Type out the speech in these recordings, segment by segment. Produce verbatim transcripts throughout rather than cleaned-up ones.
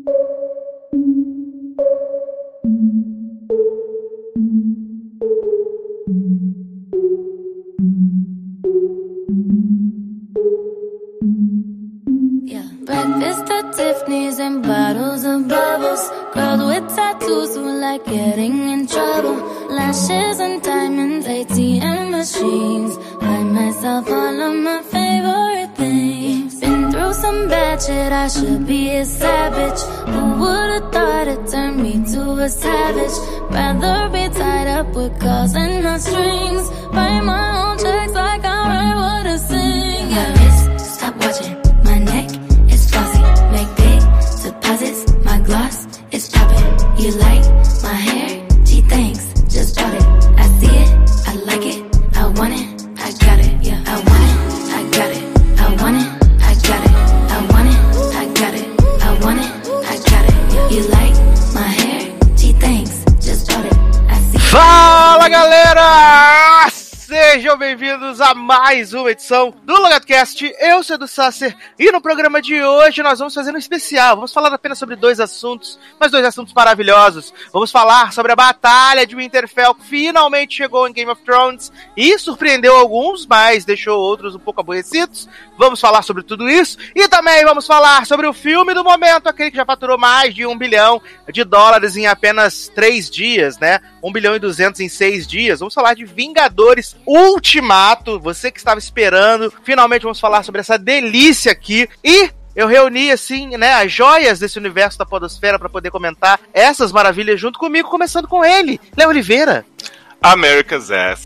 Breakfast at Tiffany's and bottles of bubbles. Girls with tattoos who like getting in trouble. Lashes and diamonds, A T M machines. Buy myself all of my favorite things. Been through some bad shit, I should be a savage. Who would've thought it turned me to a savage? Rather be tied up with calls and not strings. Write my own checks like I write what I sing. Yeah, wrist, stop watching. My neck is glossy. Make big deposits. My gloss is popping. You like my hair? Gee, thanks. Just bought it. I see it. I like it. I want it. I got it. Yeah, I want it. I got it. I want it. I got it. I want it. I got it. I want it. I got it. Yeah. You like my hair? Gee, thanks. Just bought it. I see it. Fala, galera! Sejam bem-vindos a mais uma edição do LogadoCast. Eu sou Edu Sasser e no programa de hoje nós vamos fazer um especial. Vamos falar apenas sobre dois assuntos, mas dois assuntos maravilhosos. Vamos falar sobre a batalha de Winterfell, que finalmente chegou em Game of Thrones e surpreendeu alguns, mas deixou outros um pouco aborrecidos. Vamos falar sobre tudo isso e também vamos falar sobre o filme do momento, aquele que já faturou mais de um bilhão de dólares em apenas três dias, né? um bilhão e duzentos em seis dias. Vamos falar de Vingadores Ultimato, você que estava esperando. Finalmente vamos falar sobre essa delícia aqui. E eu reuni, assim, né, as joias desse universo da podosfera para poder comentar essas maravilhas junto comigo, começando com ele, Léo Oliveira. America's Ass.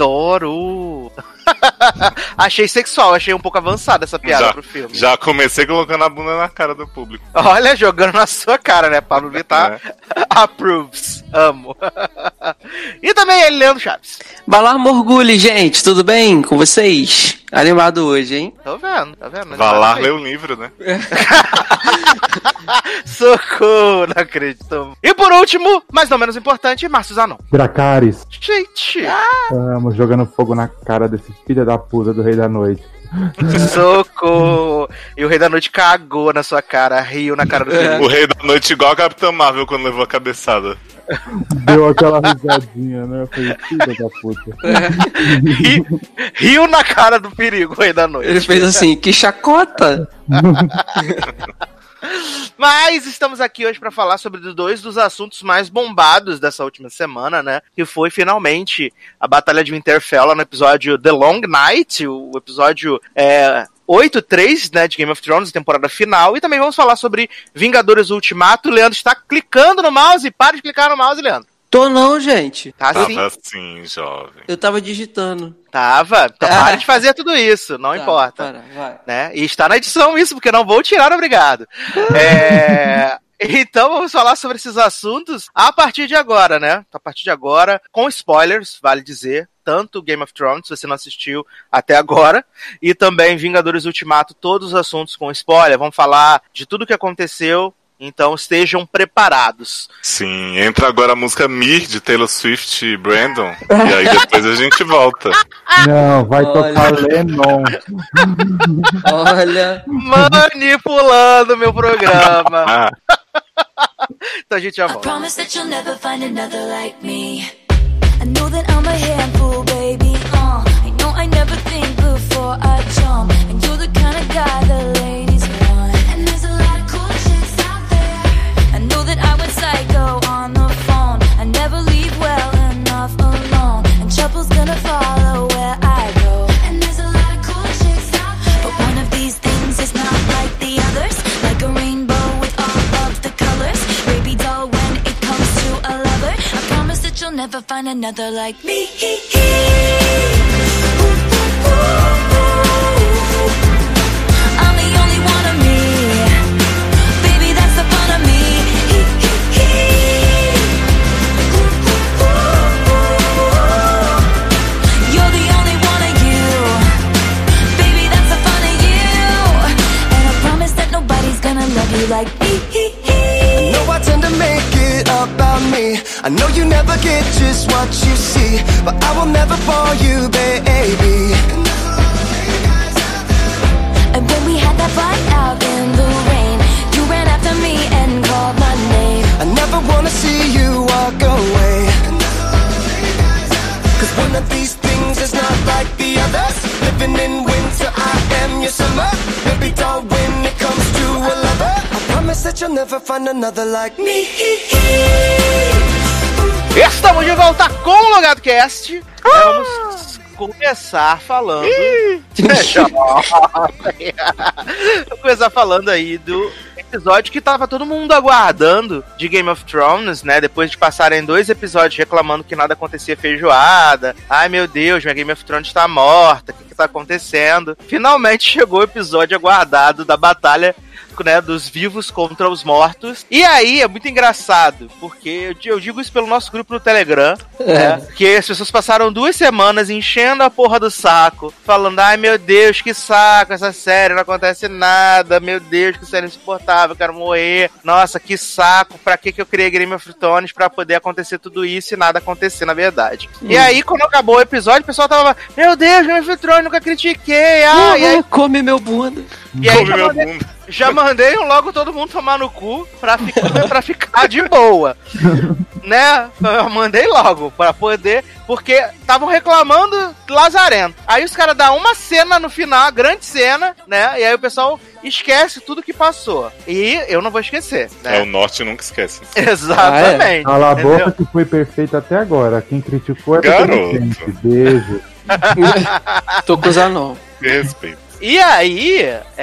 Adoro! Achei sexual, achei um pouco avançada essa piada já, pro filme. Já comecei colocando a bunda na cara do público. Olha, jogando na sua cara, né? Pablo Vittar é. Approves. Amo. E também ele, Leandro Chaves. Balar Morgulho, gente, tudo bem com vocês? Animado hoje, hein? Tô vendo, tá vendo? Valar leu o livro, né? Socorro, não acredito. E por último, mas não menos importante, Márcio Zanon. Dracarys. Gente! Estamos jogando fogo na cara desse filho da puta do Rei da Noite. Socorro! E o Rei da Noite cagou na sua cara, riu na cara do filho. O Rei da Noite igual a Capitã Marvel quando levou a cabeçada. Deu aquela risadinha, né? Eu falei, filho da puta. Ri, riu na cara do perigo, o Rei da Noite. Ele fez assim, que chacota! Mas estamos aqui hoje para falar sobre dois dos assuntos mais bombados dessa última semana, né? Que foi finalmente a Batalha de Winterfell lá no episódio The Long Night, o episódio é, oito três, né, de Game of Thrones, temporada final. E também vamos falar sobre Vingadores Ultimato. O Leandro está clicando no mouse. Para de clicar no mouse, Leandro. Tô não, gente. Tá Tava sim. assim, jovem. Eu tava digitando. Tava. Então Ah. para de fazer tudo isso, não Tá, importa. para, vai. Né? E está na edição isso, porque não vou tirar, obrigado. é... Então vamos falar sobre esses assuntos a partir de agora, né? A partir de agora, com spoilers, vale dizer. Tanto Game of Thrones, se você não assistiu até agora, e também Vingadores Ultimato, todos os assuntos com spoiler. Vamos falar de tudo o que aconteceu. Então estejam preparados. Sim, entra agora a música Mir de Taylor Swift e Brandon. E aí depois a gente volta. Não, vai Olha. tocar Lennon. Olha. Manipulando meu programa. Ah, Então a gente já I volta. promise that you'll never find another like me. I know that I'm a handful, baby. Uh, I know I never think before I jump. And you're the kind of guy the ladies want. And there's a lot of cool chicks out there. I know that I went psycho on the phone. I never leave well enough alone. And trouble's gonna follow where I go. And there's a lot of cool chicks out there. But one of these things is not like the others. Like a rainbow with all of the colors. Baby doll when it comes to a lover. I promise that you'll never find another like me. I'm the only one of me. Baby, that's the fun of me. You're the only one of you. Baby, that's the fun of you. And I promise that nobody's gonna love you like me. I know I tend to make it about me. I know you never get just what you see, but I will never fall you, baby. And when we had that fight out in the rain, you ran after me and be dull when it comes to a lover. I promise that you'll never find another like me. Estamos de volta com o Logado Cast. Vamos começar falando. Vamos começar falando aí do episódio que tava todo mundo aguardando de Game of Thrones, né? Depois de passarem dois episódios reclamando que nada acontecia feijoada. Ai meu Deus, minha Game of Thrones tá morta. O que que tá acontecendo? Finalmente chegou o episódio aguardado da batalha, né, dos vivos contra os mortos. E aí é muito engraçado, porque eu, eu digo isso pelo nosso grupo no Telegram, é. né, que as pessoas passaram duas semanas enchendo a porra do saco, falando, ai meu Deus, que saco essa série, não acontece nada, meu Deus, que série insuportável, eu quero morrer, nossa, que saco, pra que que eu criei Game of Thrones pra poder acontecer tudo isso e nada acontecer na verdade. Hum. E aí, quando acabou o episódio, o pessoal tava, meu Deus, Game of Thrones, nunca critiquei, ah, uhum, e aí... come meu bunda. E aí, já mandei, já mandei logo todo mundo tomar no cu pra ficar, pra ficar de boa. Né? Eu mandei logo pra poder, porque estavam reclamando lazarento. Aí os caras dão uma cena no final, grande cena, né? E aí o pessoal esquece tudo que passou. E eu não vou esquecer, né? É, o Norte nunca esquece. Exatamente. Ah, é. Cala a boca que foi perfeito até agora. Quem criticou é garoto. Beijo. Tô com os anão. Respeito. E aí,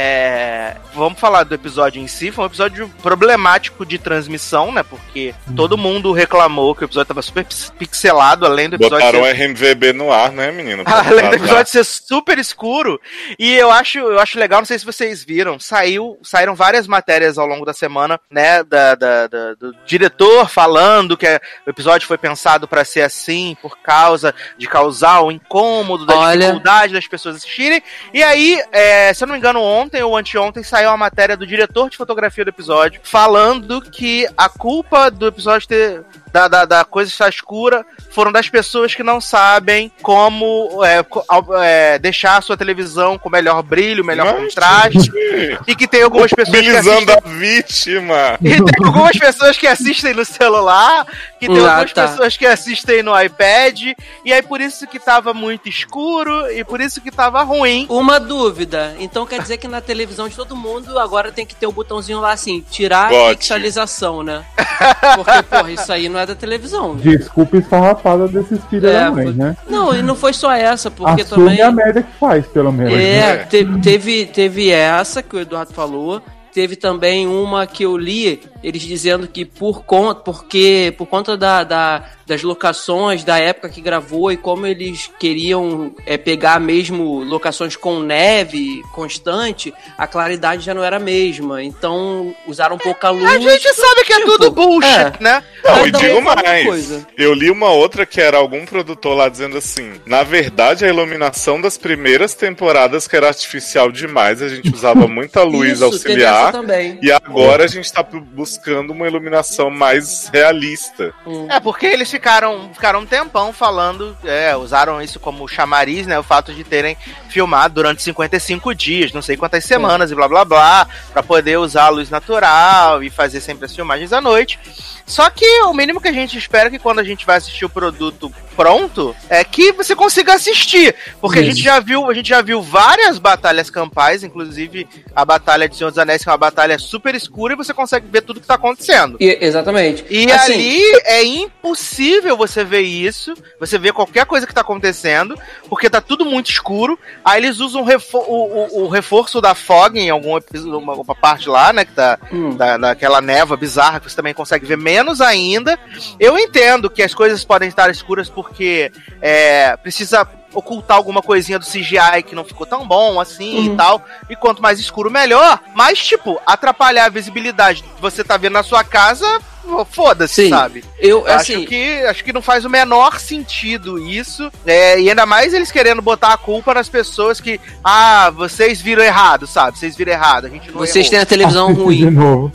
é... vamos falar do episódio em si. Foi um episódio problemático de transmissão, né? Porque hum. todo mundo reclamou que o episódio tava super pixelado, além do episódio botaram ser... R M V B no ar, né, menino? Além do episódio ser super escuro. E eu acho, eu acho legal, não sei se vocês viram, saiu, saíram várias matérias ao longo da semana, né? Da, da, da, do diretor falando que o episódio foi pensado pra ser assim, por causa de causar o incômodo, da Olha... dificuldade das pessoas assistirem. E aí, É, se eu não me engano, ontem ou anteontem saiu uma matéria do diretor de fotografia do episódio falando que a culpa do episódio ter, da, da, da coisa estar escura foram das pessoas que não sabem como é, é, deixar a sua televisão com melhor brilho, melhor Mas, contraste gente. E que tem algumas pessoas que assistem... a vítima! E tem algumas pessoas que assistem no celular, que tem ah, algumas tá. pessoas que assistem no iPad, e aí por isso que tava muito escuro e por isso que tava ruim. Uma dúvida. Então quer dizer que na televisão de todo mundo agora tem que ter um botãozinho lá assim, tirar Bote. a pixelização, né? Porque, porra, isso aí não é da televisão. Desculpa esfarrapada desses filhos é, da mãe, né? Não, e não foi só essa, porque Assume também... a merda que faz, pelo menos. É, né? te, teve, teve essa que o Eduardo falou. Teve também uma que eu li, eles dizendo que por conta, porque, por conta da, da, das locações, da época que gravou e como eles queriam é, pegar mesmo locações com neve constante, a claridade já não era a mesma. Então usaram pouca luz. A gente sabe que é tipo, tudo bullshit, é. né? Não, e digo mais, eu li uma outra que era algum produtor lá dizendo assim, na verdade a iluminação das primeiras temporadas que era artificial demais, a gente usava muita luz Isso, auxiliar. Também. E agora a gente tá buscando uma iluminação mais realista. Hum. É, porque eles ficaram, ficaram um tempão falando, é, usaram isso como chamariz, né? O fato de terem filmado durante cinquenta e cinco dias, não sei quantas semanas é. e blá blá blá, pra poder usar a luz natural e fazer sempre as filmagens à noite. Só que o mínimo que a gente espera é que quando a gente vai assistir o produto pronto, é que você consiga assistir. Porque Isso. a gente já viu, a gente já viu várias batalhas campais, inclusive a batalha de Senhor dos Anéis, que é uma batalha super escura, e você consegue ver tudo que tá acontecendo. E, exatamente. E assim, ali é impossível você ver isso, você ver qualquer coisa que tá acontecendo, porque tá tudo muito escuro. Aí eles usam o, refor- o, o, o reforço da fog em alguma uma, uma parte lá, né, que tá hum. da, daquela névoa bizarra que você também consegue ver menos ainda. Eu entendo que as coisas podem estar escuras porque é, precisa ocultar alguma coisinha do C G I que não ficou tão bom assim uhum. e tal. E quanto mais escuro, melhor. Mas, tipo, atrapalhar a visibilidade que você tá vendo na sua casa, foda-se, sabe? Eu, assim, acho, que, acho que não faz o menor sentido isso. É, e ainda mais eles querendo botar a culpa nas pessoas que, ah, vocês viram errado, sabe? Vocês viram errado. A gente não Vocês errou. têm a televisão ruim. De novo.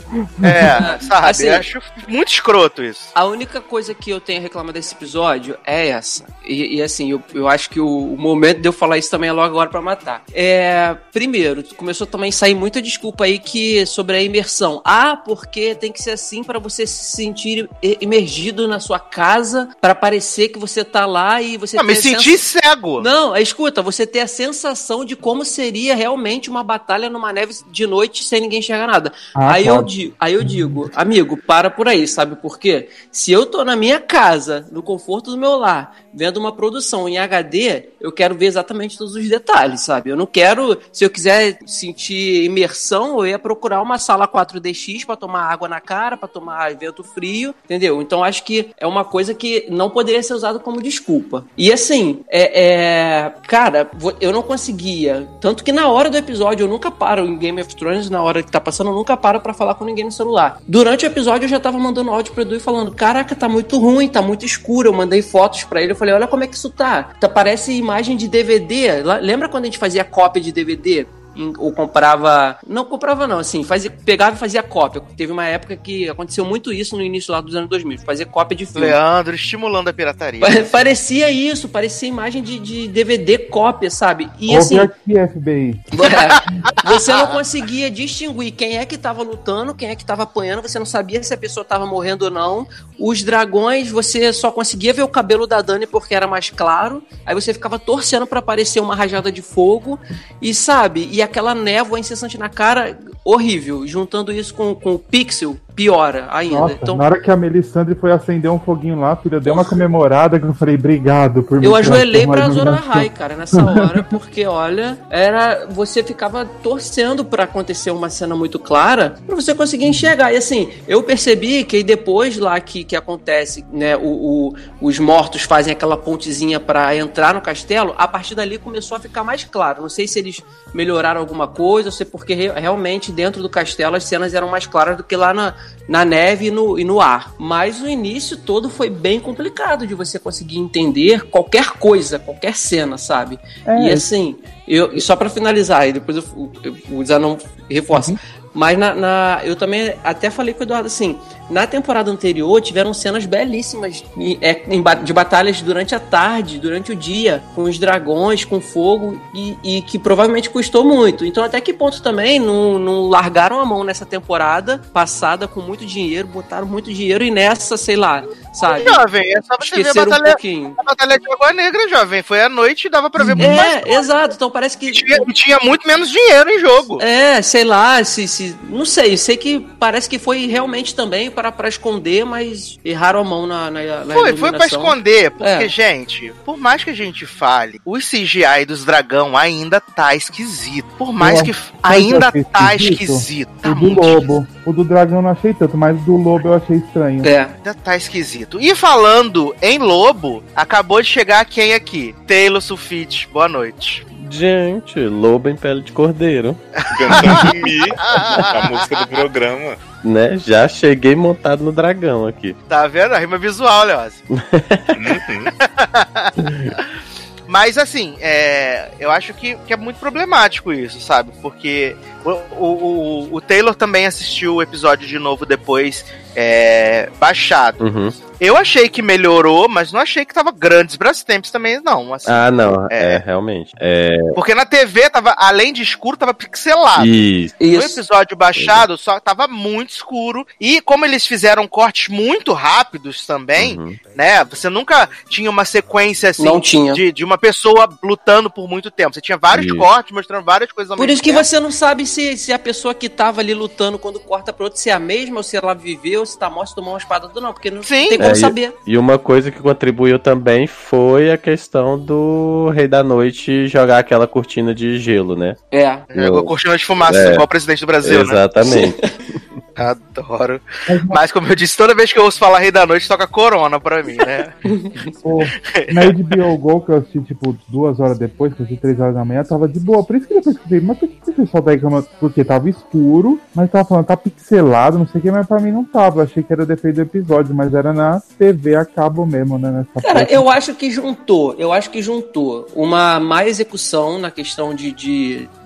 É, sabe? Assim, eu acho muito escroto isso. A única coisa que eu tenho a reclamar desse episódio é essa. E, e assim, eu, eu acho que o, o momento de eu falar isso também é logo agora pra matar. É, primeiro, começou também a sair muita desculpa aí que, sobre a imersão. Ah, porque tem que ser assim pra você se sentir imergido na sua casa pra parecer que você tá lá e você... Não, me senti sens... cego. Não, escuta, você ter a sensação de como seria realmente uma batalha numa neve de noite sem ninguém enxergar nada. Ah, aí, eu digo, aí eu digo, amigo, para por aí, sabe por quê? Se eu tô na minha casa, no conforto do meu lar, vendo uma produção em H D, eu quero ver exatamente todos os detalhes, sabe? Eu não quero, se eu quiser sentir imersão, eu ia procurar uma sala quatro D X pra tomar água na cara, pra tomar vento frio, entendeu? Então acho que é uma coisa que não poderia ser usada como desculpa. E assim, é, é... cara, eu não conseguia, tanto que na hora do episódio, eu nunca paro em Game of Thrones, na hora que tá passando, eu nunca paro pra falar com ninguém no celular. Durante o episódio, eu já tava mandando áudio pro Edu e falando, caraca, tá muito ruim, tá muito escuro. Eu mandei fotos pra ele, eu falei, olha como é que isso tá. Tá parece imagem de D V D. Lembra quando a gente fazia cópia de D V D? Ou comprava... Não comprava não, assim, fazia, pegava e fazia cópia. Teve uma época que aconteceu muito isso no início lá dos anos dois mil, fazer cópia de filme. Leandro estimulando a pirataria. Parecia isso, parecia imagem de, de D V D cópia, sabe? E Ouve assim... aqui, F B I. Você não conseguia distinguir quem é que tava lutando, quem é que tava apanhando, você não sabia se a pessoa tava morrendo ou não. Os dragões, você só conseguia ver o cabelo da Dani porque era mais claro, aí você ficava torcendo pra aparecer uma rajada de fogo, e sabe... E aquela névoa incessante na cara, horrível. Juntando isso com, com o pixel, piora ainda. Nossa, então, na hora que a Melisandre foi acender um foguinho lá, filha, deu uma comemorada que eu falei, obrigado por me... Eu ajoelhei pra Azor Ahai, cara, nessa hora, porque, olha, era... Você ficava torcendo pra acontecer uma cena muito clara, pra você conseguir enxergar. E assim, eu percebi que depois lá que, que acontece, né, o, o, os mortos fazem aquela pontezinha pra entrar no castelo, a partir dali começou a ficar mais claro. Não sei se eles melhoraram alguma coisa, ou se porque re, realmente dentro do castelo as cenas eram mais claras do que lá na, na neve e no, e no ar. Mas o início todo foi bem complicado de você conseguir entender qualquer coisa, qualquer cena, sabe? É. E assim, eu, só pra finalizar, e depois eu, eu, o Zanon reforça, uhum. Mas na, na, eu também até falei com o Eduardo assim, na temporada anterior tiveram cenas belíssimas de batalhas durante a tarde, durante o dia, com os dragões, com fogo, e, e que provavelmente custou muito. Então até que ponto também não, não largaram a mão nessa temporada passada com muito dinheiro, botaram muito dinheiro e nessa, sei lá, sabe? Jovem, é só você ver a batalha, um pouquinho. A batalha de Água Negra, jovem, foi à noite e dava pra ver muito é, mais. É, exato, então parece que... E tinha, e tinha muito menos dinheiro em jogo. É, sei lá, se, se, não sei, sei que parece que foi realmente também para, para esconder, mas erraram a mão na, na, na Foi, foi pra esconder, porque, é. gente, por mais que a gente fale, o C G I dos dragão ainda tá esquisito. Por mais eu que ainda tá esquisito. esquisito tá o do muito lobo. esquisito. O do dragão eu não achei tanto, mas o do lobo eu achei estranho. É. Ainda tá esquisito. E falando em lobo, acabou de chegar quem aqui? Taylor Sulfite. Boa noite. Gente, lobo em pele de cordeiro. Cantando Mi, a música do programa. Né? Já cheguei montado no dragão aqui. Tá vendo? A rima visual, Leoz. Uhum. Mas assim, é, eu acho que, que é muito problemático isso, sabe? Porque o, o, o Taylor também assistiu o episódio de novo depois, é, baixado. Uhum. Eu achei que melhorou, mas não achei que tava grandes Brastemps também, não. Assim, ah, não, é, é realmente. É... Porque na T V, tava, além de escuro, tava pixelado. Isso. No episódio baixado, só tava muito escuro. E como eles fizeram cortes muito rápidos também, uhum. né? Você nunca tinha uma sequência assim não tinha. De, de uma pessoa lutando por muito tempo. Você tinha vários isso. cortes mostrando várias coisas ao Por mesmo isso que tempo. você não sabe se, se a pessoa que tava ali lutando quando corta pra outro se é a mesma, ou se ela viveu, ou se tá morta, se tomou uma espada ou não. Porque não Sim. tem como saber. E uma coisa que contribuiu também foi a questão do Rei da Noite jogar aquela cortina de gelo, né? É. Jogou a cortina de fumaça, é. igual o presidente do Brasil, exatamente. Né? Adoro. Mas como eu disse, toda vez que eu ouço falar Rei da Noite, toca Corona pra mim, né? Pô, na H B O Go, que eu assisti, tipo, duas horas depois, que eu assisti três horas da manhã, tava de boa. Por isso que depois que eu falei, mas por que você solta aí? Porque tava escuro, mas tava falando, tá pixelado, não sei o que, mas pra mim não tava. Eu achei que era defeito do episódio, mas era na T V a cabo mesmo, né? Nessa Cara, parte. eu acho que juntou, eu acho que juntou uma má execução na questão de... de...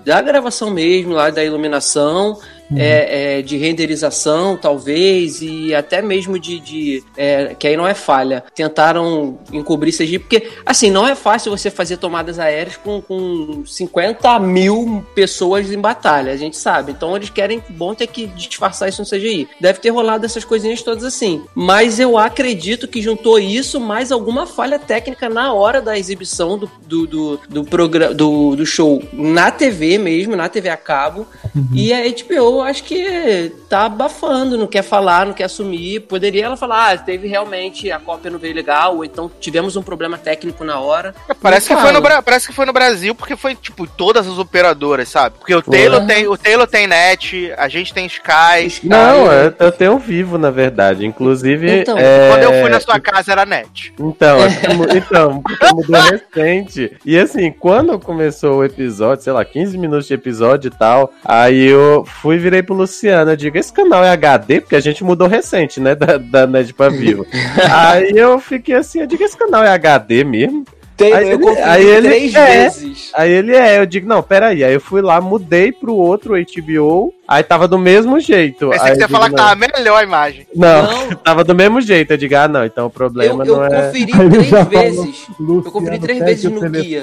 da gravação mesmo, lá da iluminação, Uhum. É, é, de renderização, talvez, e até mesmo de... de é, que aí não é falha. Tentaram encobrir C G I, porque, assim, não é fácil você fazer tomadas aéreas com, com cinquenta mil pessoas em batalha, a gente sabe. Então eles querem, bom, ter que disfarçar isso no C G I. Deve ter rolado essas coisinhas todas assim. Mas eu acredito que juntou isso mais alguma falha técnica na hora da exibição do, do, do, do, programa, do, do show na T V mesmo, na T V a cabo. Uhum. E a H B O acho que tá abafando, não quer falar, não quer assumir. Poderia ela falar, ah, teve realmente, a cópia não veio legal, ou então tivemos um problema técnico na hora. Parece que, foi no, parece que foi no Brasil, porque foi, tipo, todas as operadoras, sabe? Porque o Taylor, uhum. tem, o Taylor tem net, a gente tem Sky. Sky não, eu, eu tenho Vivo, na verdade. Inclusive... Então, é... quando eu fui na sua casa, era net. Então, é. então mudou recente. E assim, quando começou o episódio, sei lá, quinze minutos de episódio e tal, aí eu fui virei pro Luciano, eu digo, esse canal é H D? Porque a gente mudou recente, né, da, da Net pra Vivo. Aí eu fiquei assim, eu digo, esse canal é H D mesmo? Tem, aí eu ele, aí ele três é, vezes. Aí ele é, eu digo, não, peraí. Aí eu fui lá, mudei pro outro H B O, aí tava do mesmo jeito. Pensei aí que você ia falar que tava melhor a imagem. Não, não, tava do mesmo jeito. Eu digo, ah, não, então o problema eu, não eu é... Conferi três vezes. Falou, eu conferi três vezes no guia.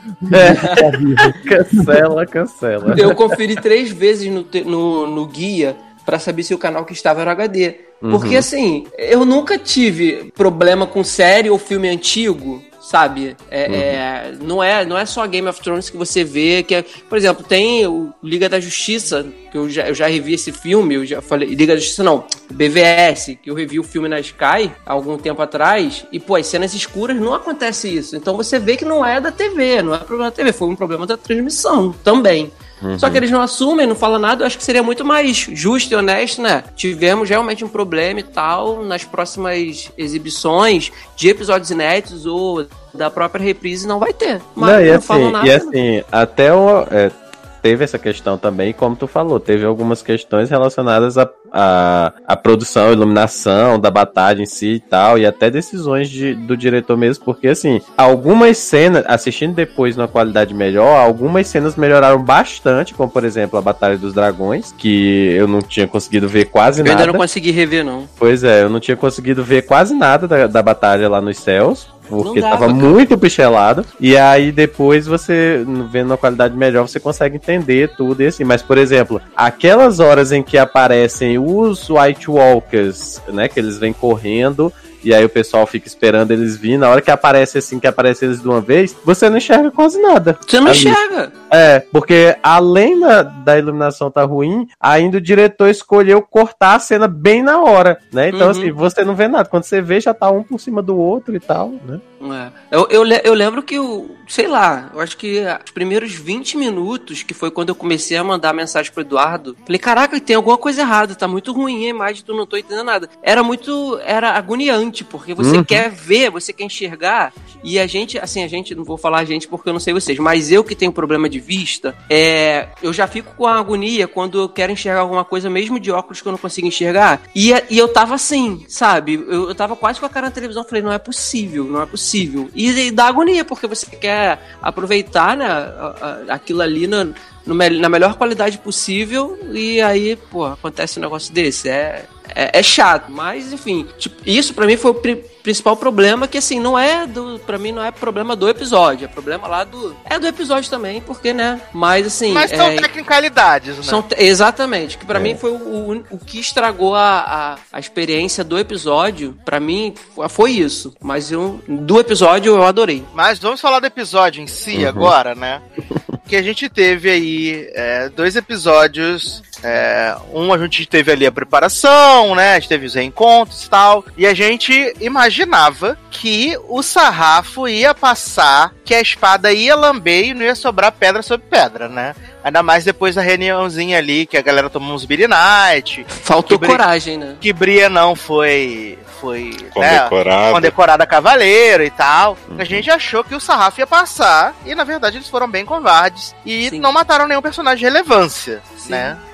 É. Cancela, cancela. Eu conferi três vezes no, no, no guia pra saber se o canal que estava era H D. Porque, uhum. assim, eu nunca tive problema com série ou filme antigo, sabe? É, uhum. é, não, é, não é só Game of Thrones que você vê, que é, por exemplo, tem o Liga da Justiça, que eu já, eu já revi esse filme, eu já falei, Liga da Justiça não, B V S, que eu revi o filme na Sky há algum tempo atrás, e pô, as cenas escuras não acontece isso, então você vê que não é da T V, não é problema da T V, foi um problema da transmissão também. Uhum. Só que eles não assumem, não falam nada. Eu acho que seria muito mais justo e honesto, né? Tivemos realmente um problema e tal nas próximas exibições de episódios inéditos ou da própria reprise não vai ter. Mas não, não e assim, falam nada. E assim, até o... É, teve essa questão também, como tu falou, teve algumas questões relacionadas a A, a produção, a iluminação da batalha em si e tal, e até decisões de, do diretor mesmo, porque assim, algumas cenas, assistindo depois numa qualidade melhor, algumas cenas melhoraram bastante, como por exemplo a Batalha dos Dragões, que eu não tinha conseguido ver quase eu nada. Eu ainda não consegui rever, não. Pois é, eu não tinha conseguido ver quase nada da, da batalha lá nos céus, porque dava, tava cara. muito pichelado, e aí depois você, vendo uma qualidade melhor, você consegue entender tudo e assim, mas por exemplo, aquelas horas em que aparecem os White Walkers, né, que eles vêm correndo, e aí o pessoal fica esperando eles virem, na hora que aparece assim, que aparece eles de uma vez, você não enxerga quase nada. Você não ali. enxerga. É, porque além da, da iluminação tá ruim, ainda o diretor escolheu cortar a cena bem na hora, né? Então, uhum. assim, você não vê nada. Quando você vê, já tá um por cima do outro e tal, né? É. Eu, eu, eu lembro que, eu, sei lá, eu acho que os primeiros vinte minutos, que foi quando eu comecei a mandar mensagem pro Eduardo, falei, caraca, tem alguma coisa errada, tá muito ruim a imagem, tu não tô entendendo nada. Era muito, era agoniante, porque você uhum. quer ver, você quer enxergar, e a gente, assim, a gente, não vou falar a gente porque eu não sei vocês, mas eu que tenho problema de vista, é, eu já fico com a agonia quando eu quero enxergar alguma coisa, mesmo de óculos que eu não consigo enxergar, e, e eu tava assim, sabe, eu, eu tava quase com a cara na televisão, falei, não é possível, não é possível. E, e dá agonia, porque você quer aproveitar, né, aquilo ali no, no, na melhor qualidade possível, e aí, pô, acontece um negócio desse. É, é, é chato, mas enfim, tipo, isso pra mim foi o pri- principal problema, que assim, não é do, pra mim não é problema do episódio, é problema lá do, é do episódio também, porque, né, mas assim... Mas são é, tecnicalidades, né? São, exatamente, que pra é. mim foi o, o, o que estragou a, a, a experiência do episódio, pra mim foi isso, mas eu, do episódio eu adorei. Mas vamos falar do episódio em si uhum. agora, né? Que a gente teve aí é, dois episódios, é, um a gente teve ali a preparação, né, a gente teve os reencontros e tal, e a gente imaginava que o sarrafo ia passar, que a espada ia lamber e não ia sobrar pedra sobre pedra, né? Ainda mais depois da reuniãozinha ali, que a galera tomou uns Beer Night. Faltou que coragem, né? Que Bria não foi... foi condecorada. Né, condecorada cavaleiro e tal. Uhum. A gente achou que o sarrafo ia passar, e na verdade eles foram bem covardes e Sim. não mataram nenhum personagem de relevância, Sim. né? Da,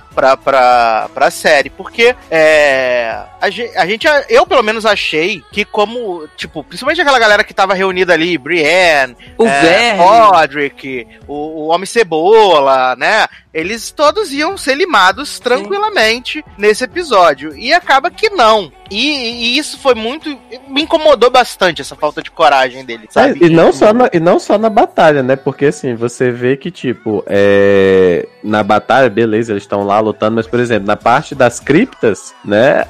pra, pra, pra série. Porque é, a, gente, a gente, eu pelo menos achei que como, tipo, principalmente aquela galera que tava reunida ali, Brienne, o é, Podrick, o, o Homem Cebola, né? Eles todos iam ser limados tranquilamente Sim. nesse episódio. E acaba que não. E, e isso foi muito... Me incomodou bastante, essa falta de coragem dele, sabe? É, e, não só na, e não só na batalha, né? Porque, assim, você vê que, tipo, é... na batalha, beleza, eles estão lá lutando, mas, por exemplo, na parte das criptas, né?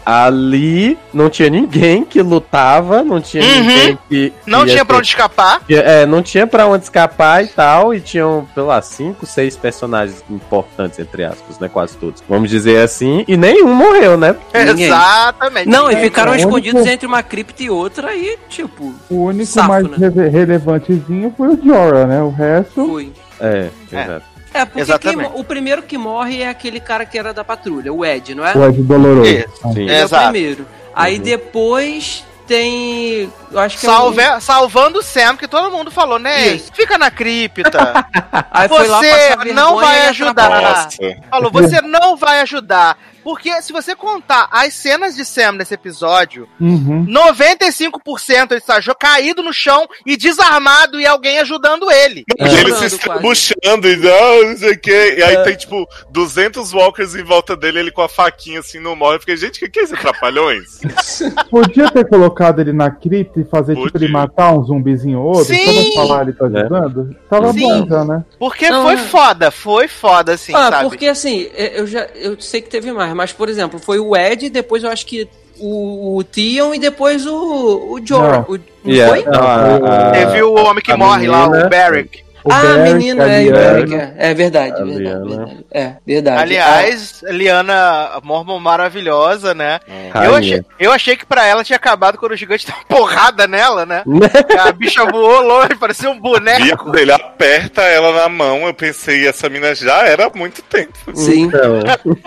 Ali não tinha ninguém que lutava, não tinha uhum. ninguém que... Não tinha pra ter... onde escapar. É, não tinha pra onde escapar e tal, e tinham, sei lá, cinco, seis personagens importantes, entre aspas, né? Quase todos. Vamos dizer assim, e nenhum morreu, né? Ninguém. Exatamente. Não, e ficaram é, escondidos único... entre uma cripta e outra e, tipo... O único safo, mais né? re- relevantezinho foi o Jorah, né? O resto... Foi. É, é. exato. É, porque quem, o primeiro que morre é aquele cara que era da patrulha, o Ed, não é? O Ed Doloroso. Sim. É, é o primeiro. Aí uhum. depois... Tem. Eu acho que Salve, é um... Salvando o Sam, que todo mundo falou, né? Isso. Fica na cripta. Aí você foi lá não vai ajudar. Falou, você não vai ajudar. Porque se você contar as cenas de Sam nesse episódio, uhum. noventa e cinco por cento ele está caído no chão e desarmado e alguém ajudando ele. É. Ele se estrebuchando e não, não sei o que. E aí é. tem, tipo, duzentos walkers em volta dele, ele com a faquinha assim no morro. Eu fiquei, gente, o que, que é esse trapalhões? Podia ter colocado ele na cripta e fazer, Podia. tipo, ele matar um zumbizinho ou outro. Sim. Só pra falar ele tá ajudando. É. Tava Sim. bom já, né? Porque não, foi é. foda, foi foda, assim, ah, sabe? Porque, assim, eu já eu sei que teve mais, mas, por exemplo, foi o Ed, depois eu acho que o, o Theon e depois o, o Jorah. Não. O, não yeah. foi? Não, a, a, teve o homem que morre menina, lá, o Barrick. O ah, Beric, menino, é, o Beric, é, é verdade, verdade, verdade. É, verdade. Aliás, ah. Lyanna Mormont maravilhosa, né? Ah, eu, achei, eu achei que pra ela tinha acabado quando o gigante deu uma porrada nela, né? A bicha voou longe, parecia um boneco. Ele aperta ela na mão, eu pensei, essa mina já era há muito tempo. Sim. Então,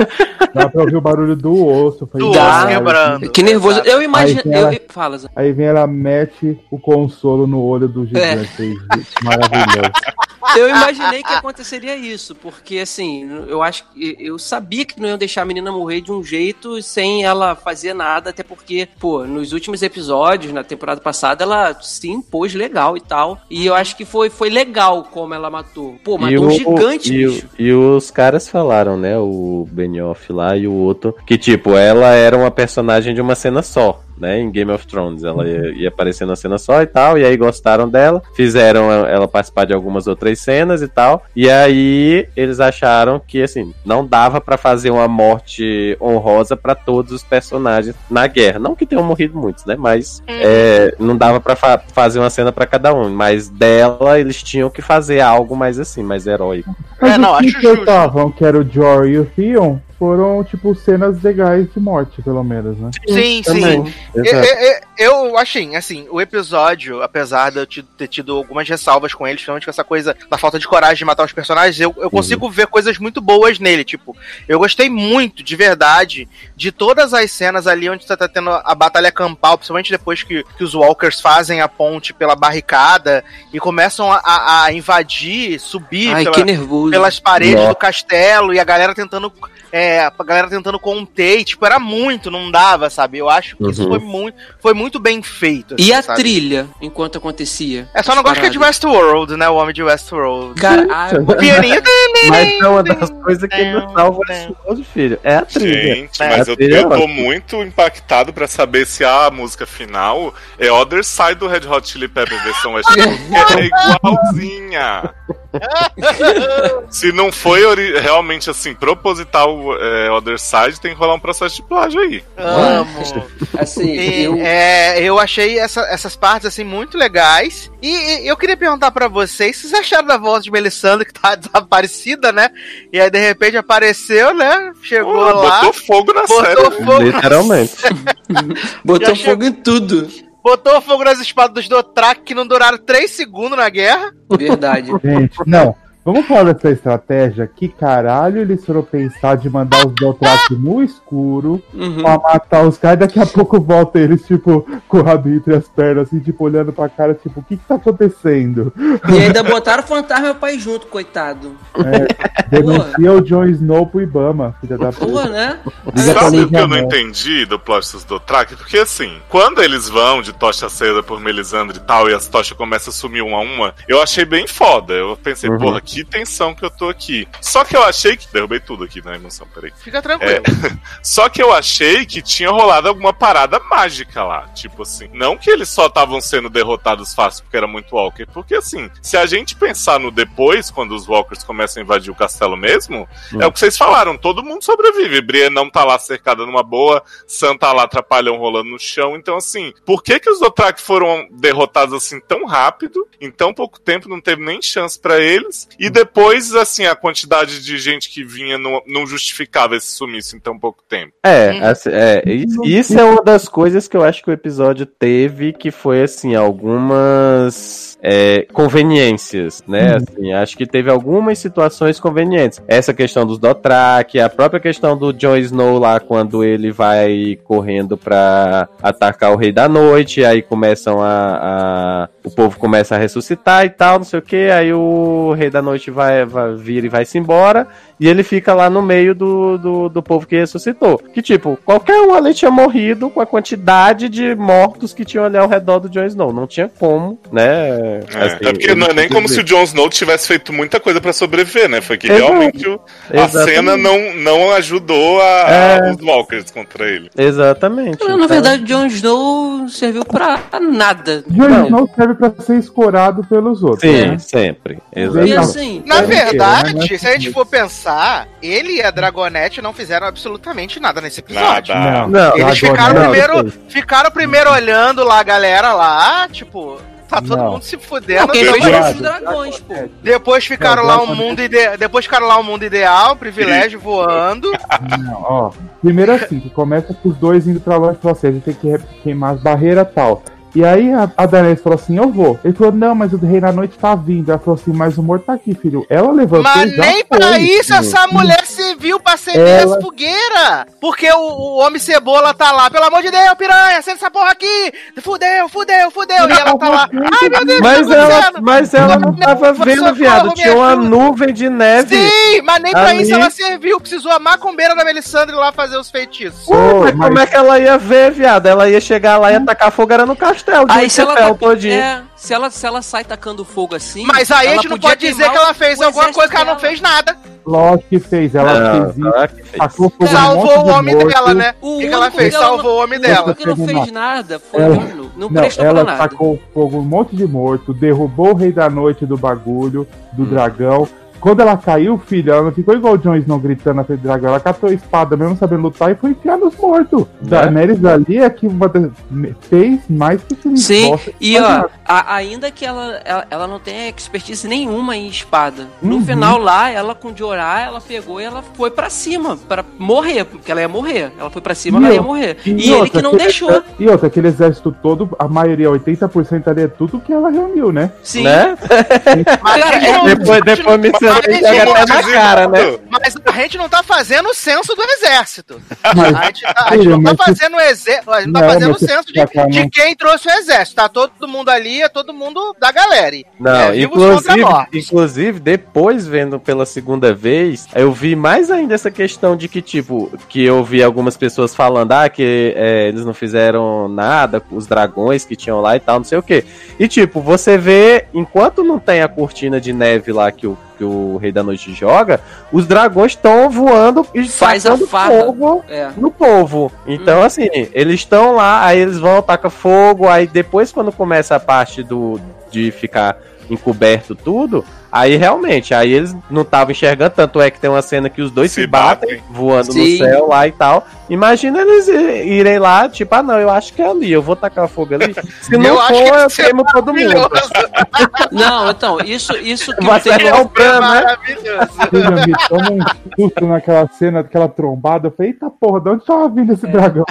dá pra ouvir o barulho do osso. Do osso quebrando. Que nervoso. Exato. Eu imagino... Aí, eu... Fala, Zé. Aí vem ela, mete o consolo no olho do gigante. É. Maravilhoso. Eu imaginei que aconteceria isso, porque assim, eu acho que eu sabia que não iam deixar a menina morrer de um jeito sem ela fazer nada, até porque, pô, nos últimos episódios, na temporada passada, ela se impôs legal e tal. E eu acho que foi, foi legal como ela matou. Pô, matou e um o, gigante, e, bicho. E os caras falaram, né, o Benioff lá e o outro, que tipo, ela era uma personagem de uma cena só. Né, em Game of Thrones, ela ia, ia aparecer na cena só e tal, e aí gostaram dela, fizeram ela participar de algumas outras cenas e tal, e aí eles acharam que, assim, não dava pra fazer uma morte honrosa pra todos os personagens na guerra, não que tenham morrido muitos, né, mas é, não dava pra fa- fazer uma cena pra cada um, mas dela eles tinham que fazer algo mais assim, mais heróico. Mas é, não, acho que estavam, que era o Jorah e o Theon, foram, tipo, cenas legais de morte, pelo menos, né? Sim, Também. sim. Eu, eu, eu achei, assim, o episódio, apesar de eu ter tido algumas ressalvas com ele, principalmente com essa coisa da falta de coragem de matar os personagens, eu, eu consigo uhum. ver coisas muito boas nele, tipo, eu gostei muito, de verdade, de todas as cenas ali onde você tá tendo a batalha campal, principalmente depois que, que os Walkers fazem a ponte pela barricada e começam a, a invadir, subir Ai, pela, pelas paredes Nossa. do castelo e a galera tentando... É, a galera tentando conter, tipo, era muito, não dava, sabe? Eu acho que uhum. isso foi muito, foi muito bem feito. Assim, e a sabe? Trilha, enquanto acontecia? É só não gosto que é de Westworld, né? O homem de Westworld. Cara, ah, o pianinho... Mas é uma das coisas que não salva Westworld, filho. É a trilha. Gente, é mas eu, eu tô muito impactado pra saber se a música final é Other Side do Red Hot Chili Peppers versão Westworld, que é igualzinha. Se não foi ori- realmente assim, proposital é, Other Side, tem que rolar um processo de plágio aí. Amo. Assim, e, eu... É, eu achei essa, essas partes assim muito legais. E, e eu queria perguntar pra vocês, vocês acharam da voz de Melisandre que tá desaparecida, né? E aí de repente apareceu, né? Chegou oh, lá. Botou fogo na botou série. Fogo Literalmente. botou Já fogo chegou... em tudo. Botou fogo nas espadas dos Dothraki que não duraram três segundos na guerra. Verdade. Gente, não. Vamos falar dessa estratégia? Que caralho eles foram pensar de mandar os Dothraki no escuro Uhum. pra matar os caras, daqui a pouco volta eles, tipo, com o rabo entre as pernas, assim, tipo, olhando pra cara, tipo, o que que tá acontecendo? E ainda botaram o fantasma meu pai junto, coitado. É, denuncia o Jon Snow pro Ibama, filha da Pô, puta. né? Liga pra Sabe Luiz o que eu não Amel. entendi do plot dos Dothraki? Porque assim, quando eles vão de tocha acesa por Melisandre e tal, e as tochas começam a sumir uma a uma, eu achei bem foda. Eu pensei, Uhum. porra, que tensão que eu tô aqui. Só que eu achei que... Derrubei tudo aqui na emoção, peraí. Fica tranquilo. Só que eu achei que tinha rolado alguma parada mágica lá. Tipo assim, não que eles só estavam sendo derrotados fácil porque era muito Walker. Porque assim, se a gente pensar no depois, quando os Walkers começam a invadir o castelo mesmo, Hum. é o que vocês falaram, todo mundo sobrevive. Brienne não tá lá cercada numa boa, Sam tá lá atrapalhão rolando no chão. Então assim, por que que os Dothraki foram derrotados assim tão rápido, em tão pouco tempo, não teve nem chance pra eles? E depois, assim, a quantidade de gente que vinha não, não justificava esse sumiço em tão pouco tempo. É, assim, é isso, isso é uma das coisas que eu acho que o episódio teve, que foi, assim, algumas é, conveniências, né? Assim, acho que teve algumas situações convenientes. Essa questão dos Dothraki, a própria questão do Jon Snow lá, quando ele vai correndo pra atacar o Rei da Noite, aí começam a... a o povo começa a ressuscitar e tal, não sei o que, aí o Rei da Noite vai, vai vir e vai-se embora, e ele fica lá no meio do, do, do povo que ressuscitou. Que, tipo, qualquer um ali tinha morrido com a quantidade de mortos que tinham ali ao redor do Jon Snow. Não tinha como, né? É, Assim, é porque não é nem como se o Jon Snow tivesse feito muita coisa pra sobreviver, né? Foi que Exato. realmente o, a Exatamente. cena não, não ajudou a, É. a- os Walkers contra ele. Exatamente. Na Então, verdade, Jon Snow serviu pra nada. Jon Não. Snow serve pra ser escorado pelos outros. sim, né? sempre. E Exatamente. assim, Na É, verdade, né? se a gente for pensar, ele e a Dragonette não fizeram absolutamente nada nesse episódio. Nada. Não, Eles Dragonette ficaram não primeiro, fez. ficaram primeiro olhando lá a galera lá, tipo, tá todo Não. mundo se fudendo. quem Não, fez não, foi não. os dragões, pô. Depois ficaram Não, lá um Dragonette- mundo ide... depois ficaram lá um mundo ideal, privilégio voando. Não, ó. Primeiro assim, que começa com os dois indo pra longe e falou assim, a gente tem que re- queimar as barreiras e tal. E aí a, a Daenerys falou assim, eu vou. Ele falou, não, mas o Rei da Noite tá vindo. Ela falou assim, mas o morto tá aqui, filho. Ela levantou Mas e já nem foi. pra isso essa mulher serviu pra acender Ela- as fogueiras. Porque o, o Homem Cebola tá lá. Pelo amor de Deus, piranha, acende essa porra aqui. Fudeu, fudeu, fudeu. E ela tá lá. Ai, meu Deus, Mas o que tá ela, acontecendo? mas ela não Não, tava não, vendo, socorro, viado. me Tinha uma ajuda. nuvem de neve. Sim, mas nem pra Ali- isso ela serviu. Precisou a macumbeira da Melisandre lá fazer os feitiços. Pô, Pô, mas mas- como é que ela ia ver, viado? Ela ia chegar lá e atacar fogo era no castelo. de Aí se ela, Winterfell tá, todinho. é, se, ela, se ela sai tacando fogo assim. Mas aí a ela gente não podia pode dizer queimar que ela o- fez o alguma exército coisa que ela não dela. fez nada. Lógico que fez. Ela Não, fez isso. claro que fez. Tacou fogo num Salvou monte o de homem morto. dela, né? O O que, que ela único fez? que ela Salvou o homem O dela. único que não Teve fez uma- nada foi Ela- o Não, não Não, prestou ela pra nada. tacou fogo um monte de morto, derrubou o Rei da Noite do bagulho, do dragão. Quando ela caiu, filho, ela não ficou igual o Jon Snow gritando na frente do dragão. Ela catou a espada mesmo sabendo lutar e foi enfiar nos mortos. Daenerys ali é que uma das- fez mais que aquele Sim, bosta que e faz ó, nada. a- ainda que ela, ela, ela não tenha expertise nenhuma em espada. No Uhum. final lá, ela com Jorah, ela pegou e ela foi pra cima, pra morrer, porque ela ia morrer. Ela foi pra cima, E ela ia outra- morrer. e E, ele outra, que não aquele deixou. exército- E outra, aquele exército todo, a maioria, oitenta por cento ali é tudo que ela reuniu, né? Sim. Né? Mas a gente É, não- Depois, depois me Mas joga a gente até não- na cara, né? Mas a gente não tá fazendo o censo do exército. Mas- A gente, tá- a gente não tá Mas se- fazendo o exército. A gente não tá Não, fazendo o mas se censo de, destacar, de não- quem trouxe o exército. Tá todo mundo ali, é todo mundo da galera. Não, É, vivos contra inclusive, mortos. inclusive, depois vendo pela segunda vez, eu vi mais ainda essa questão de que, tipo, que eu vi algumas pessoas falando, ah, que é, eles não fizeram nada com os dragões que tinham lá e tal, não sei o quê. E, tipo, você vê, enquanto não tem a cortina de neve lá que o, que o Rei da Noite joga, os dragões estão voando e Faz a tacando farra. fogo É. no povo. Então, assim, eles estão lá, aí eles vão, taca fogo, aí depois quando começa a parte do de ficar encoberto tudo, aí realmente, aí eles não estavam enxergando, tanto é que tem uma cena que os dois se, Se batem, batem. voando Sim. no céu lá e tal, Imagina eles irem lá, tipo, ah não, eu acho que é ali, eu vou tacar fogo ali. Se não Eu for, acho que eu isso é queimo todo mundo. Não, então, isso, isso que Vai tem... ser o Bran, né? Maravilhoso. Eu me toma um susto naquela cena, daquela trombada. Eu falei, eita porra, de onde tava vindo esse dragão?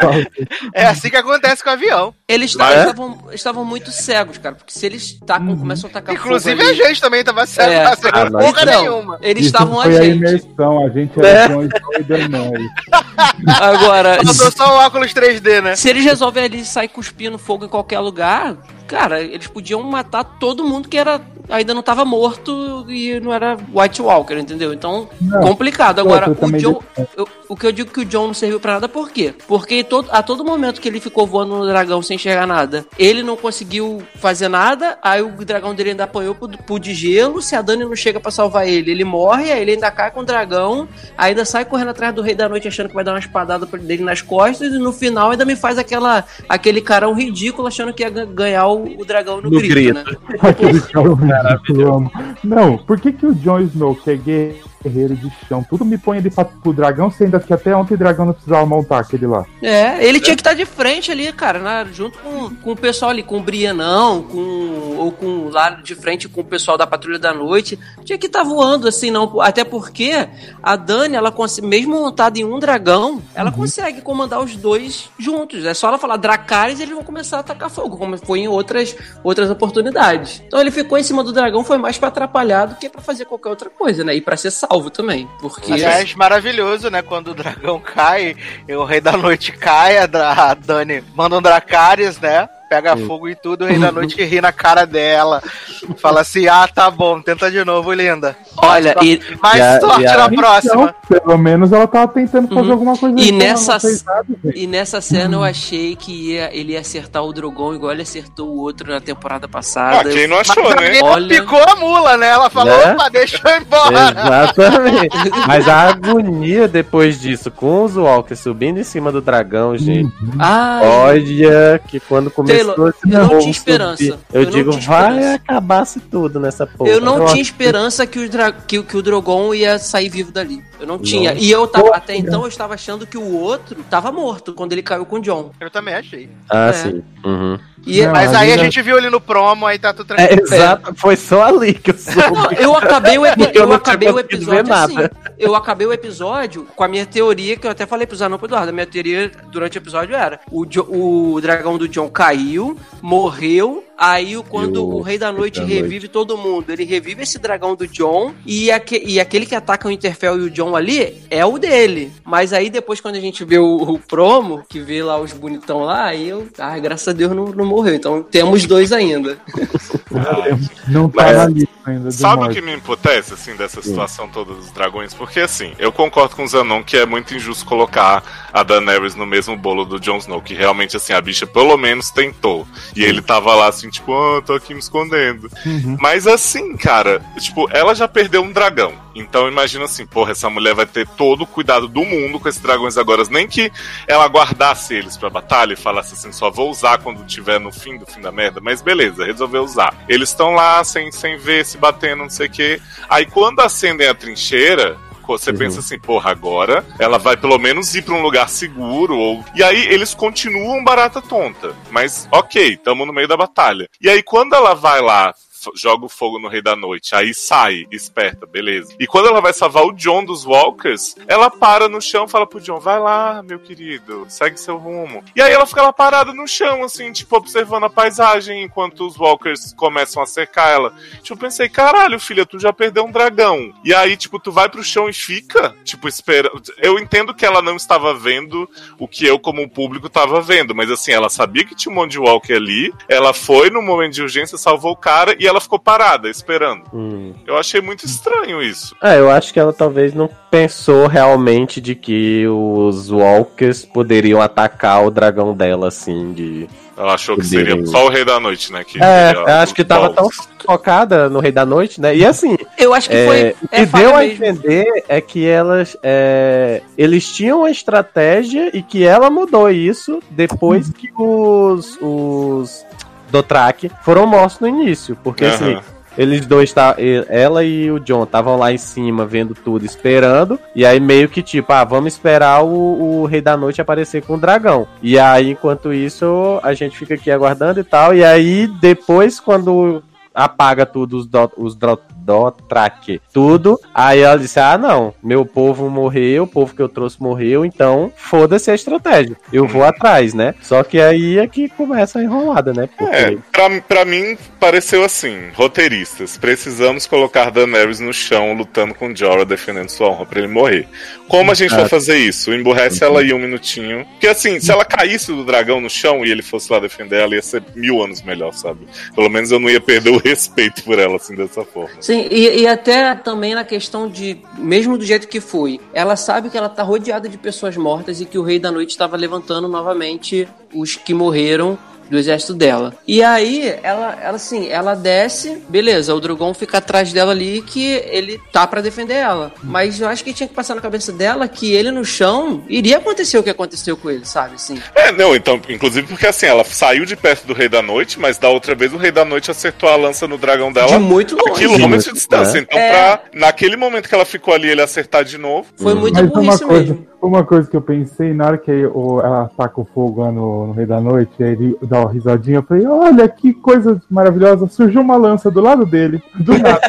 É assim que acontece com o avião. Eles Mas- estavam estavam muito cegos, cara, porque se eles tacam, começam a tacar Inclusive fogo a ali... gente também tava certo, É. não acertou Ah, nós porra Então, nenhuma. eles Isso estavam a foi a gente. imersão, a gente É. era Jon Snow e Daenerys. Agora, Faltou só o óculos três D, né? se eles resolvem ali sair cuspindo fogo em qualquer lugar, cara, eles podiam matar todo mundo que era ainda não tava morto e não era White Walker, entendeu? Então, Não. complicado. Agora, Outra o também Jon, de- eu- o que eu digo que o Jon não serviu pra nada, por quê? Porque todo, a todo momento que ele ficou voando no dragão sem enxergar nada, ele não conseguiu fazer nada, aí o dragão dele ainda apanhou pro, pro de gelo, se a Dany não chega pra salvar ele, ele morre, aí ele ainda cai com o dragão, ainda sai correndo atrás do Rei da Noite achando que vai dar uma espadada pra- dele nas costas, e no final ainda me faz aquela, aquele carão ridículo achando que ia ga- ganhar o, o dragão no, No grito, grito. né? Aquele cara ridículo, eu amo. Não, por que que o Jon Snow, que é guerreiro de chão, tudo me põe ele pra, pro dragão, sendo que até ontem o dragão não precisava montar aquele lá? É, ele tinha que estar de frente ali, cara, na- junto com, com o pessoal ali, com o Brianão, com, ou com lá de frente com o pessoal da Patrulha da Noite. Tinha que estar voando assim, não. Até porque a Dany, ela cons- mesmo montada em um dragão, ela consegue comandar os dois juntos. É só ela falar Dracarys e eles vão começar a atacar fogo, como foi em outras, outras oportunidades. Então ele ficou em cima do dragão, foi mais pra atrapalhar do que pra fazer qualquer outra coisa, né? E pra ser salvo também. Porque. Aliás, maravilhoso, né? Quando o dragão cai, e o Rei da Noite cai, a, Dra- a Dany manda um Dracarys, né? Pega fogo e tudo, o Rei da Noite ri na cara dela. Fala assim, ah, tá bom, tenta de novo, linda. Olha, e, Mais E a- sorte e a- na próxima. Então, pelo menos ela tava tentando fazer Uhum. alguma coisa. E então, ela nessa- não fez nada, gente. E nessa cena eu achei que ia, ele ia acertar o Drogon igual ele acertou o outro na temporada Ah, passada. quem não Mas achou, a né? menina Olha- picou a mula, né? Ela falou, Né? opa, deixa eu ir embora. Exatamente. Mas a agonia depois disso, com os Walkers subindo em cima do dragão, gente. Ai, Olha, que quando começou Taylor, esse eu não povo tinha esperança. subir, Eu, Eu não digo, tinha vai esperança. acabar-se tudo nessa porra. eu não eu tinha acho esperança que o, dra- que, o- que o Drogon ia sair vivo dali. Eu não tinha. E eu tava, até então eu estava achando que o outro tava morto quando ele caiu com o John. Eu também achei. Ah, É. sim. Uhum. E Não, Mas aí a ainda- gente viu ele no promo, aí tá tudo É, tranquilo. exato, foi só ali que eu soube. Não, eu acabei o, epi- Porque eu eu não acabei tinha o conseguido episódio ver assim. nada. Eu acabei o episódio com a minha teoria, que eu até falei pro Zanon e pro Eduardo. A minha teoria durante o episódio era: o, Jo- o dragão do John caiu, morreu. Aí, o- quando E o o Rei da Noite Rei da revive todo mundo, ele revive esse dragão do John. E, aque- e aquele que ataca o Interfell e o John ali é o dele. Mas aí, depois, quando a gente vê o, o promo, que vê lá os bonitão lá, aí eu. Ai, graças a Deus não, não morreu. Então temos dois ainda. Não tá Mas- na lista ainda. de Sabe o morte. que me emputece, assim, dessa situação toda dos dragões? Porque, assim, eu concordo com o Zanon que é muito injusto colocar a Daenerys no mesmo bolo do Jon Snow, que realmente, assim, a bicha pelo menos tentou. E ele tava lá, assim, tipo, ah, tô aqui me escondendo. Mas, assim, cara, tipo, ela já perdeu um dragão. Então, imagina assim, porra, essa mulher vai ter todo o cuidado do mundo com esses dragões agora. Nem que ela guardasse eles pra batalha e falasse assim, só vou usar quando tiver no fim do fim da merda. Mas beleza, resolveu usar. Eles estão lá, sem, sem ver, se batendo, não sei o quê. Aí, quando acendem a trincheira, você Uhum. pensa assim, porra, agora ela vai pelo menos ir pra um lugar seguro. Ou... E aí eles continuam barata tonta. Mas ok, tamo no meio da batalha. E aí quando ela vai lá, f- joga o fogo no Rei da Noite, aí sai, esperta, beleza. E quando ela vai salvar o Jon dos Walkers, ela para no chão e fala pro Jon, vai lá, meu querido, segue seu rumo. E aí ela fica lá parada no chão, assim, tipo, observando a paisagem, enquanto os Walkers começam a cercar ela. Tipo, eu pensei, caralho, filha, tu já perdeu um dragão. E aí, tipo, tu vai pro chão e fica, tipo, espera. Eu entendo que ela não estava vendo o que eu, como público, tava vendo, mas assim, ela sabia que tinha um monte de Walker ali, ela foi no momento de urgência, salvou o cara e ela ficou parada, esperando. Hum. Eu achei muito estranho isso. É, eu acho que ela talvez não pensou realmente de que os Walkers poderiam atacar o dragão dela, assim, de... Ela achou que Poderia. seria só o Rei da Noite, né? Que É, teria eu acho que os tava tão povos. focada no Rei da Noite, né? E assim, Eu acho que é, foi. o que é falha deu a mesmo. entender é que elas, é, eles tinham uma estratégia e que ela mudou isso depois que os, os Dothraki foram mortos no início. Porque assim, Aham. eles dois, tá, ela e o Jon estavam lá em cima vendo tudo, esperando. E aí meio que tipo, ah, vamos esperar o, o Rei da Noite aparecer com o dragão. E aí, enquanto isso, a gente fica aqui aguardando e tal. E aí, depois, quando apaga tudo, os, do, os do, Dothraki, tudo. Aí ela disse, ah, não, meu povo morreu, o povo que eu trouxe morreu, então foda-se a estratégia. Eu vou atrás, né? Só que aí é que começa a enrolada, né? Porque... É, pra, pra mim, pareceu assim, roteiristas, precisamos colocar Daenerys no chão, lutando com Jorah, defendendo sua honra pra ele morrer. Como a gente ah. vai fazer isso? Emburrece uhum. ela aí um minutinho. Porque assim, se ela caísse do dragão no chão e ele fosse lá defender ela, ia ser mil anos melhor, sabe? Pelo menos eu não ia perder o respeito por ela, assim, dessa forma. Sim, e, e até também na questão de, mesmo do jeito que foi, ela sabe que ela tá rodeada de pessoas mortas e que o Rei da Noite estava levantando novamente os que morreram do exército dela. E aí, ela, ela assim, ela desce, beleza, o Drogon fica atrás dela ali que ele tá pra defender ela. Mas eu acho que tinha que passar na cabeça dela que ele no chão, iria acontecer o que aconteceu com ele, sabe, assim. É, não, então, inclusive porque assim, ela saiu de perto do Rei da Noite, mas da outra vez o Rei da Noite acertou a lança no dragão dela. De muito longe. A quilômetros de distância. É. Então, É. pra, naquele momento que ela ficou ali, ele acertar de novo. Foi muito Mas burrice uma coisa, mesmo. uma coisa que eu pensei, na hora que o, ela taca o fogo lá no, no Rei da Noite, aí ele dá uma risadinha, eu falei, olha que coisa maravilhosa, surgiu uma lança do lado dele, do nada.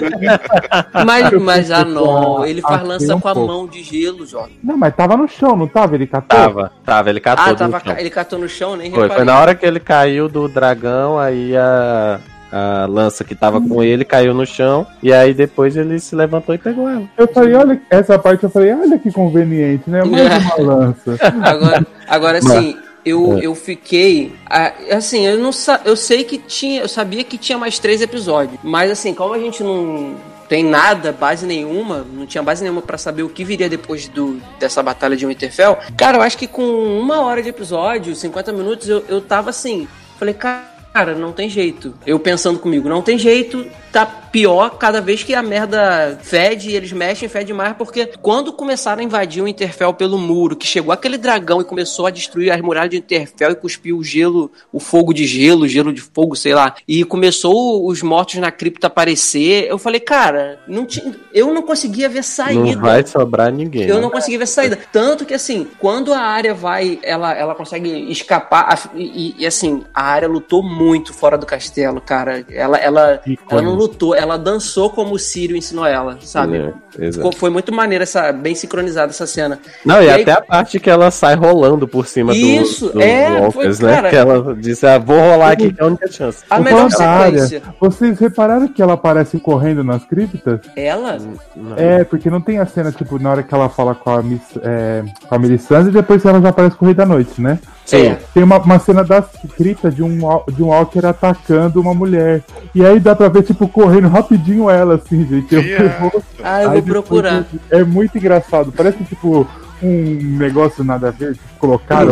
Mas, mas ah não, ele faz Ah, lança um com a pouco. mão de gelo, Jota. Não, mas tava no chão, não tava? Ele catou? Tava, tava, ele catou Ah, do tava, chão. ele catou no chão, nem Foi, reparei. foi na hora que ele caiu do dragão, aí a, a lança que tava com ele caiu no chão, e aí depois ele se levantou e pegou ela. Eu falei, olha, essa parte eu falei, olha que conveniente, né? Mais uma lança. Agora, agora assim, eu, É. eu fiquei. ah, Assim, eu não sa- eu sei que tinha. Eu sabia que tinha mais três episódios. Mas assim, como a gente não tem nada, base nenhuma, não tinha base nenhuma pra saber o que viria depois do, dessa batalha de Winterfell. Cara, eu acho que com uma hora de episódio, cinquenta minutos, eu, eu tava assim. Falei, cara, não tem jeito. Eu pensando comigo, não tem jeito. Tá pior cada vez que a merda fede e eles mexem, fede mais, porque quando começaram a invadir o Winterfell pelo muro, que chegou aquele dragão e começou a destruir as muralhas de Winterfell e cuspiu o gelo, o fogo de gelo, gelo de fogo, sei lá, e começou os mortos na cripta a aparecer, eu falei, cara, não tinha, eu não conseguia ver saída. Não vai sobrar ninguém. Eu né? não consegui ver saída. Tanto que, assim, quando a área vai, ela, ela consegue escapar, a- e, e, assim, a área lutou muito fora do castelo, cara. Ela, ela, ela não lutou, ela dançou como o Círio ensinou ela, sabe? É, exato. Ficou- foi muito maneiro, essa, bem sincronizada essa cena. Não, e, E aí- até a parte que ela sai rolando por cima do- Isso, dos é, walkers, foi, né? cara- Que ela disse, ah, vou rolar aqui que é a única chance. A Ô, melhor falando da área, sequência. vocês repararam que ela aparece correndo nas criptas? Ela? É, porque não tem a cena, tipo, na hora que ela fala com a Miss, é, com a Melisandre e depois ela já aparece com o Rei da Noite, né? Sim. É. Tem uma, uma cena das criptas de um, wa- de um Walker atacando uma mulher. E aí dá pra ver, tipo, correndo rapidinho ela, assim, gente. Eu, Viado. eu vou- Ah, eu aí vou depois procurar. eu- É muito engraçado. Parece, tipo, um negócio nada a ver. Tipo, colocaram.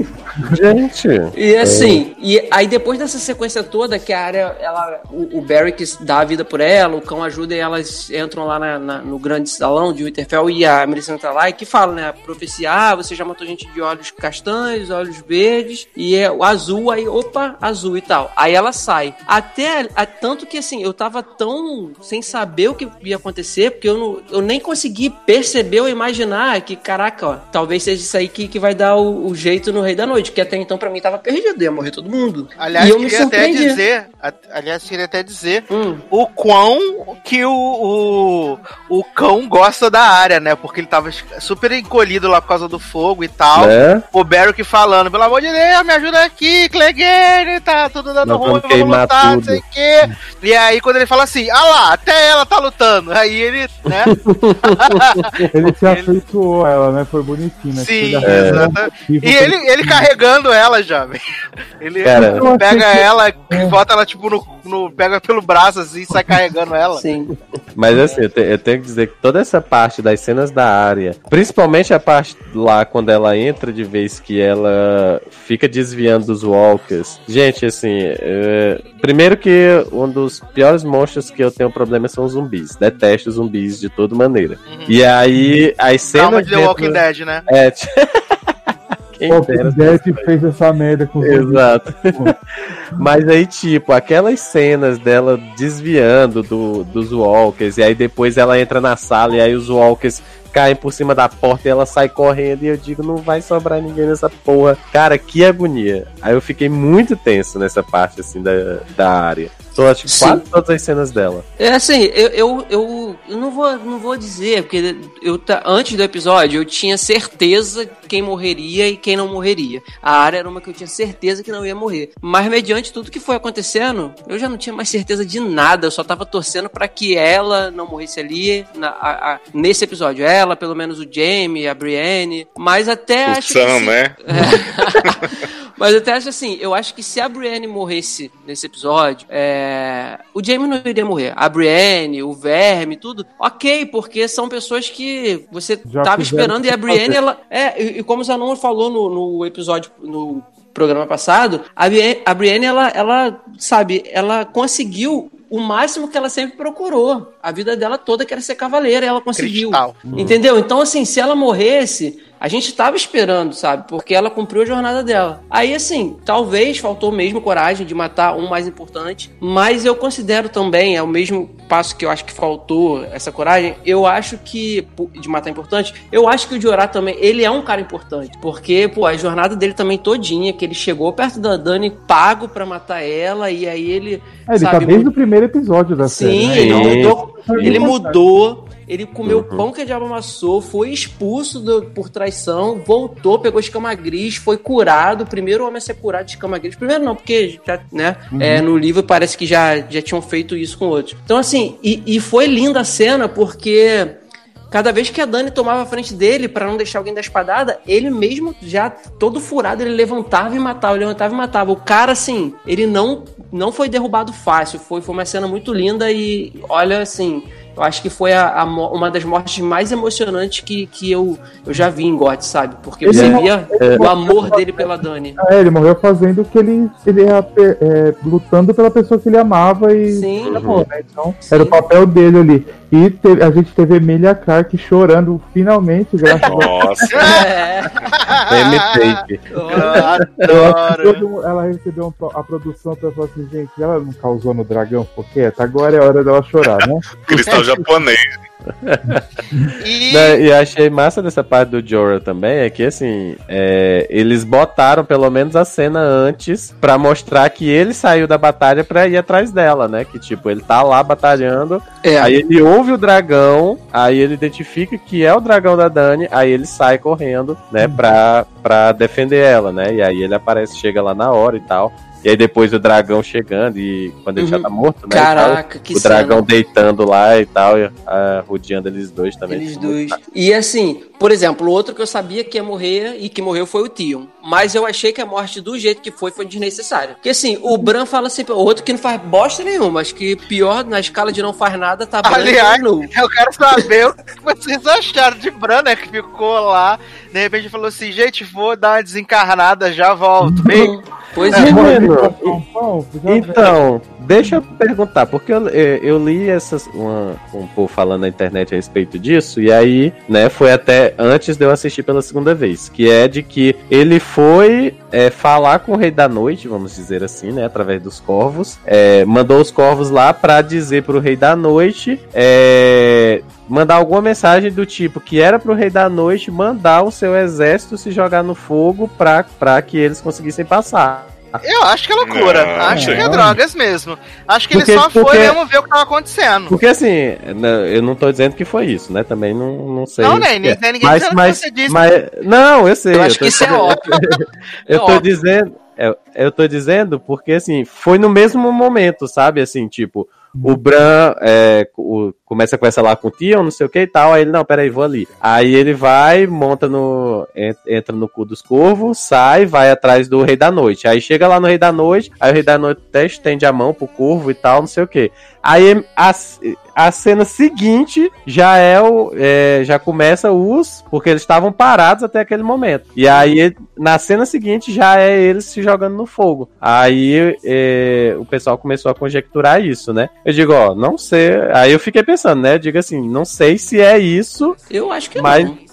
Gente, E assim, e aí depois dessa sequência toda, que a área, ela, o, o Barracks dá a vida por ela, o cão ajuda e elas entram lá na- na- no grande salão de Winterfell e a Melisandre tá lá e que fala, né, a profecia, ah, você já matou gente de olhos castanhos, olhos verdes, e é o azul, aí, opa, azul e tal. Aí ela sai. Até, a- tanto que assim, eu tava tão sem saber o que ia acontecer, porque eu, não, eu nem consegui perceber ou imaginar que, caraca, ó, talvez seja isso aí que, que vai dar o, o jeito no Rei da Noite, que até então pra mim tava perdido, ia morrer todo mundo. Aliás, e eu me queria até surpreendi. dizer, a- aliás, queria até dizer Hum. o quão que o, o, o cão gosta da área, né? Porque ele tava super encolhido lá por causa do fogo e tal. né? O Barrick falando, pelo amor de Deus, me ajuda aqui, Clegane, tá tudo dando Nós ruim, vamos vamos queimar lutar, não tudo. sei o quê. E aí, quando ele fala assim, ah lá, até ela tá lutando. Aí ele, né? Ele se afeiçoou a ela, né? Foi bonitinho, né? Sim, Filha- exato. E ele, ele carregando ela já, velho. Ele Cara, eu pega achei que- ela, bota ela tipo no, no. Pega pelo braço assim e sai carregando ela. Sim. Mas assim, eu, te- eu tenho que dizer que toda essa parte das cenas da área, principalmente a parte lá quando ela entra de vez que ela fica desviando dos walkers. Gente, assim, é, primeiro que um dos piores monstros que eu tenho problema são os zumbis. Detesto zumbis de toda maneira. E aí, as cenas Calma de The dentro- Walking Dead, né? É, Quem O dera. Depp fez essa merda com os Exato. Mas aí, tipo, aquelas cenas dela desviando do, dos Walkers, e aí depois ela entra na sala e aí os Walkers caem por cima da porta e ela sai correndo, e eu digo, não vai sobrar ninguém nessa porra. Cara, que agonia. Aí eu fiquei muito tenso nessa parte, assim, da, da área. Tô, acho que quase todas as cenas dela. É assim, eu, eu, eu, eu não, vou, não vou dizer, porque eu, antes do episódio eu tinha certeza quem morreria e quem não morreria. A área era uma que eu tinha certeza que não ia morrer. Mas mediante tudo que foi acontecendo, eu já não tinha mais certeza de nada. Eu só tava torcendo pra que ela não morresse ali, na, a, a, nesse episódio. Ela, pelo menos o Jamie, a Brienne. Mas até O acho Sam, que... né? É. Mas eu até acho assim, eu acho que se a Brienne morresse nesse episódio, é... o Jaime não iria morrer. A Brienne, o Verme, tudo, ok, porque são pessoas que você Já tava fizeram esperando e a Brienne, ela... É, e, e como o Zanon falou no, no episódio, no programa passado, a Brienne, a Brienne ela, ela, sabe, ela conseguiu o máximo que ela sempre procurou. A vida dela toda que era ser cavaleira, ela conseguiu. Cristal. Entendeu? Então, assim, se ela morresse, a gente tava esperando, sabe? Porque ela cumpriu a jornada dela. Aí, assim, talvez faltou mesmo coragem de matar um mais importante, mas eu considero também, é o mesmo passo que eu acho que faltou essa coragem, eu acho que, de matar importante, eu acho que o Jorah também, ele é um cara importante, porque, pô, a jornada dele também todinha, que ele chegou perto da Dany pago pra matar ela, e aí ele, É, ele sabe, tá desde o primeiro episódio da série. sim, né? ele Sim. mudou, ele mudou, ele comeu Uhum. o pão que a diabo amassou, foi expulso do- por traição, voltou, pegou escama gris, foi curado, primeiro homem a ser curado de escama gris, primeiro não, porque já, né, é, no livro parece que já, já tinham feito isso com outros. Então assim, e, e foi linda a cena, porque cada vez que a Dany tomava a frente dele pra não deixar alguém dar espadada, ele mesmo já todo furado, ele levantava e matava, levantava e matava. O cara, assim, ele não, não foi derrubado fácil, foi, foi uma cena muito linda e olha, assim, eu acho que foi a, a mo- uma das mortes mais emocionantes que, que eu, eu já vi em G O T, sabe? Porque Ele você mo- via o amor dele pela Dany. É, ele morreu fazendo o que ele, ele ia per- é, lutando pela pessoa que ele amava e Sim. amou, né? Então, Sim. era o papel dele ali. E teve- a gente teve Emilia Clarke chorando finalmente, graças a Nossa. É. M-Tape. Eu Ela, adoro. todo- ela recebeu um pro- a produção pra falar assim, gente, ela não causou no dragão, ficou quieta, agora é hora dela chorar, né? Cristal japonês. E Né, e achei massa dessa parte do Jorah também, é que assim, é, eles botaram pelo menos a cena antes pra mostrar que ele saiu da batalha pra ir atrás dela, né? Que tipo, ele tá lá batalhando, É. aí ele ouve o dragão, aí ele identifica que é o dragão da Dany, aí ele sai correndo, né, pra, pra defender ela, né? E aí ele aparece, chega lá na hora e tal. E aí depois o dragão chegando e quando ele Uhum. já tá morto, né? Caraca, e tal, que o dragão cena. deitando lá e tal, e, ah, rodeando eles dois também. Eles dois. E assim, por exemplo, o outro que eu sabia que ia morrer e que morreu foi o Theon. Mas eu achei que a morte do jeito que foi foi desnecessária. Porque assim, o Bran fala sempre, o outro que não faz bosta nenhuma, mas que pior na escala de não faz nada tá Bran aliás, e nu. eu quero saber o que vocês acharam de Bran, né? Que ficou lá, de repente falou assim, gente, vou dar uma desencarnada, já volto. Bem, Pois É, é. mano. Pão, pão, já- Então, deixa eu perguntar, porque eu, eu, eu li essas, uma, um povo falando na internet a respeito disso, e aí, né, foi até antes de eu assistir pela segunda vez, que é de que ele foi é, falar com o Rei da Noite, vamos dizer assim, né, através dos corvos, é, mandou os corvos lá pra dizer pro Rei da Noite, é, mandar alguma mensagem do tipo que era pro Rei da Noite mandar o seu exército se jogar no fogo pra, pra que eles conseguissem passar. eu acho que é loucura. Não, acho que é não. drogas mesmo. Acho que Porque- ele só porque- foi mesmo ver o que tava acontecendo. Porque assim, não- eu não tô dizendo que foi isso, né? Também não, não sei. Não, o nem, que é. nem ninguém mas, dizendo mas, que você disse. mas, não, eu sei. Eu eu acho tô que isso é dizendo- óbvio. Eu É tô óbvio. dizendo, eu, eu tô dizendo porque assim, foi no mesmo momento, sabe? Assim, tipo, o Bran é, o- começa a conversar lá com o Theon, não sei o que e tal, aí ele, não, peraí, vou ali. Aí ele vai, monta no, en- entra no cu dos corvos, sai, vai atrás do Rei da Noite. Aí chega lá no Rei da Noite, aí o Rei da Noite até estende a mão pro corvo e tal, não sei o que. Aí a, a cena seguinte já é o, é, já começa os, porque eles estavam parados até aquele momento. E aí na cena seguinte já é eles se jogando no fogo. Aí é, o pessoal começou a conjecturar isso, né? Eu digo, ó, não sei. Aí eu fiquei pensando, né? Eu digo assim, não sei se é isso, Eu acho que mas, não.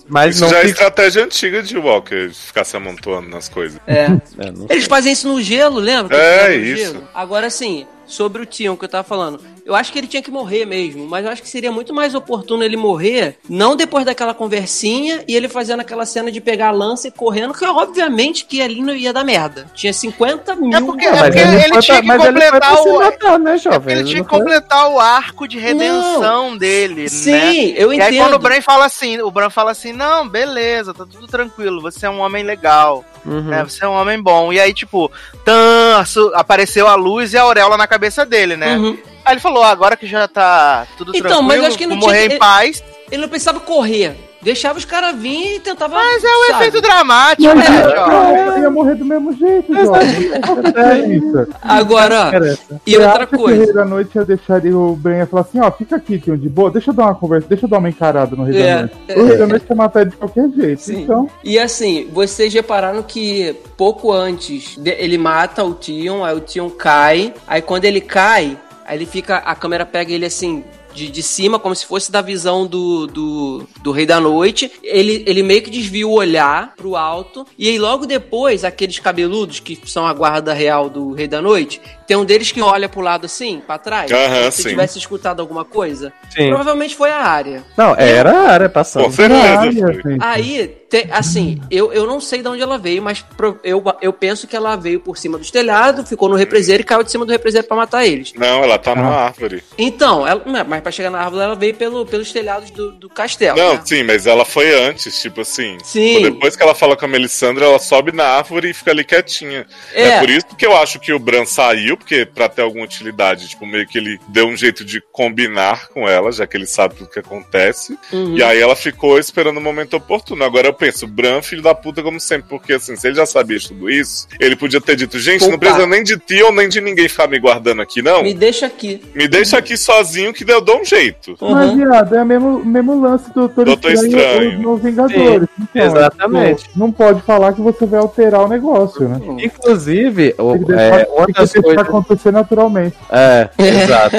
Mas Isso não já é fica... estratégia antiga de Walker, de ficar se amontoando nas coisas. É. É, não Eles fazem isso no gelo, lembra? Que É, eles fizeram no isso. gelo? Agora sim, sobre o Tion que eu tava falando. Eu acho que ele tinha que morrer mesmo, mas eu acho que seria muito mais oportuno ele morrer, não depois daquela conversinha e ele fazendo aquela cena de pegar a lança e correndo, que obviamente que ali não ia dar merda. Tinha cinquenta mil... É porque, Não, é mas porque ele ele, foi tinha pra- que mas ele foi completar pra se o. matar, né, É jovem? porque ele Ele tinha não que foi- completar o arco de redenção dele, Sim, né? eu E entendo. aí quando o Bran fala assim, o Bran fala assim, não, beleza, tá tudo tranquilo, você é um homem legal, Uhum. né? Você é um homem bom. E aí, tipo, tan, su- apareceu a luz e a auréola na cabeça dele, né? Uhum. Aí ele falou, ah, agora que já tá tudo Então, tranquilo, mas eu acho que não vou morrer tinha- em paz. Ele não precisava correr. Deixava os caras virem e tentava... Mas é o sabe? efeito dramático, Mas né, ia, Jovem? eu ia morrer do mesmo jeito, Jorge. É isso. Agora, Interessa. e Você outra acha que o coisa... Rei da Noite ia deixar ele, o Bran ia falar assim, ó, fica aqui, tio, de boa, deixa eu dar uma conversa, deixa eu dar uma encarada no Rei É, da Noite. O Rei da Noite quer matar ele de qualquer jeito, Sim. então... E assim, vocês repararam que pouco antes de- ele mata o Tion, aí o Tion cai, aí quando ele cai, aí ele fica, a câmera pega ele assim, de, de cima, como se fosse da visão do, do, do Rei da Noite, ele, ele meio que desvia o olhar pro alto, e aí logo depois, aqueles cabeludos que são a guarda real do Rei da Noite, tem um deles que olha pro lado assim, pra trás, Aham, como se sim. tivesse escutado alguma coisa, Sim. provavelmente foi a área. Não, era a área passando. Com certeza. Caralho, foi. gente. Aí, te- assim, eu, eu não sei de onde ela veio, mas pro- eu, eu penso que ela veio por cima dos telhados, ficou no represeiro e caiu de cima do represeiro pra matar eles. Não, ela tá numa Ah. árvore. Então, ela, não, mas pra chegar na árvore ela veio pelo, pelos telhados do, do castelo. Não, né? sim, mas ela foi antes, tipo assim. Sim. Tipo, depois que ela fala com a Melisandre, ela sobe na árvore e fica ali quietinha. É. É, por isso que eu acho que o Bran saiu, porque pra ter alguma utilidade, tipo, meio que ele deu um jeito de combinar com ela, já que ele sabe tudo que acontece. Uhum. E aí ela ficou esperando o momento oportuno. Agora eu penso, Bran, filho da puta, como sempre, porque assim, se ele já sabia de tudo isso, ele podia ter dito, gente, não Opa. precisa nem de ti ou nem de ninguém ficar me guardando aqui, não. Me deixa aqui. Me deixa aqui sozinho que eu dou um jeito. Mas, Uhum. viado, é o mesmo, mesmo lance do Doutor, Doutor Estranho, Estranho. nos Vingadores. Então, exatamente. é, tipo, não pode falar que você vai alterar o negócio, né? Inclusive, o- Tem que deixar, é, uma tem que das deixar coisas... acontecer naturalmente. É, exato.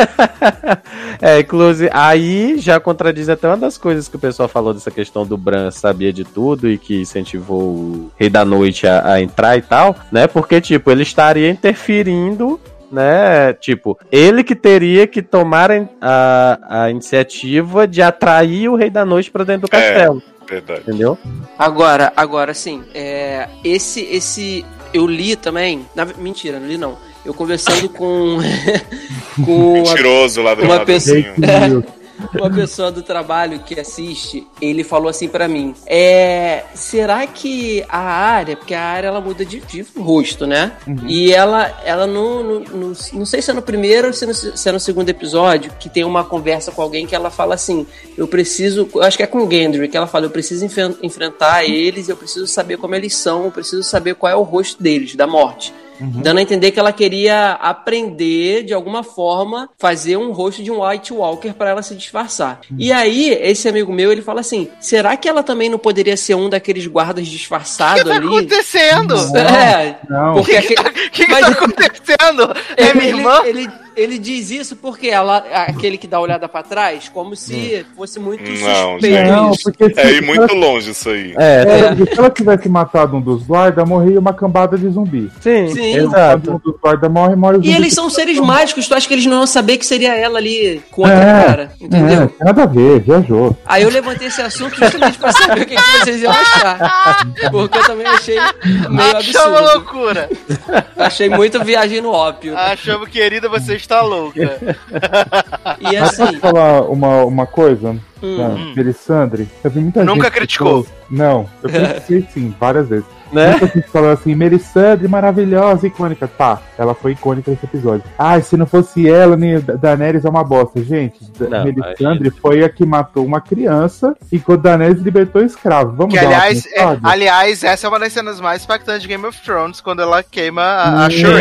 É, inclusive, aí já contradiz até uma das coisas que o pessoal falou dessa questão do Bran sabia de tudo e que incentivou o Rei da Noite a, a entrar e tal, né? Porque, tipo, ele estaria interferindo, né? Tipo, ele que teria que tomar a, a iniciativa de atrair o Rei da Noite pra dentro do É. castelo, Verdade. entendeu? Agora, agora sim, é, esse, esse, eu li também, na, mentira, não li não, eu conversando com, com uma, Mentiroso, ladrão, uma ladrãozinho. pessoa- Fake news. uma pessoa do trabalho que assiste, ele falou assim pra mim, é, será que a área, porque a área ela muda de, de rosto, né? E ela, ela no, no, no- não sei se é no primeiro ou se, é no, se é no segundo episódio, que tem uma conversa com alguém que ela fala assim, eu preciso, eu acho que é com o Gendry, que ela fala, eu preciso enfen- enfrentar eles, eu preciso saber como eles são, eu preciso saber qual é o rosto deles, da morte. Dando a entender que ela queria aprender, de alguma forma, fazer um rosto de um White Walker pra ela se disfarçar. E aí, esse amigo meu, ele fala assim, será que ela também não poderia ser um daqueles guardas O disfarçados que tá ali? acontecendo? É, Não. porque O que, que, aquele- tá, que que Mas- tá acontecendo? É ele, minha irmã? Ele, ele, ele diz isso porque ela, aquele que dá a olhada pra trás, como se fosse muito Não, suspeito gente. Não, isso. porque se, É ir se muito ela, longe isso aí. É, é, porque se ela tivesse matado um dos guardas, morria uma cambada de zumbi. sim, Sim. Quando um exato. dos guardas morre, morre o zumbi. E eles são seres mágicos, tu acha que eles não iam saber que seria ela ali com É, outro cara? Entendeu? É, tem nada a ver, viajou. Aí eu levantei esse assunto justamente pra saber o que, que vocês iam achar. Porque eu também achei meio Achamos absurdo. loucura. Achei muito viagem no ópio. Achamos, querida, você está louca. E Mas posso assim, falar uma, uma coisa? Hum. Da Melisandre? Eu vi muita Nunca gente que criticou? falou- Não, eu critiquei sim, várias vezes. Né? Muita gente falou assim, Melisandre maravilhosa, icônica. Tá, ela foi icônica nesse episódio. Ah, se não fosse ela, nem Da- Daenerys é uma bosta. Gente, Da- Não, Melisandre foi a que matou uma criança enquanto Daenerys libertou o escravo. Vamos Que, dar aliás, uma é, pensada? aliás, essa é uma das cenas mais impactantes de Game of Thrones, quando ela queima a, a Sim. Shireen.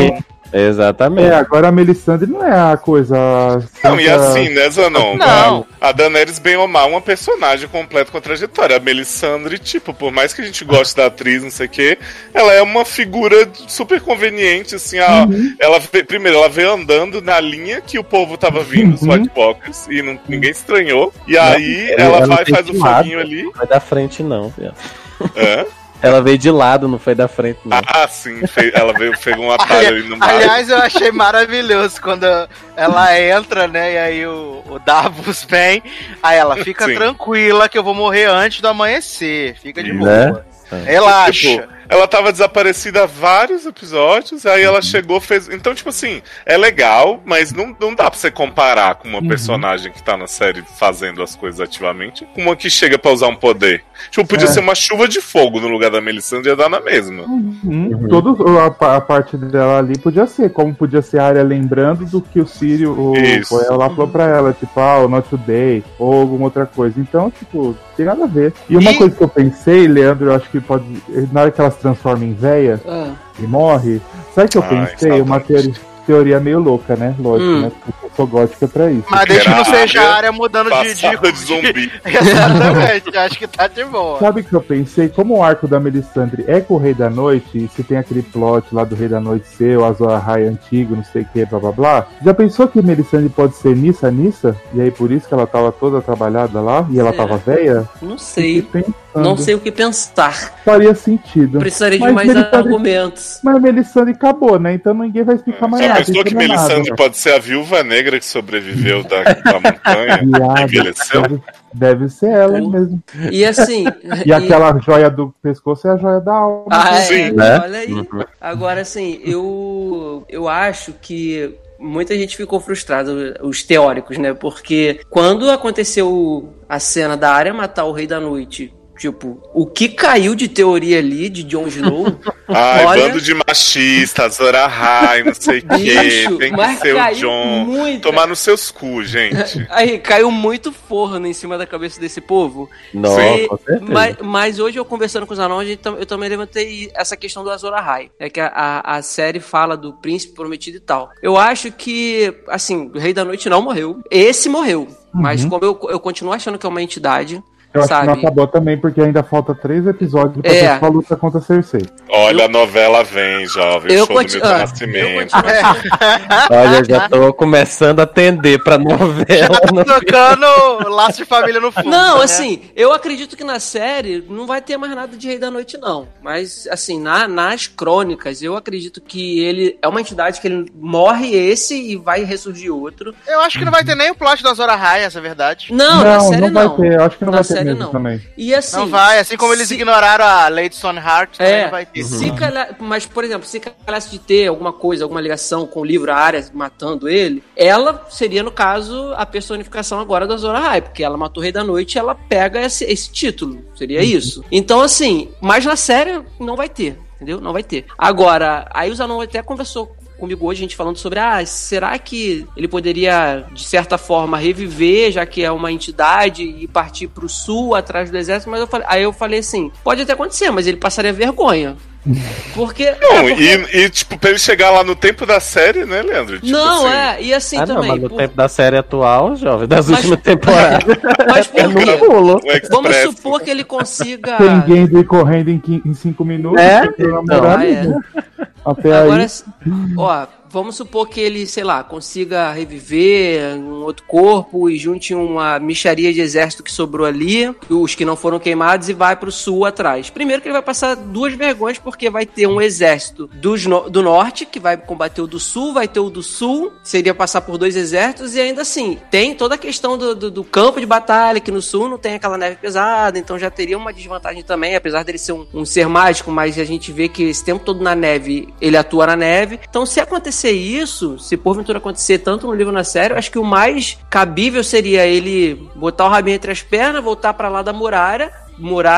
Exatamente. É, agora a Melisandre não é a coisa... Não, e assim, né, Zanon? Não. A Daenerys, bem ou mal, é uma personagem completa com trajetória. A Melisandre, tipo, por mais que a gente goste da atriz, não sei o quê, ela é uma figura super conveniente, assim, a, uhum. ela primeiro, ela veio andando na linha que o povo tava vindo, os Uhum. White Walkers, e não, ninguém estranhou, e aí Não, ela, ela vai e faz o lado, foguinho ali. Não foi da frente, não, filho. Hã? Ela veio de lado, não foi da frente, não. Ah, sim, fez, ela veio, fez um atalho ali no mar. Aliás, eu achei maravilhoso quando ela entra, né? E aí o, o Davos vem. Aí ela fica Sim. tranquila que eu vou morrer antes do amanhecer. Fica de Né? boa. Relaxa. Tipo, ela tava desaparecida há vários episódios, aí ela chegou, fez. Então, tipo assim, é legal, mas não, não dá pra você comparar com uma Uhum. personagem que tá na série fazendo as coisas ativamente com uma que chega pra usar um poder. Tipo, podia É. ser uma chuva de fogo no lugar da Melisandre e ia dar na mesma. Uhum. Uhum. Todo, a, a parte dela ali podia ser, como podia ser a área lembrando do que o Sírio, o Isso. Boel lá falou pra ela, tipo, ah, o Not Today, ou alguma outra coisa. Então, tipo, tem nada a ver. E uma E- coisa que eu pensei, Leandro, eu acho que pode. Na hora que elas transformam em véia Ah. e morre, sabe o que eu Ai, pensei? saudade. Uma teoria, teoria meio louca, né? Lógico, Hum. né? Porque eu sou gótica pra isso. Mas desde que não Era seja área a área mudando de, de, Passada de zumbi. Exatamente, acho que tá de boa. Sabe o que eu pensei? Como o arco da Melisandre é com o Rei da Noite, e se tem aquele plot lá do Rei da Noite ser o Azor Ahai antigo, não sei o que, blá blá blá. Já pensou que Melisandre pode ser Nissa Nissa? E aí por isso que ela tava toda trabalhada lá e ela Será? tava velha? Não sei. Fiquei pensando. Não sei o que pensar. Faria sentido. Precisaria de Mas mais Melisandre- argumentos. Mas a Melisandre acabou, né? Então ninguém vai explicar mais Já nada. pensou que isso não é nada. Melisandre pode ser a viúva negra que sobreviveu da, da montanha? Viado, Envelheceu? Deve, deve ser ela Pô. mesmo. E assim. E aquela joia do pescoço é a joia da alma. Ah, Sim. é, Né? olha aí. Uhum. Agora, assim, eu, eu acho que muita gente ficou frustrada, os teóricos, né? Porque quando aconteceu a cena da Arya matar o Rei da Noite, tipo, o que caiu de teoria ali de Jon Snow? Ai, Olha- bando de machistas, Azor Ahai, não sei o quê. Bicho, Tem que mas ser o caiu Jon. muito. Tomar nos seus cus, gente. Aí caiu muito forno em cima da cabeça desse povo. Nossa, E- com certeza. mas, mas hoje eu conversando com os anões, a gente tam- eu também levantei essa questão do Azor Ahai. É que a, a, a série fala do príncipe prometido e tal. Eu acho que, assim, o Rei da Noite não morreu. Esse morreu. Mas como eu, eu continuo achando que é uma entidade, Eu acho que não sabe? acabou também, porque ainda falta três episódios pra É. ter sua luta contra a Cersei. Olha, a novela vem, jovem. Eu Show do conti- Milton ah, Nascimento. eu continuo achando- Olha, já tô começando a atender pra novela. Tá tocando laço de família no fundo. Não, né? assim, eu acredito que na série não vai ter mais nada de Rei da Noite, não. Mas, assim, na, nas crônicas, eu acredito que ele é uma entidade que ele morre esse e vai ressurgir outro. Eu acho que não vai ter nem o plot da Azor Ahai, essa é a verdade. Não, na série não não. vai ter. Eu acho que não Na vai ter série mesmo não. também. E assim. Não vai, assim como eles se- ignoraram a Lady Stoneheart, também É, não vai ter. se calhar, mas, por exemplo, se calhasse de ter alguma coisa, alguma ligação com o livro A Arya matando ele, ela seria, no caso, a personificação agora da Azor Ahai, porque ela matou o Rei da Noite e ela pega esse, esse título. Seria isso. Então, assim, mas na série não vai ter, entendeu? Não vai ter. Agora, aí o Zanon até conversou comigo hoje, a gente falando sobre, ah, será que ele poderia, de certa forma, reviver, já que é uma entidade, e partir pro sul, atrás do exército? Mas eu falei, aí eu falei assim, pode até acontecer, mas ele passaria vergonha. Porque... Não, é, porque- e, e, tipo, pra ele chegar lá no tempo da série, né, Leandro? Tipo não, assim, é, e assim Ah, não, também. mas no por- tempo da série atual, jovem, das Mas- últimas temporadas. Mas por É no quê? pulo. o Express. Vamos supor que ele consiga... Tem Gendry correndo em, quin- em cinco minutos. É? pela Então, moral, ah, é. né? Até Agora, aí. ó, vamos supor que ele, sei lá, consiga reviver um outro corpo e junte uma micharia de exército que sobrou ali, os que não foram queimados, e vai pro sul atrás. Primeiro que ele vai passar duas vergonhas, porque vai ter um exército dos no- do norte, que vai combater o do sul, vai ter o do sul, seria passar por dois exércitos, e ainda assim, tem toda a questão do, do, do campo de batalha, que no sul não tem aquela neve pesada, então já teria uma desvantagem também, apesar dele ser um, um ser mágico, mas a gente vê que esse tempo todo na neve, ele atua na neve. Então, se acontecer isso, se porventura acontecer tanto no livro na série, eu acho que o mais cabível seria ele botar o rabinho entre as pernas, voltar pra lá da muralha, muralha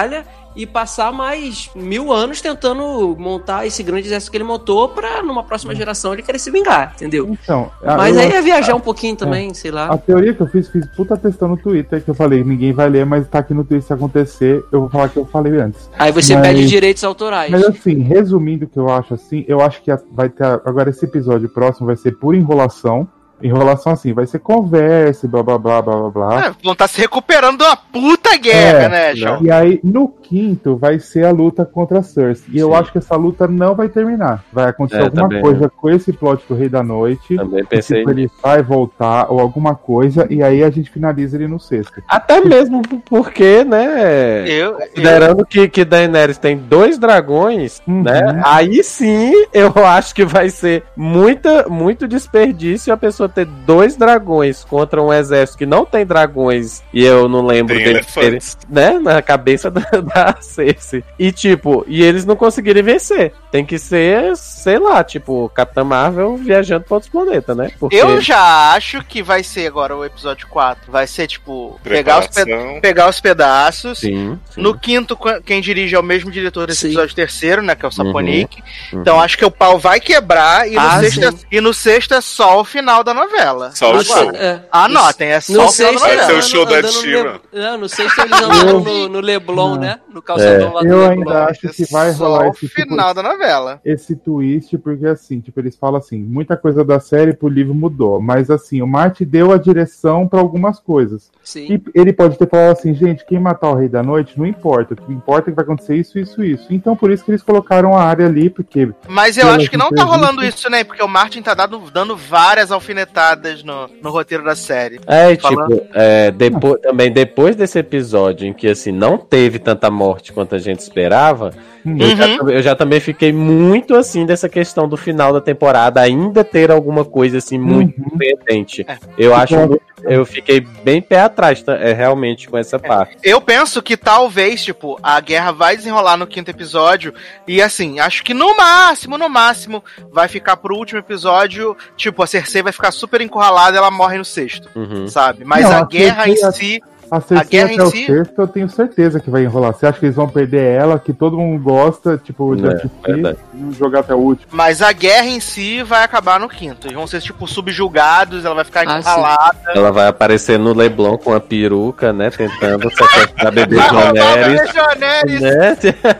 e passar mais mil anos tentando montar esse grande exército que ele montou pra numa próxima geração ele querer se vingar, entendeu? Então, Mas eu aí acho- é viajar um pouquinho também, sei lá. A teoria que eu fiz, fiz puta testando no Twitter, que eu falei, ninguém vai ler, mas tá aqui no Twitter se acontecer, eu vou falar que eu falei antes. Aí você Mas- pede direitos autorais. Mas assim, resumindo o que eu acho assim, eu acho que a- vai ter. a- Agora esse episódio próximo vai ser pura enrolação. Enrolação assim, vai ser conversa, blá blá blá blá blá blá. É, vão estar se recuperando de uma puta guerra, É, né, João? E aí, no quinto, vai ser a luta contra a Cersei. E eu Sim. acho que essa luta não vai terminar. Vai acontecer É, alguma também. coisa com esse plot do Rei da Noite. Também pensei Tipo, ele vai voltar, ou alguma coisa, e aí a gente finaliza ele no sexto. Até mesmo porque, né? Eu, eu, Considerando que, que Daenerys tem dois dragões, Uhum. né? Aí sim eu acho que vai ser muita, muito desperdício a pessoa ter dois dragões contra um exército que não tem dragões. E eu não lembro Tem deles terem, elefantes. né? Na cabeça da, da Cersei. E tipo, e eles não conseguirem vencer. Tem que ser, sei lá, tipo, Capitã Marvel viajando para outros planetas, né? Porque eu já acho que vai ser agora o episódio quatro. Vai ser, tipo, pegar os, pe- Preparação. pegar os pedaços. Sim, sim. No quinto, qu- quem dirige é o mesmo diretor desse Sim. episódio terceiro, né? Que é o Saponik. Uhum. Então acho que o pau vai quebrar e no, Ah, sexto, é- sim. e no sexto é só o final da novela. Só o Agora, show. É. Anotem, é só No o final da sexto, Vai ser o novela. show da andando no Sheeran. Le- Não, no sexto eles andando no, no Leblon, Não. né? No calçadão lá do Eu Leblon. ainda acho que vai Só rolar o esse final tipo, da novela. esse twist, porque assim, tipo, eles falam assim, muita coisa da série pro livro mudou, mas assim, o Martin deu a direção pra algumas coisas. Sim. E ele pode ter falado assim, gente, quem matar o Rei da Noite não importa, o que importa é que vai acontecer isso, isso, isso. Então por isso que eles colocaram a área ali, porque Mas eu Pela acho que não tá entrevista- rolando isso, né? Porque o Martin tá dando, dando várias alfinetadas no, no roteiro da série. É, tipo, Falando- é, depois, também depois desse episódio em que, assim, não teve tanta morte quanto a gente esperava, Hum. eu, já, Uhum. eu já também fiquei muito, assim, dessa questão do final da temporada ainda ter alguma coisa, assim, muito Uhum. surpreendente. É. Eu acho, Então- muito- eu fiquei bem pé atrás, tá, é, realmente, com essa parte. Eu penso que talvez, tipo, a guerra vai desenrolar no quinto episódio. E assim, acho que no máximo, no máximo, vai ficar pro último episódio. Tipo, a Cersei vai ficar super encurralada e ela morre no sexto, Uhum. sabe? Mas Não, a a guerra em Cersei- si. a Cersei guerra até em o si- sexto eu tenho certeza que vai enrolar. Você acha que eles vão perder ela, que todo mundo gosta, tipo, de É, assistir verdade. e jogar até o último? Mas a guerra em si vai acabar no quinto. Eles vão ser, tipo, subjugados, ela vai ficar Ah, encurralada. Ela vai aparecer no Leblon com a peruca, né, tentando sequestrar bebê Vai roubar o Joneres, bebê Joneres. né,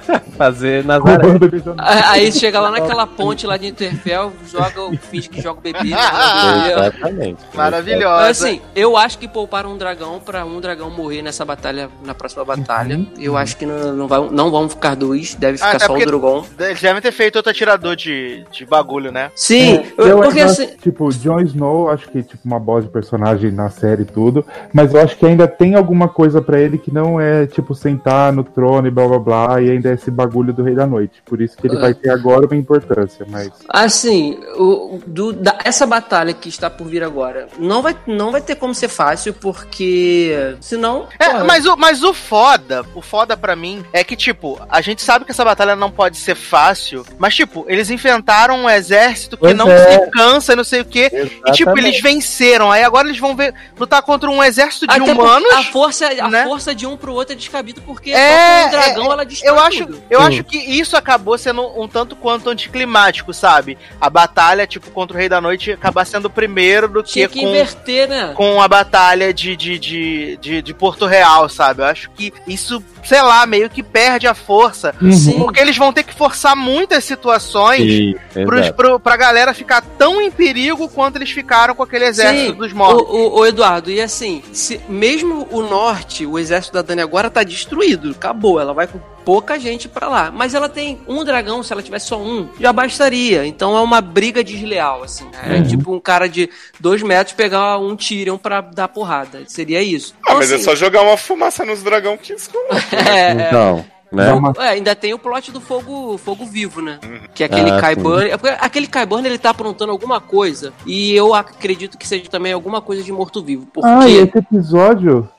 fazer Nazaré. Roubando beijão no- Aí aí chega lá naquela ponte lá de Interfell, joga o finge que joga o bebê. né? Exatamente. Maravilhosa. Mas assim, eu acho que pouparam um dragão pra um dragão morrer nessa batalha, na próxima batalha. Uhum. Eu acho que não, não, vai, não vão ficar dois, deve Ah, ficar até só porque- o Drogon. Eles devem ter feito outro atirador de, de bagulho, né? Sim, É, eu porque ainda assim. acho, tipo, Jon Snow, acho que tipo uma boss de personagem na série e tudo, mas eu acho que ainda tem alguma coisa pra ele que não é tipo sentar no trono e blá blá blá, e ainda é esse bagulho do Rei da Noite. Por isso que ele É. vai ter agora uma importância, mas Assim, o, do, da, essa batalha que está por vir agora não vai, não vai ter como ser fácil, porque senão. É, porra, mas o, mas o foda, o foda pra mim é que, tipo, a gente sabe que essa batalha não pode ser fácil, mas, tipo, eles enfrentaram um exército que Pois não é. se cansa e não sei o quê. E, tipo, Exatamente. eles venceram. Aí agora eles vão ver, lutar contra um exército de até porque humanos. A força, a né? força de um pro outro é descabido, porque É, só com um dragão é, ela destrói Eu acho, tudo. eu Hum. acho que isso acabou sendo um tanto quanto anticlimático, sabe? A batalha, tipo, contra o Rei da Noite acabar sendo primeiro do que, Tinha que com, inverter, né? com a batalha de, de, de, de, de Porto Real, sabe? Eu acho que isso, sei lá, meio que perde a força. Sim. Porque eles vão ter que forçar muitas situações Sim, pros, exato. pro, pra galera ficar tão em perigo quanto eles ficaram com aquele exército Sim, dos mortos. O, o, o Eduardo, e assim, se, mesmo o norte, o exército da Dani agora tá destruído, acabou, ela vai com pouca gente pra lá. Mas ela tem um dragão, se ela tivesse só um, já bastaria. Então é uma briga desleal, assim. Né? É tipo um cara de dois metros pegar um Tyrion pra dar porrada. Seria isso. Ah, mas é assim, só jogar uma fumaça nos dragão que esconde. é, é. Então, né? Dá uma- É, ainda tem o plot do fogo, fogo vivo, né? Que é aquele Ah, Qyburn. É porque aquele Qyburn ele tá aprontando alguma coisa. E eu acredito que seja também alguma coisa de morto-vivo. Porque. Ah, e esse episódio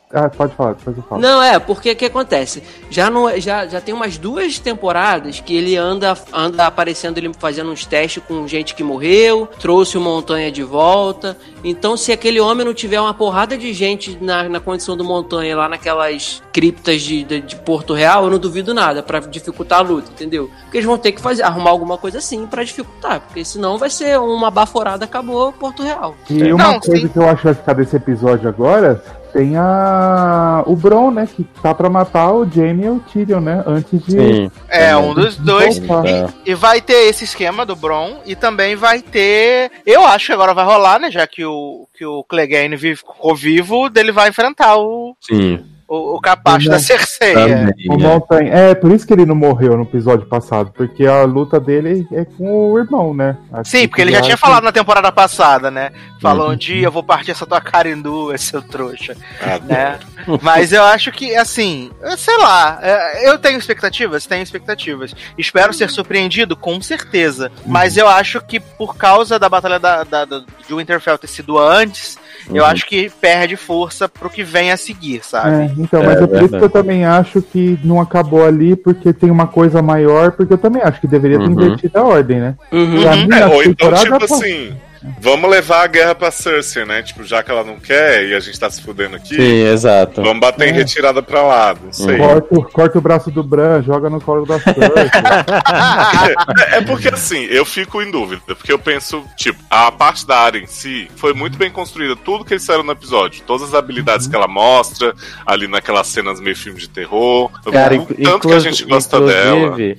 Ah, pode falar, depois eu falo. Não, é, porque o que acontece? Já, no, já, já tem umas duas temporadas que ele anda, anda aparecendo, ele fazendo uns testes com gente que morreu, trouxe o Montanha de volta. Então, se aquele homem não tiver uma porrada de gente na, na condição do Montanha, lá naquelas criptas de, de, de Porto Real, eu não duvido nada, pra dificultar a luta, entendeu? Porque eles vão ter que fazer, arrumar alguma coisa assim pra dificultar, porque senão vai ser uma baforada, acabou Porto Real. E uma Não, coisa sim. que eu acho que vai ficar desse episódio agora, tem a... o Bron, né, que tá pra matar o Jaime e o Tyrion, né, antes de... Sim. É, um dos dois. Voltar. E, e vai ter esse esquema do Bron e também vai ter. Eu acho que agora vai rolar, né? Já que o, que o Clegane vive, ficou vivo, dele vai enfrentar o, Sim. o, o capacho Sim, da Cersei. Também, O é. Montanha. É, por isso que ele não morreu no episódio passado, porque a luta dele é com o irmão, né? Acho Sim, que porque ele já acho- tinha falado na temporada passada, né? Falou um dia eu vou partir essa tua cara em duas, seu trouxa. Né? Mas eu acho que, assim, sei lá, é, eu tenho expectativas, tenho expectativas. Espero ser surpreendido, com certeza. Mas eu acho que por causa da batalha da, da, da, de Winterfell ter sido antes, eu Uhum. acho que perde força pro que vem a seguir, sabe? É, então, mas É é, por isso verdade. que eu também acho que não acabou ali, porque tem uma coisa maior, porque eu também acho que deveria ter Uhum. invertido a ordem, né? Uhum. Pra mim, É, a ou então, temporada tipo tá- assim, vamos levar a guerra pra Cersei, né? Tipo, já que ela não quer e a gente tá se fudendo aqui, Sim, exato. vamos bater em É. retirada pra lá, não sei. Corta, corta o braço do Bran, joga no colo da Cersei. É, é porque assim, eu fico em dúvida, porque eu penso, tipo, a parte da área em si foi muito bem construída, tudo que eles fizeram no episódio, todas as habilidades que ela mostra, ali naquelas cenas meio filme de terror, Cara, o inc- tanto que a gente gosta dela. inclusive,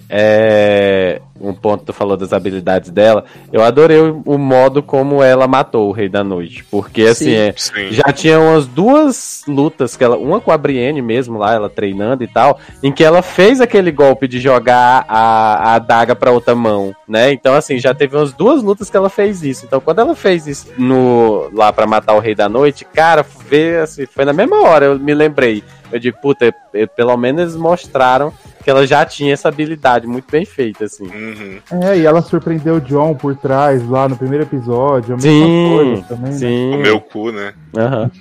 é, um ponto que tu falou das habilidades dela, eu adorei o, o modo como ela matou o Rei da Noite, porque assim, Sim. é, Sim. já tinha umas duas lutas, que ela, uma com a Brienne mesmo lá, ela treinando e tal, em que ela fez aquele golpe de jogar a, a adaga pra outra mão, né? Então assim, já teve umas duas lutas que ela fez isso. Então quando ela fez isso no, lá pra matar o Rei da Noite, cara, vê, assim, foi na mesma hora, eu me lembrei. Eu digo, puta, eh, pelo menos eles mostraram que ela já tinha essa habilidade muito bem feita, assim. Uhum. É, e ela surpreendeu o Jon por trás, lá no primeiro episódio, a mesma Sim, coisa também, né? sim. O meu cu, né? Aham.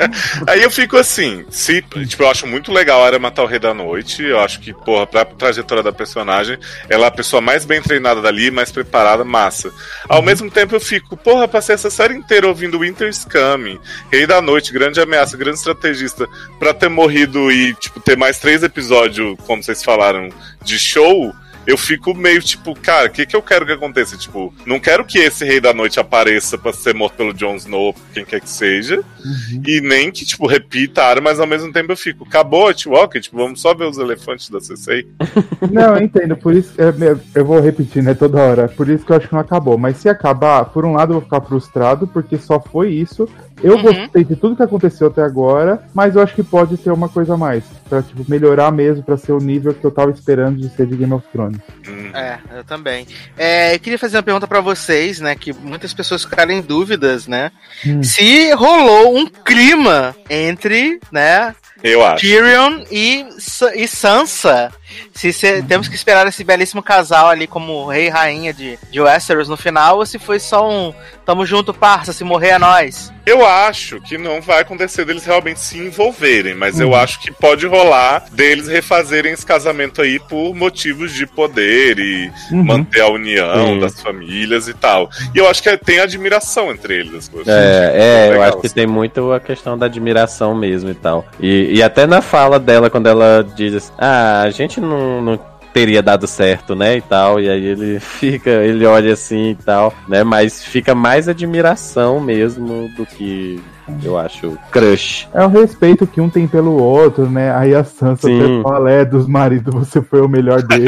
Aí eu fico assim, se, tipo, eu acho muito legal a Arya matar o Rei da Noite. Eu acho que, porra, pra trajetória da personagem, ela é a pessoa mais bem treinada dali, mais preparada, massa. Ao mesmo tempo eu fico, porra, passei essa série inteira ouvindo Winter's Coming, Rei da Noite, grande ameaça, grande estrategista, pra ter morrido e, tipo, ter mais três episódios, como vocês falaram, de show. Eu fico meio tipo, cara, o que, que eu quero que aconteça? Tipo, não quero que esse Rei da Noite apareça pra ser morto pelo Jon Snow, quem quer que seja, Uhum. e nem que, tipo, repita a área, mas ao mesmo tempo eu fico, acabou a T-Walker, tipo, vamos só ver os elefantes da Cersei. Não, eu entendo, por isso, é, é, eu vou repetir, né, toda hora, por isso que eu acho que não acabou, mas se acabar, por um lado eu vou ficar frustrado, porque só foi isso, eu Uhum. gostei de tudo que aconteceu até agora, mas eu acho que pode ter uma coisa a mais, pra, tipo, melhorar mesmo, pra ser o nível que eu tava esperando de ser de Game of Thrones. Hum. É, eu também. É, eu queria fazer uma pergunta pra vocês, né? Que muitas pessoas ficaram em dúvidas, né? Hum. Se rolou um clima entre, né? Eu acho. Tyrion e, Sa- e Sansa. Se cê- temos que esperar esse belíssimo casal ali como rei e rainha de, de Westeros no final, ou se foi só um tamo junto, parça, se morrer é nós. Eu acho que não vai acontecer deles realmente se envolverem, mas eu acho que pode rolar deles refazerem esse casamento aí por motivos de poder e Uhum. manter a união Sim. das famílias e tal. E eu acho que tem admiração entre eles, as coisas. É, é, eu Legal, acho que assim. tem muito a questão da admiração mesmo e tal. E, e até na fala dela, quando ela diz assim, ah, a gente não, não teria dado certo, né, e tal, e aí ele fica, ele olha assim e tal, né, mas fica mais admiração mesmo do que, eu acho, crush. É o respeito que um tem pelo outro, né, aí a Sansa Sim. até fala, é, dos maridos você foi o melhor dele.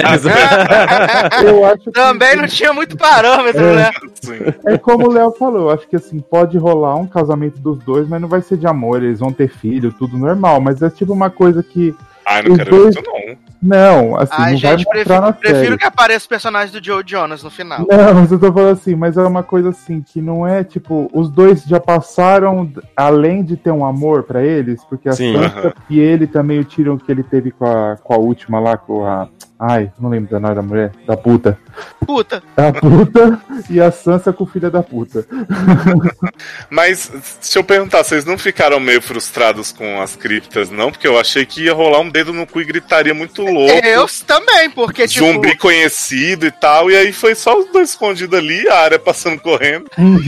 É, Eu acho que Também não tinha muito parâmetro, É. né? Sim. é como o Léo falou, eu acho que assim, pode rolar um casamento dos dois, mas não vai ser de amor, eles vão ter filho, tudo normal, mas é tipo uma coisa que, Ai, não Os quero dois- isso, não. não, assim, Ai, não vai gente, mostrar prefiro, na prefiro série. que apareça o personagem do Joe Jonas no final. Não, mas eu tô falando assim, mas é uma coisa assim, que não é tipo, os dois já passaram, além de ter um amor pra eles, porque a Sim. Sansa Aham. e ele também, o Tyrion que ele teve com a, com a última lá, com a Ai, não lembro da nome da mulher. Da puta. Puta. A puta e a Sansa com o filho da puta. Mas, deixa eu perguntar, vocês não ficaram meio frustrados com as criptas, não? Porque eu achei que ia rolar um dedo no cu e gritaria muito louco. Eu também, porque tipo... Zumbi conhecido e tal, e aí foi só os dois escondidos ali, a área passando correndo.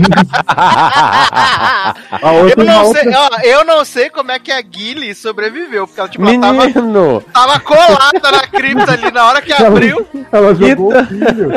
A outra, Eu não, outra... sei, ó, eu não sei como é que a Gilly sobreviveu, porque ela, tipo, ela tava, Menino! tava colada na cripta ali na hora que abriu. Ela jogou Eita. o filho.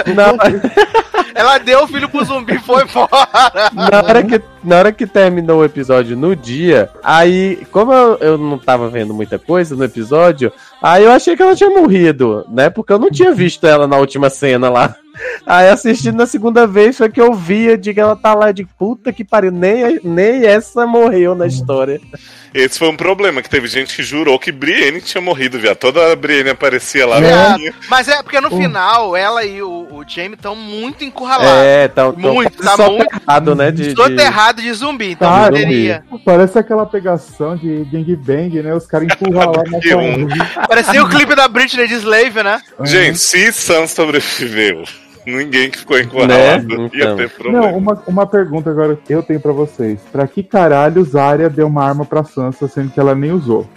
Não, Ela deu o filho pro zumbi e foi embora. na, hora que, na hora que terminou o episódio no dia, aí, como eu, eu não tava vendo muita coisa no episódio, aí eu achei que ela tinha morrido, né? Porque eu não tinha visto ela na última cena lá. Aí assistindo na segunda vez foi que eu via de que ela tá lá de puta que pariu, nem, nem essa morreu na história. Esse foi um problema, que teve gente que jurou que Brienne tinha morrido, viado. Toda a Brienne aparecia lá. É, né? mas é porque no final, ela e o, o Jaime estão muito encurralados. É, tá, Muito, tá só muito- errado, né? De, Todo de... errado de zumbi, então Tá, poderia. Parece aquela pegação de gangbang, né? Os caras empurram lá na Que um. Parecia o clipe da Britney de Slave, né? Gente, se Sans sobreviveu, ninguém que ficou Né? encurralado ia Então. ter problema. Não, uma, uma pergunta agora que eu tenho pra vocês. Pra que caralho Zarya deu uma arma pra Sansa, sendo que ela nem usou?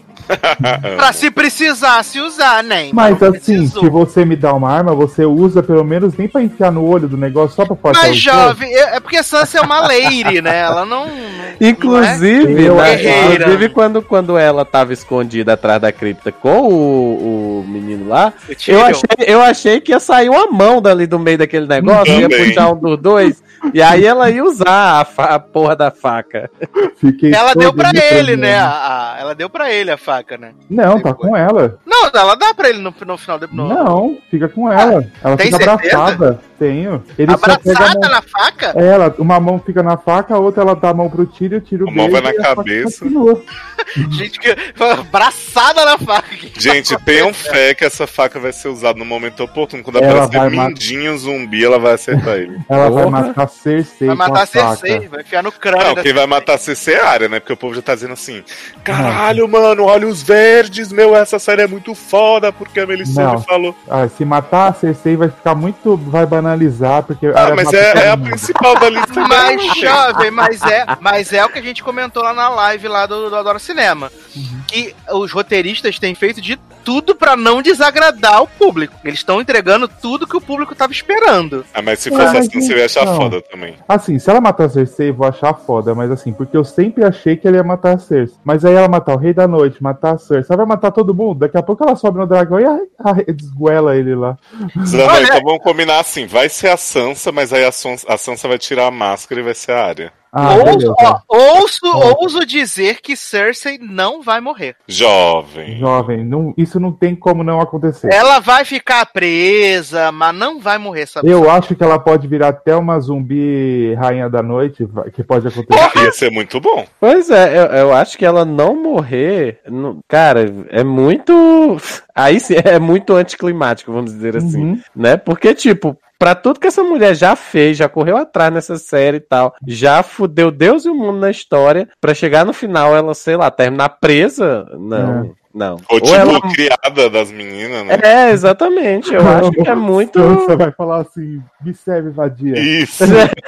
Pra se precisasse usar, né? Mas Não assim, precisou. se você me dá uma arma, você usa pelo menos nem pra enfiar no olho do negócio, só pra forçar Mas, os jovem, é é porque Sansa é uma lady, né? Ela não. não- Inclusive, Eu na- guerreira. inclusive quando, quando ela tava escondida atrás da cripta com o, o menino lá, não é? Tyrion. eu achei, eu achei que ia sair uma mão dali do meio daquele negócio, ia Também. puxar um dos dois, e aí ela ia usar a, fa- a porra da faca. Fiquei Ela deu todo pra me ele, né? tremendo. A- a- ela deu pra ele a faca, né? Não, tá com ela. Não, ela dá pra ele no, no final do. No... Não, fica com ela. Ela tem fica certeza? abraçada. Tenho. Ele só pega a Abraçada mão. na faca? Ela, uma mão fica na faca, a outra ela dá a mão pro tiro, o tiro A mão vai beijo na e a faca cabeça. continua. Gente, que. Abraçada na faca. Gente, tenham fé que essa faca vai ser usada no momento oportuno. Quando Ela aparecer vai mat- mindinho zumbi, ela vai acertar ele. Ela vai Porra. matar Cersei Vai com matar a a Cersei, faca. vai enfiar no crânio. Não, da quem vai matar a C C é a área, né? Porque o povo já tá dizendo assim: caralho, mano, olhos verdes, meu, essa série é muito foda, porque a Melisandre Não. falou. Ah, se matar a Cersei vai ficar muito. Vai banalizar, porque. Ah, ela mas mata é, todo é a mundo. principal da lista. Mas, dela, gente. jovem, mas é, mas é o que a gente comentou lá na live lá do, do Adoro Cinema. Uhum. Que os roteiristas têm feito de tudo pra não desagradar o público. Eles estão entregando tudo que o público tava esperando. Ah, mas se Ah, fosse mas assim, você ia achar não. foda também. Assim, se ela matar a Cersei, eu vou achar foda, mas assim, porque eu sempre achei que ela ia matar a Cersei. Mas aí ela matar o Rei da Noite, matar a Cersei, ela vai matar todo mundo. Daqui a pouco ela sobe no dragão e arre- arre- desguela ele lá. Não, Olha- então vamos combinar assim: vai ser a Sansa, mas aí a, Son- a Sansa vai tirar a máscara e vai ser a área. Ah, ouço, beleza. ó, ouço, Ó. ouso dizer que Cersei não vai morrer. Jovem. Jovem, não, isso não tem como não acontecer. Ela vai ficar presa, mas não vai morrer, sabe? Eu acho que ela pode virar até uma zumbi rainha da noite, vai- que pode acontecer. Ia ser muito bom. Pois é, eu, eu acho que ela não morrer, não- cara, é muito. Aí sim, é muito anticlimático, vamos dizer assim, Uhum. né? Porque, tipo, pra tudo que essa mulher já fez, já correu atrás nessa série e tal, já fudeu Deus e o mundo na história, pra chegar no final ela, sei lá, terminar presa, não, não. Ou, tipo, ela- criada das meninas, né? É, exatamente, eu acho que é muito... Sansa vai falar assim, me serve, vadia. Isso.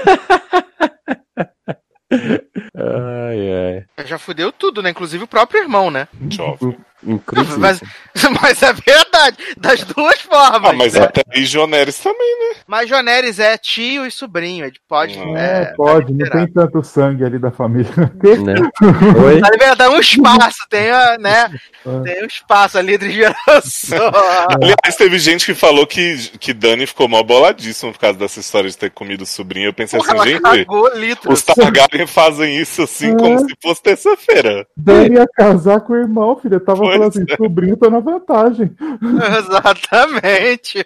Ai, ai. Já fudeu tudo, né? Inclusive o próprio irmão, né? Jovem. Incrível. Mas, mas é verdade, das duas formas. Ah, mas né? até aí Joneres também, né? Mas Joneres é tio e sobrinho, ele pode. Hum. É, é, pode, não liberar. tem tanto sangue ali da família. Né? Oi? Na verdade, um espaço, tem, a, né? Tem um espaço ali entre gerações. Aliás, teve gente que falou que, que Dani ficou mal boladíssimo por causa dessa história de ter comido o sobrinho. Eu pensei Porra, assim, ela gente, cagou litros. os Targaryen fazem isso assim como se fosse terça-feira. Dani ia casar com o irmão, filha. Tava Pois falando assim, é. sobrinho tá na vantagem. Exatamente.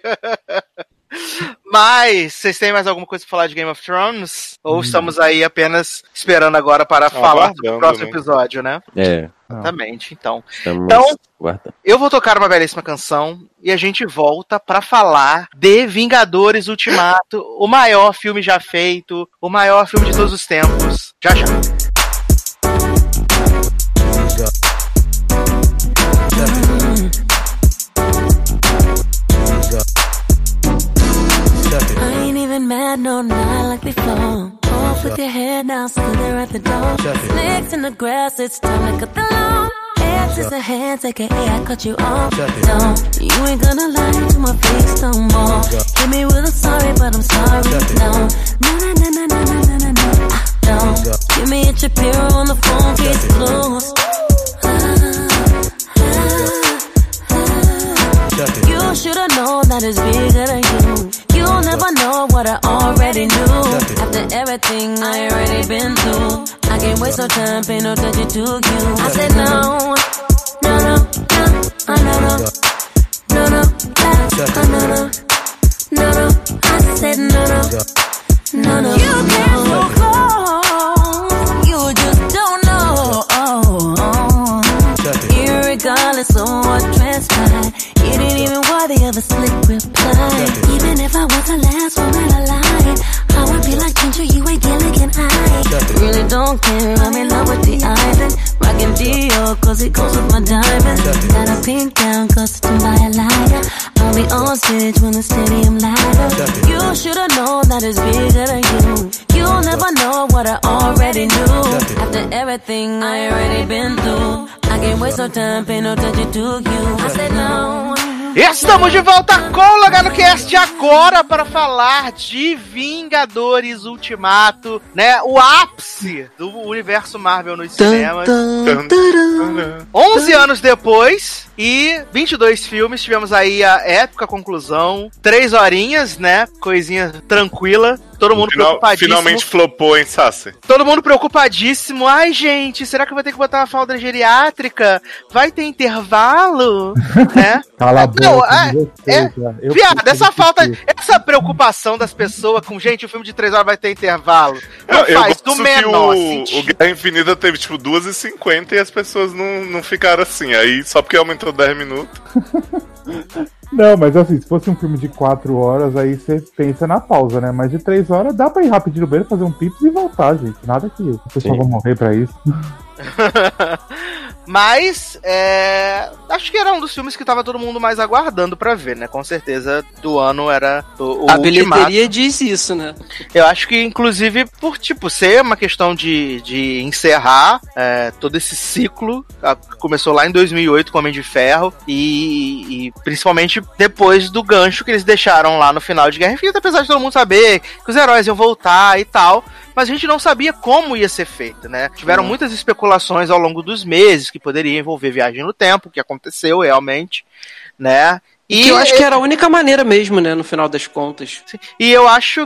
Mas, vocês têm mais alguma coisa pra falar de Game of Thrones? Ou estamos aí apenas esperando agora para falar do Aguardando, próximo né? episódio, né? É, Exatamente, então. estamos Então- guardando. Eu vou tocar uma belíssima canção e a gente volta pra falar de Vingadores Ultimato, o maior filme já feito, o maior filme de todos os tempos. Já já. mad, no, not like before. Off with your head now, still there at the door. Snakes in the grass, it's time to cut the lawn. Heads is a hands, aka I cut you off. Don't, you ain't gonna lie to my face no more. Hit me with a sorry, but I'm sorry. No, no, no, no, no, no, no, no, no. I don't. Give me a Shapiro on the phone, case closed. You should've known that it's bigger than you. You'll never know what I already knew. After everything I already been through, I can't waste no time, pay no attention to you. I said no, no, no, no, no, no, no, no, no, no, no, no. I said no, no, no, no. You came so close, you just don't know. Irregardless of what transpired, you didn't even worthy of a slick reply. Even if I was the last woman alive, I would be like Ginger, you ain't Gilligan I really don't care, I'm in love with the island. Rockin' Dior, cause it goes with my diamonds. Got a pink gown, custom by a liar. I'll be on stage when the stadium light up. You should've known that it's bigger than you. You'll never know what I already knew. After everything I already been through, I can't waste no time, pay no attention to you. I said no. Estamos de volta com o LogadoCast agora para falar de Vingadores Ultimato, né? O ápice do universo Marvel nos cinemas. onze anos depois e vinte e dois filmes, tivemos aí a épica conclusão. Três horinhas, né? Coisinha tranquila. Todo mundo Final, preocupadíssimo. Finalmente flopou, hein, Sassi? Todo mundo preocupadíssimo. Ai, gente, será que eu vou ter que botar uma fralda geriátrica? Vai ter intervalo? Né? Cala a boca. Não, é, é, viado, essa falta, essa preocupação das pessoas com, gente, o filme de três horas vai ter intervalo. Não eu, faz eu do menor o, sentido. O Guerra Infinita teve, tipo, duas e cinquenta e as pessoas não, não ficaram assim. Aí, só porque aumentou dez minutos. Não, mas assim, se fosse um filme de quatro horas, aí você pensa na pausa, né? Mas de três horas dá pra ir rapidinho no banheiro, fazer um pips e voltar, gente. Nada que o pessoal vai morrer pra isso. Mas, é, acho que era um dos filmes que tava todo mundo mais aguardando pra ver, né? Com certeza, do ano era o, o A Ultimato. bilheteria diz isso, né? Eu acho que, inclusive, por, tipo, ser uma questão de, de encerrar é, todo esse ciclo, que começou lá em dois mil e oito com Homem de Ferro, e, e principalmente depois do gancho que eles deixaram lá no final de Guerra Infinita, apesar de todo mundo saber que os heróis iam voltar e tal, mas a gente não sabia como ia ser feito, né? Tiveram uhum. muitas especulações ao longo dos meses que poderia envolver viagem no tempo, que aconteceu realmente, né? E que eu acho que era a única maneira mesmo, né, no final das contas. E eu acho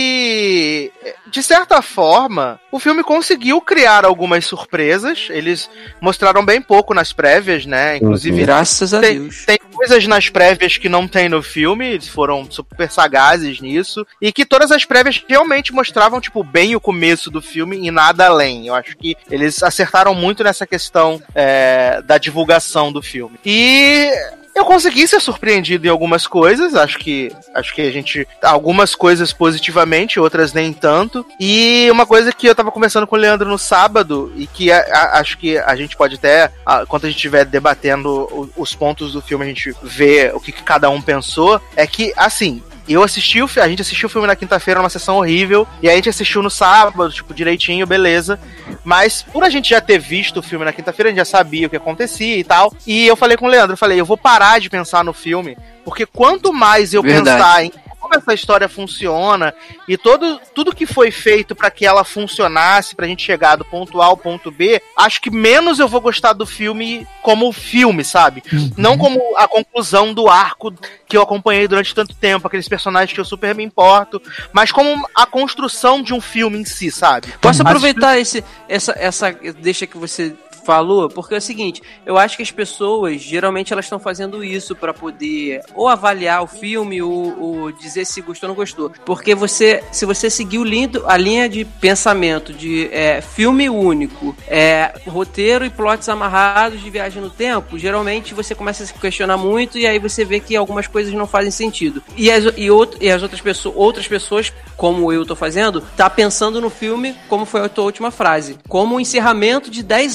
que, de certa forma, o filme conseguiu criar algumas surpresas. Eles mostraram bem pouco nas prévias, né? Inclusive, graças a tem, Deus. Tem coisas nas prévias que não tem no filme, eles foram super sagazes nisso. E que todas as prévias realmente mostravam, tipo, bem o começo do filme e nada além. Eu acho que eles acertaram muito nessa questão é, da divulgação do filme. E eu consegui ser surpreendido em algumas coisas, acho que acho que a gente, algumas coisas positivamente, outras nem tanto, e uma coisa que eu tava conversando com o Leandro no sábado, e que a, a, acho que a gente pode até, a, quando a gente estiver debatendo o, os pontos do filme, a gente vê o que, que cada um pensou, é que, assim, eu assisti o a gente assistiu o filme na quinta-feira numa sessão horrível, e a gente assistiu no sábado, tipo, direitinho, beleza. Mas por a gente já ter visto o filme na quinta-feira, a gente já sabia o que acontecia e tal. E eu falei com o Leandro, eu falei, eu vou parar de pensar no filme, porque quanto mais eu Verdade. pensar em como essa história funciona e todo, tudo que foi feito pra que ela funcionasse, pra gente chegar do ponto A ao ponto B, acho que menos eu vou gostar do filme como filme, sabe? Uhum. Não como a conclusão do arco que eu acompanhei durante tanto tempo, aqueles personagens que eu super me importo, mas como a construção de um filme em si, sabe? Posso aproveitar esse, essa, essa deixa que você falou, porque é o seguinte, eu acho que as pessoas, geralmente elas estão fazendo isso pra poder ou avaliar o filme ou, ou dizer se gostou ou não gostou, porque você, se você seguir o lindo, a linha de pensamento de é, filme único, é, roteiro e plots amarrados de viagem no tempo, geralmente você começa a se questionar muito e aí você vê que algumas coisas não fazem sentido. E as, e out, e as outras, pessoas, outras pessoas, como eu tô fazendo, tá pensando no filme como foi a tua última frase, como um encerramento de dez anos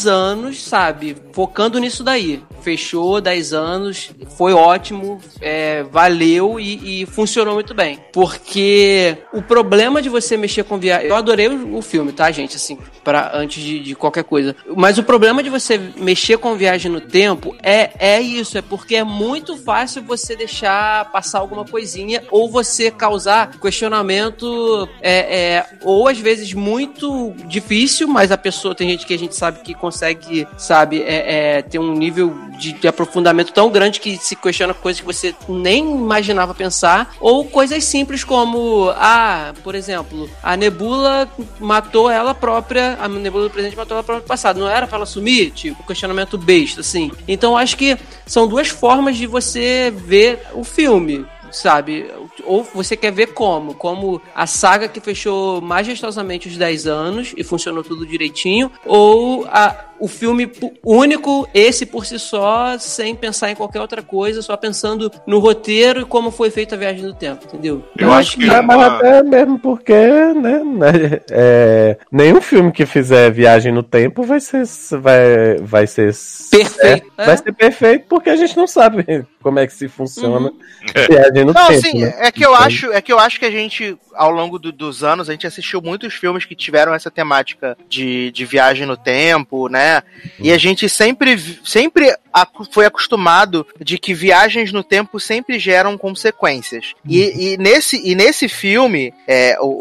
anos, sabe, focando nisso daí. Fechou dez anos, foi ótimo, é, valeu e, e funcionou muito bem. Porque o problema de você mexer com viagem... Eu adorei o, o filme, tá, gente? Assim, pra, antes de, de qualquer coisa. Mas o problema de você mexer com viagem no tempo é, é isso. É porque é muito fácil você deixar passar alguma coisinha ou você causar questionamento é, é, ou às vezes muito difícil, mas a pessoa... Tem gente que a gente sabe que consegue, sabe, é, é, ter um nível de, de aprofundamento tão grande que se questiona coisas que você nem imaginava pensar, ou coisas simples como, ah, por exemplo, a Nebula matou ela própria, a Nebula do presente matou ela própria no passado, não era pra ela sumir? Tipo, questionamento besta, assim. Então, acho que são duas formas de você ver o filme, sabe? Ou você quer ver como? Como a saga que fechou majestosamente os dez anos e funcionou tudo direitinho, ou a, o filme único, esse por si só, sem pensar em qualquer outra coisa, só pensando no roteiro e como foi feita a viagem do tempo, entendeu? Eu, Eu acho que... É, mas até mesmo porque, né, né é, nenhum filme que fizer viagem no tempo vai ser vai, vai ser perfeito. É, é? Vai ser perfeito porque a gente não sabe como é que se funciona uhum. viagem no não, tempo. Assim, né? é que eu acho, é que eu acho que a gente, ao longo do, dos anos, a gente assistiu muitos filmes que tiveram essa temática de, de viagem no tempo, né? E a gente sempre, sempre foi acostumado de que viagens no tempo sempre geram consequências. E, e, nesse, e nesse filme, é, o,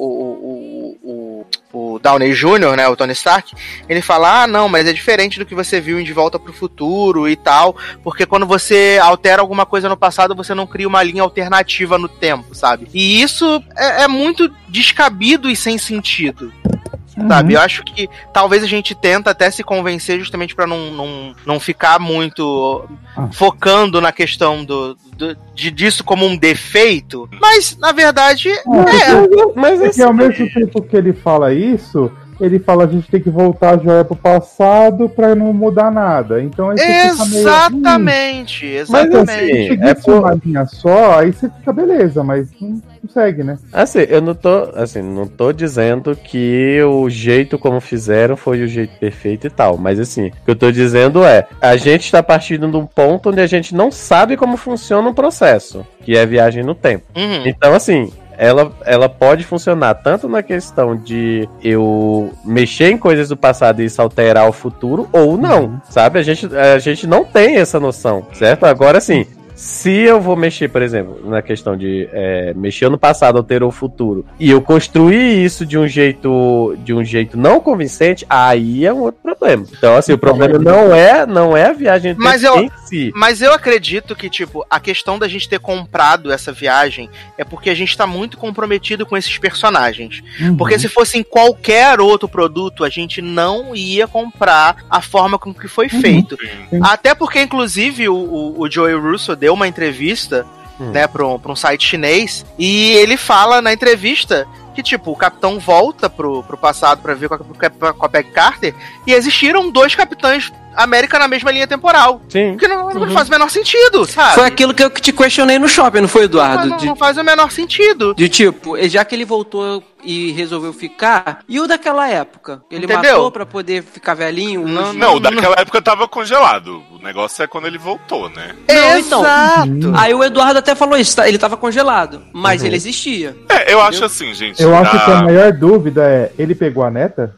o, o, o, o Downey Júnior, né, o Tony Stark, ele fala, ah, não, mas é diferente do que você viu em De Volta pro Futuro e tal, porque quando você altera alguma coisa no passado, você não cria uma linha alternativa no tempo, sabe? E isso é, é muito descabido e sem sentido. Sabe, uhum. Eu acho que talvez a gente tenta até se convencer justamente pra não, não, não ficar muito ah. focando na questão do, do, de, disso como um defeito, mas na verdade ah, é. Mas é que ao mesmo tempo que ele fala isso, ele fala a gente tem que voltar a joia pro passado pra não mudar nada. Então aí você exatamente, fica meio, hum, exatamente. Mas assim, se é por uma linha só, aí você fica beleza, mas não consegue, né? Assim, eu não tô, assim, não tô dizendo que o jeito como fizeram foi o jeito perfeito e tal, mas assim, o que eu tô dizendo é, a gente tá partindo de um ponto onde a gente não sabe como funciona um processo, que é a viagem no tempo. Uhum. Então, assim, Ela, ela pode funcionar tanto na questão de eu mexer em coisas do passado e isso alterar o futuro, ou não, uhum. sabe? A gente, a gente não tem essa noção, certo? Agora, assim, se eu vou mexer, por exemplo, na questão de é, mexer no passado, alterar o futuro, e eu construir isso de um jeito de um jeito não convincente, aí é um outro problema. Então, assim, o problema não é, não é a viagem mas eu, em si. Mas eu acredito que, tipo, a questão da gente ter comprado essa viagem é porque a gente tá muito comprometido com esses personagens. Uhum. Porque se fosse em qualquer outro produto, a gente não ia comprar a forma com que foi feito. Uhum. Até porque, inclusive, o, o, o Joey Russo deu uma entrevista, hum. né, pra um, pra um site chinês, e ele fala na entrevista que, tipo, o capitão volta pro, pro passado pra ver com a, com a Peggy Carter, e existiram dois capitães América na mesma linha temporal. Sim. Que não, não uhum. faz o menor sentido, sabe? Foi aquilo que eu te questionei no shopping, não foi, Eduardo? Não, não, de, não faz o menor sentido. De tipo, já que ele voltou e resolveu ficar, e o daquela época? Ele Entendeu? Matou pra poder ficar velhinho? Não, não, não, daquela época tava congelado. O negócio é quando ele voltou, né? Não, então. Exato. Aí o Eduardo até falou isso, ele tava congelado, mas uhum. ele existia. É, eu entendeu? Acho assim, gente. Eu a... acho que a maior dúvida é, ele pegou a neta?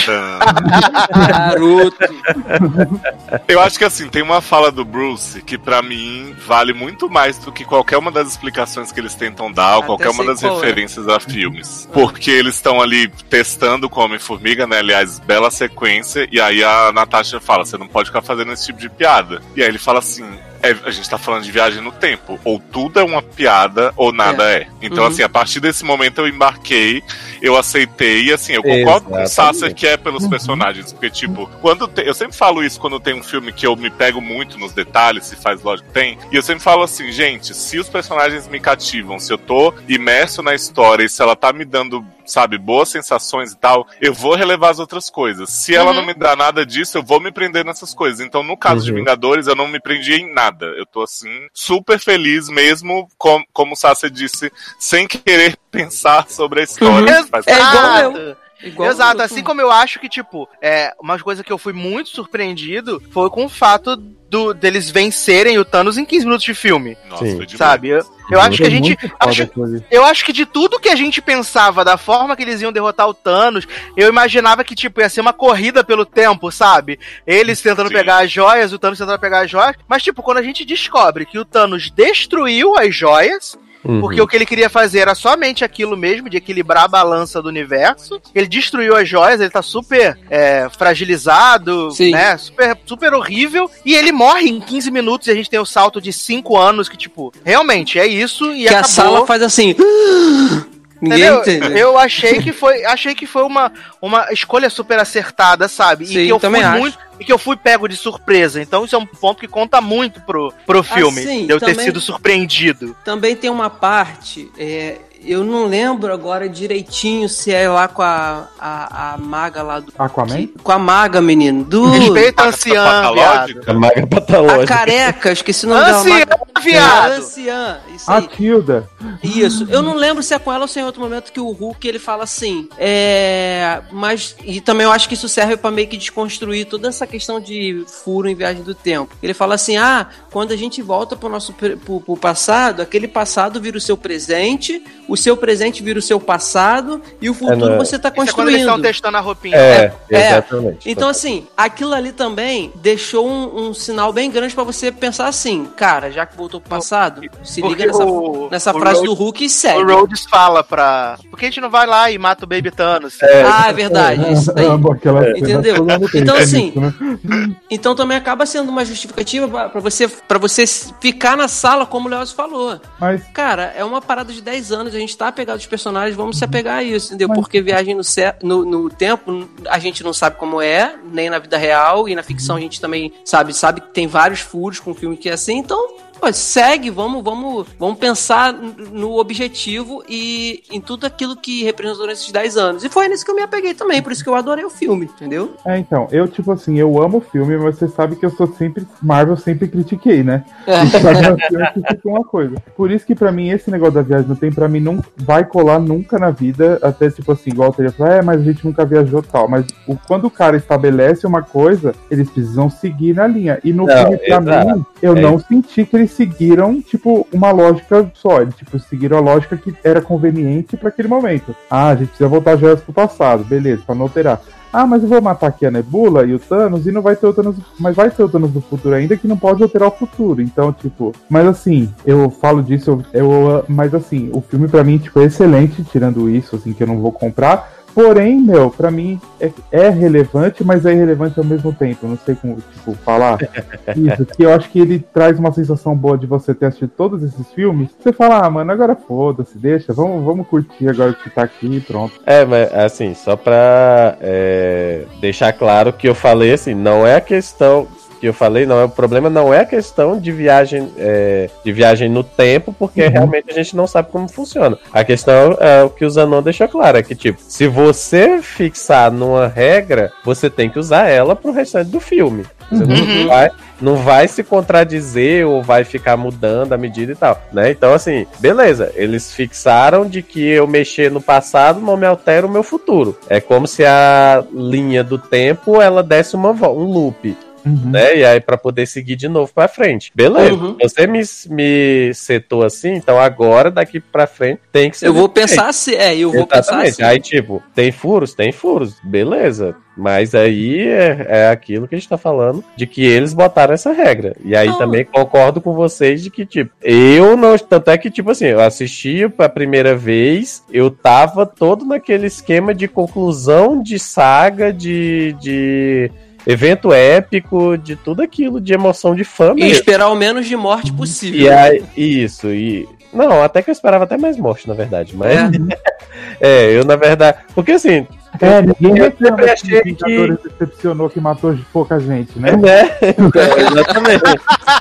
Garoto. Eu acho que assim, tem uma fala do Bruce que pra mim vale muito mais do que qualquer uma das explicações que eles tentam dar, ou até qualquer uma das qual, referências é. a filmes. Porque eles estão ali testando com Homem-Formiga, né? Aliás, bela sequência. E aí a Natasha fala, você não pode ficar fazendo esse tipo de piada. E aí ele fala assim... É, a gente tá falando de viagem no tempo. Ou tudo é uma piada, ou nada é. é. Então, uhum. assim, a partir desse momento eu embarquei, eu aceitei, e assim, eu concordo Exatamente. com o Sasser que é pelos uhum. personagens. Porque, tipo, quando te, eu sempre falo isso quando tem um filme que eu me pego muito nos detalhes, se faz lógico, tem. E eu sempre falo assim, gente, se os personagens me cativam, se eu tô imerso na história e se ela tá me dando, sabe, boas sensações e tal, eu vou relevar as outras coisas. Se ela uhum. não me dá nada disso, eu vou me prender nessas coisas. Então, no caso uhum. de Vingadores, eu não me prendi em nada. Eu tô, assim, super feliz mesmo, com, como o Sasha disse, sem querer pensar sobre a história. Uhum. É igual eu. Igual Exato, eu, assim como eu acho que, tipo, é, uma coisa que eu fui muito surpreendido foi com o fato do, deles vencerem o Thanos em quinze minutos de filme. Nossa, Sim. foi demais. Sabe? Eu, eu acho que a gente. Muito foda Acho, aquilo ali. eu acho que de tudo que a gente pensava, da forma que eles iam derrotar o Thanos, eu imaginava que, tipo, ia ser uma corrida pelo tempo, sabe? Eles tentando Sim. pegar as joias, o Thanos tentando pegar as joias. Mas, tipo, quando a gente descobre que o Thanos destruiu as joias. Uhum. Porque o que ele queria fazer era somente aquilo mesmo, de equilibrar a balança do universo. Ele destruiu as joias, ele tá super é, fragilizado, Sim. né? Super, super horrível. E ele morre em quinze minutos e a gente tem o salto de cinco anos, que, tipo, realmente é isso e que acabou. a sala faz assim. Ninguém Entendeu? entende. Eu achei que foi, achei que foi uma, uma escolha super acertada, sabe? Sim, e que eu também fui acho. muito, e que eu fui pego de surpresa. Então isso é um ponto que conta muito pro, pro filme, sim, de eu ter também- sido surpreendido. Também tem uma parte, é, eu não lembro agora direitinho se é lá com a, a, a maga lá do. Aquaman? que- com a maga, menino. Do. Respeita a Maga anciã, patológica. viado. A maga A patológica. careca, esqueci o nome dela. Anciã, Maga- viado. Anciã, isso A aí. Tilda. Isso. Eu não lembro se é com ela ou se é em outro momento que o Hulk ele fala assim. É. Mas. E também eu acho que isso serve pra meio que desconstruir toda essa questão de furo em viagem do tempo. Ele fala assim: ah, quando a gente volta pro nosso pre- pro, pro passado, aquele passado vira o seu presente, o seu presente vira o seu passado e o futuro não- você tá Isso é quando eles estão construindo. testando a roupinha. É, É. exatamente. Então, assim, aquilo ali também deixou um, um sinal bem grande pra você pensar assim, cara, já que voltou pro passado, se Porque liga nessa, o- nessa o frase Rhodes- do Hulk e segue. O Rhodes fala pra... Por que a gente não vai lá e mata o Baby Thanos? Ah, é verdade, isso daí. Amo aquela cena Entendeu? toda no tempo, Então, é assim, isso, né? Então também acaba sendo uma justificativa pra pra você, pra você ficar na sala, como o Leoz falou. Mas Cara, é uma parada de dez anos, a gente tá apegado aos personagens, vamos se apegar a isso, entendeu? Mas- Porque viagem no, ce- no, no tempo, a gente não sabe como é, nem na vida real, e na ficção a gente também sabe, sabe que tem vários furos com filme que é assim, então... Pô, segue, vamos, vamos, vamos pensar no objetivo e em tudo aquilo que representou nesses dez anos. E foi nisso que eu me apeguei também, por isso que eu adorei o filme, entendeu? É, então, eu, tipo assim, eu amo o filme, mas você sabe que eu sou sempre. Marvel sempre critiquei, né? É. E só que eu sempre critico uma coisa. Por isso que pra mim, esse negócio da viagem no tempo, pra mim, não vai colar nunca na vida. Até, tipo assim, igual eu teria falado, é, mas a gente nunca viajou tal. Mas o, quando o cara estabelece uma coisa, eles precisam seguir na linha. E no Não, filme, pra exato. mim, eu É não senti que eles seguiram, tipo, uma lógica só. Eles, tipo, seguiram a lógica que era conveniente pra aquele momento. Ah, a gente precisa voltar joias pro passado, beleza, pra não alterar. Ah, mas eu vou matar aqui a Nebula e o Thanos e não vai ter o Thanos, mas vai ter o Thanos do futuro ainda que não pode alterar o futuro. Então, tipo, mas assim, eu falo disso, eu, eu mas assim, o filme pra mim, tipo, é excelente, tirando isso, assim, que eu não vou comprar. Porém, meu, pra mim é, é relevante, mas é irrelevante ao mesmo tempo. Eu não sei como, tipo, falar isso. Que eu acho que ele traz uma sensação boa de você ter assistido todos esses filmes. Você fala, ah, mano, agora foda-se, deixa, vamos, vamos curtir agora que tá aqui e pronto. É, mas assim, só pra é, deixar claro que eu falei assim, não é a questão que eu falei, não, é, o problema não é a questão de viagem, é, de viagem no tempo, porque Uhum. realmente a gente não sabe como funciona. A questão é o que o Zanon deixou claro, é que tipo, se você fixar numa regra, você tem que usar ela pro restante do filme. Você Uhum. não vai, não vai se contradizer ou vai ficar mudando a medida e tal, né? Então, assim, beleza, eles fixaram de que eu mexer no passado não me altera o meu futuro. É como se a linha do tempo, ela desse uma vo- um loop. Uhum. Né? E aí pra poder seguir de novo pra frente. Beleza. Uhum. Você me, me setou assim, então agora daqui pra frente tem que ser. Eu vou desse jeito. pensar assim, é, eu vou pensar Exatamente. assim. Aí, tipo, tem furos? Tem furos. Beleza. Mas aí é, é aquilo que a gente tá falando, de que eles botaram essa regra. E aí Não. também concordo com vocês de que, tipo, eu não. Tanto é que, tipo assim, eu assisti a primeira vez, eu tava todo naquele esquema de conclusão de saga, de. de evento épico, de tudo aquilo, de emoção de fã E mesmo. esperar o menos de morte possível. E aí, isso, e. Não, até que eu esperava até mais morte, na verdade. Mas. É, eu, na verdade. Porque assim. É, ninguém eu reclama sempre que achei o Vingadores decepcionou que matou pouca gente, né? Né? É, exatamente.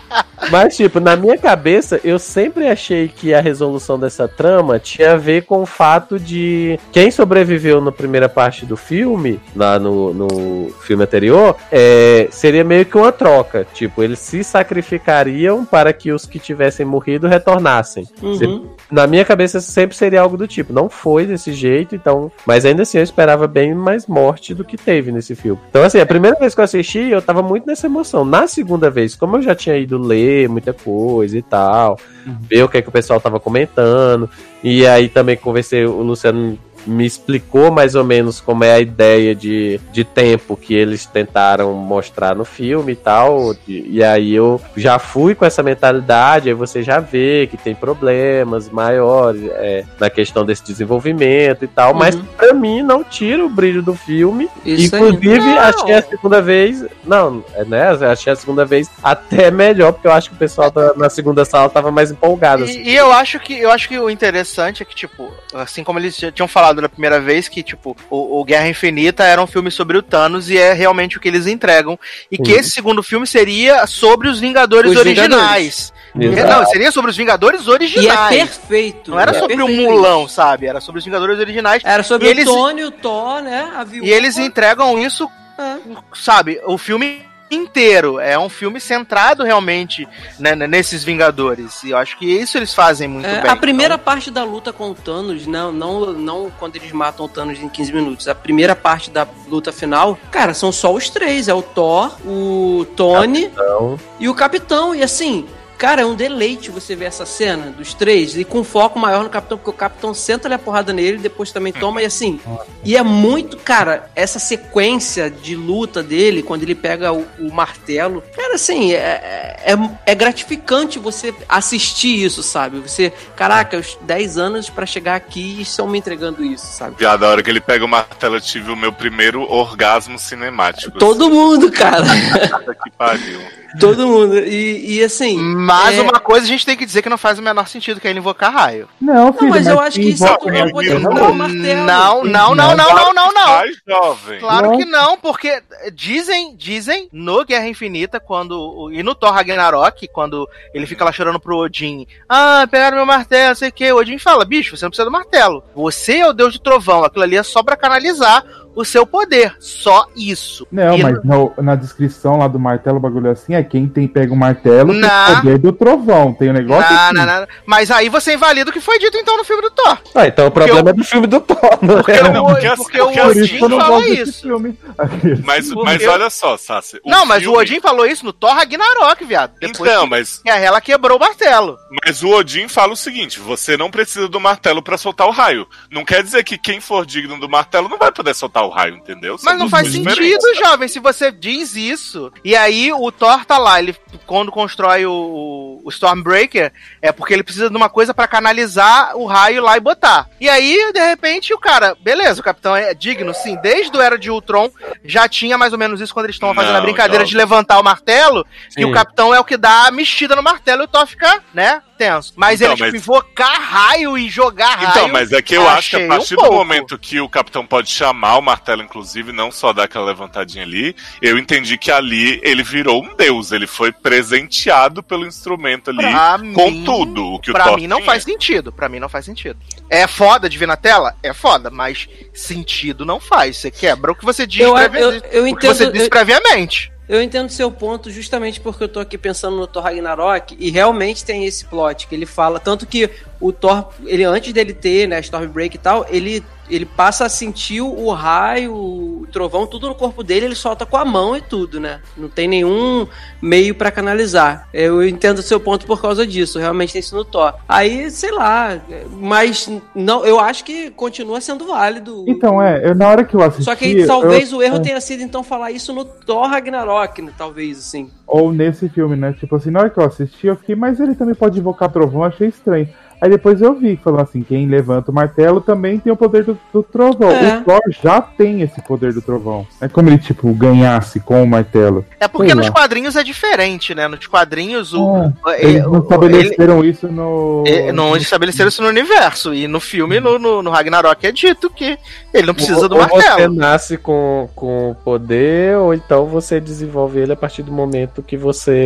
Mas, tipo, na minha cabeça, eu sempre achei que a resolução dessa trama tinha a ver com o fato de quem sobreviveu na primeira parte do filme, lá no, no filme anterior, é, seria meio que uma troca. Tipo, eles se sacrificariam para que os que tivessem morrido retornassem. Uhum. Na minha cabeça, sempre seria algo do tipo. Não foi desse jeito, então... Mas ainda assim, eu esperava bem mais morte do que teve nesse filme. Então, assim, a primeira vez que eu assisti, eu tava muito nessa emoção. Na segunda vez, como eu já tinha ido ler muita coisa e tal, uhum. ver o que, é que o pessoal tava comentando, e aí também conversei, o Luciano me explicou mais ou menos como é a ideia de, de tempo que eles tentaram mostrar no filme e tal, e, e aí eu já fui com essa mentalidade, aí você já vê que tem problemas maiores é, na questão desse desenvolvimento e tal, uhum. mas pra mim não tira o brilho do filme. Isso inclusive aí. Achei a segunda vez não, né, achei a segunda vez até melhor, porque eu acho que o pessoal tá, na segunda sala tava mais empolgado assim. e, e eu acho que eu acho que o interessante é que, tipo, assim como eles já tinham falado da primeira vez, que tipo, o, o Guerra Infinita era um filme sobre o Thanos e é realmente o que eles entregam, e que uhum. esse segundo filme seria sobre os Vingadores os originais. Vingadores. Não, seria sobre os Vingadores originais. E é perfeito. Não era é sobre perfeito. o Mulão, sabe? Era sobre os Vingadores originais. Era sobre e o eles... Tony, o Thor, né? A e eles entregam isso, é. sabe? O filme inteiro. É um filme centrado realmente, né, nesses Vingadores. E eu acho que isso eles fazem muito é, bem. A primeira então... parte da luta com o Thanos, não, não, não quando eles matam o Thanos em quinze minutos. A primeira parte da luta final, cara, são só os três. É o Thor, o Tony Capitão. E o Capitão. E assim... Cara, é um deleite você ver essa cena dos três e com foco maior no Capitão, porque o Capitão senta ali a porrada nele, depois também toma e assim. E é muito, cara, essa sequência de luta dele, quando ele pega o, o martelo, cara, assim, é, é, é gratificante você assistir isso, sabe? Você, caraca, os dez anos pra chegar aqui e estão me entregando isso, sabe? Já da hora que ele pega o martelo, eu tive o meu primeiro orgasmo cinemático. Todo assim. mundo, cara. Que pariu. Todo mundo. E, e assim... Mas é... uma coisa a gente tem que dizer que não faz o menor sentido, que é ele invocar raio. Não, filho, não, mas, mas eu acho que isso invoca... não pode não, dar um martelo. Não, não, não, não, não, não, não. Ai, jovem. Claro não. que não, porque dizem, dizem no Guerra Infinita, quando e no Thor Ragnarok, quando ele fica lá chorando pro Odin, ah, pegaram meu martelo, sei o que, o Odin fala, bicho, você não precisa do martelo. Você é o deus do trovão, aquilo ali é só pra canalizar o seu poder, só isso. Não, e mas no, na descrição lá do martelo, o bagulho assim, é quem tem pega o martelo tem Na... o poder do trovão, tem o um negócio não, assim. não, não. Mas aí você invalida o que foi dito então no filme do Thor. Ah, então o Porque problema eu... é do filme do Thor, não porque é? o, Não, porque, porque porque assim, o porque Odin eu não falou gosto desse isso. filme. Mas, Porque mas eu... olha só, Sassi. Não, mas filme... o Odin falou isso no Thor Ragnarok, viado. Depois então, que... mas... que a Hela quebrou o martelo. Mas o Odin fala o seguinte, você não precisa do martelo pra soltar o raio. Não quer dizer que quem for digno do martelo não vai poder soltar o raio, entendeu? São Mas não faz diferentes. sentido, jovem, se você diz isso. E aí o Thor tá lá, ele quando constrói o, o Stormbreaker, é porque ele precisa de uma coisa pra canalizar o raio lá e botar. E aí, de repente, o cara, beleza, o Capitão é digno, sim. Desde o Era de Ultron já tinha mais ou menos isso quando eles estão fazendo Não, a brincadeira não. de levantar o martelo, Sim. que o Capitão é o que dá a mexida no martelo e o Thor fica, né, tenso. Mas Então, ele, tipo, mas- invocar raio e jogar raio... Então, mas é que eu acho que achei a partir um do pouco. momento que o capitão pode chamar o martelo, inclusive, não só dar aquela levantadinha ali, eu entendi que ali ele virou um deus, ele foi presenteado pelo instrumento ali, Pra com mim- tudo o que o Pra Thor mim não tinha. faz sentido. Pra mim não faz sentido. É foda de ver na tela? É foda, mas sentido não faz. Você quebra o que você diz, Eu- previ... eu- eu o que você entendo- disse eu- previamente. Eu entendo seu ponto justamente porque eu tô aqui pensando no Thor Ragnarok e realmente tem esse plot que ele fala, tanto que o Thor, ele antes dele ter, né, Stormbreaker e tal, ele, ele passa a sentir o raio, o trovão, tudo no corpo dele, ele solta com a mão e tudo, né? Não tem nenhum meio pra canalizar. Eu entendo seu ponto por causa disso, realmente tem isso no Thor. Aí, sei lá, mas não, eu acho que continua sendo válido. Então, é, eu, na hora que eu assisti... Só que aí, talvez eu- o erro é. tenha sido então falar isso no Thor Ragnarok, né? Talvez, assim. Ou nesse filme, né? Tipo assim, na hora que eu assisti, eu fiquei, mas ele também pode invocar trovão, eu achei estranho. Aí depois eu vi, falando assim, quem levanta o martelo também tem o poder do, do trovão. É. O Thor já tem esse poder do trovão. É como ele, tipo, ganhasse com o martelo. É porque Sei nos lá. quadrinhos é diferente, né? Nos quadrinhos, o. É, é, eles não o- estabeleceram isso no... é, não estabeleceram isso no universo. E no filme, no, no, no Ragnarok, é dito que ele não precisa do ou você martelo. nasce com, com poder, ou então você desenvolve ele a partir do momento que você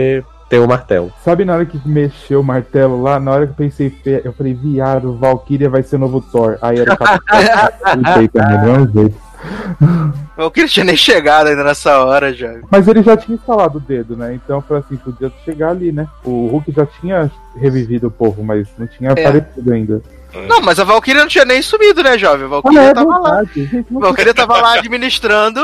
ter o martelo. Sabe na hora que mexeu o martelo lá, na hora que eu pensei, eu falei, viado, Valkyria vai ser o novo Thor. Aí era o Capitão. Não sei também, não é um jeito. O Valkyria tinha nem chegado ainda nessa hora já. Mas ele já tinha instalado o dedo, né? Então eu falei assim, podia chegar ali, né? O Hulk já tinha revivido o povo, mas não tinha É. aparecido ainda. Não, mas a Valkyria não tinha nem sumido, né, jovem? A Valkyria Ah, é tava lá. verdade, gente, A não Valkyria tava lá administrando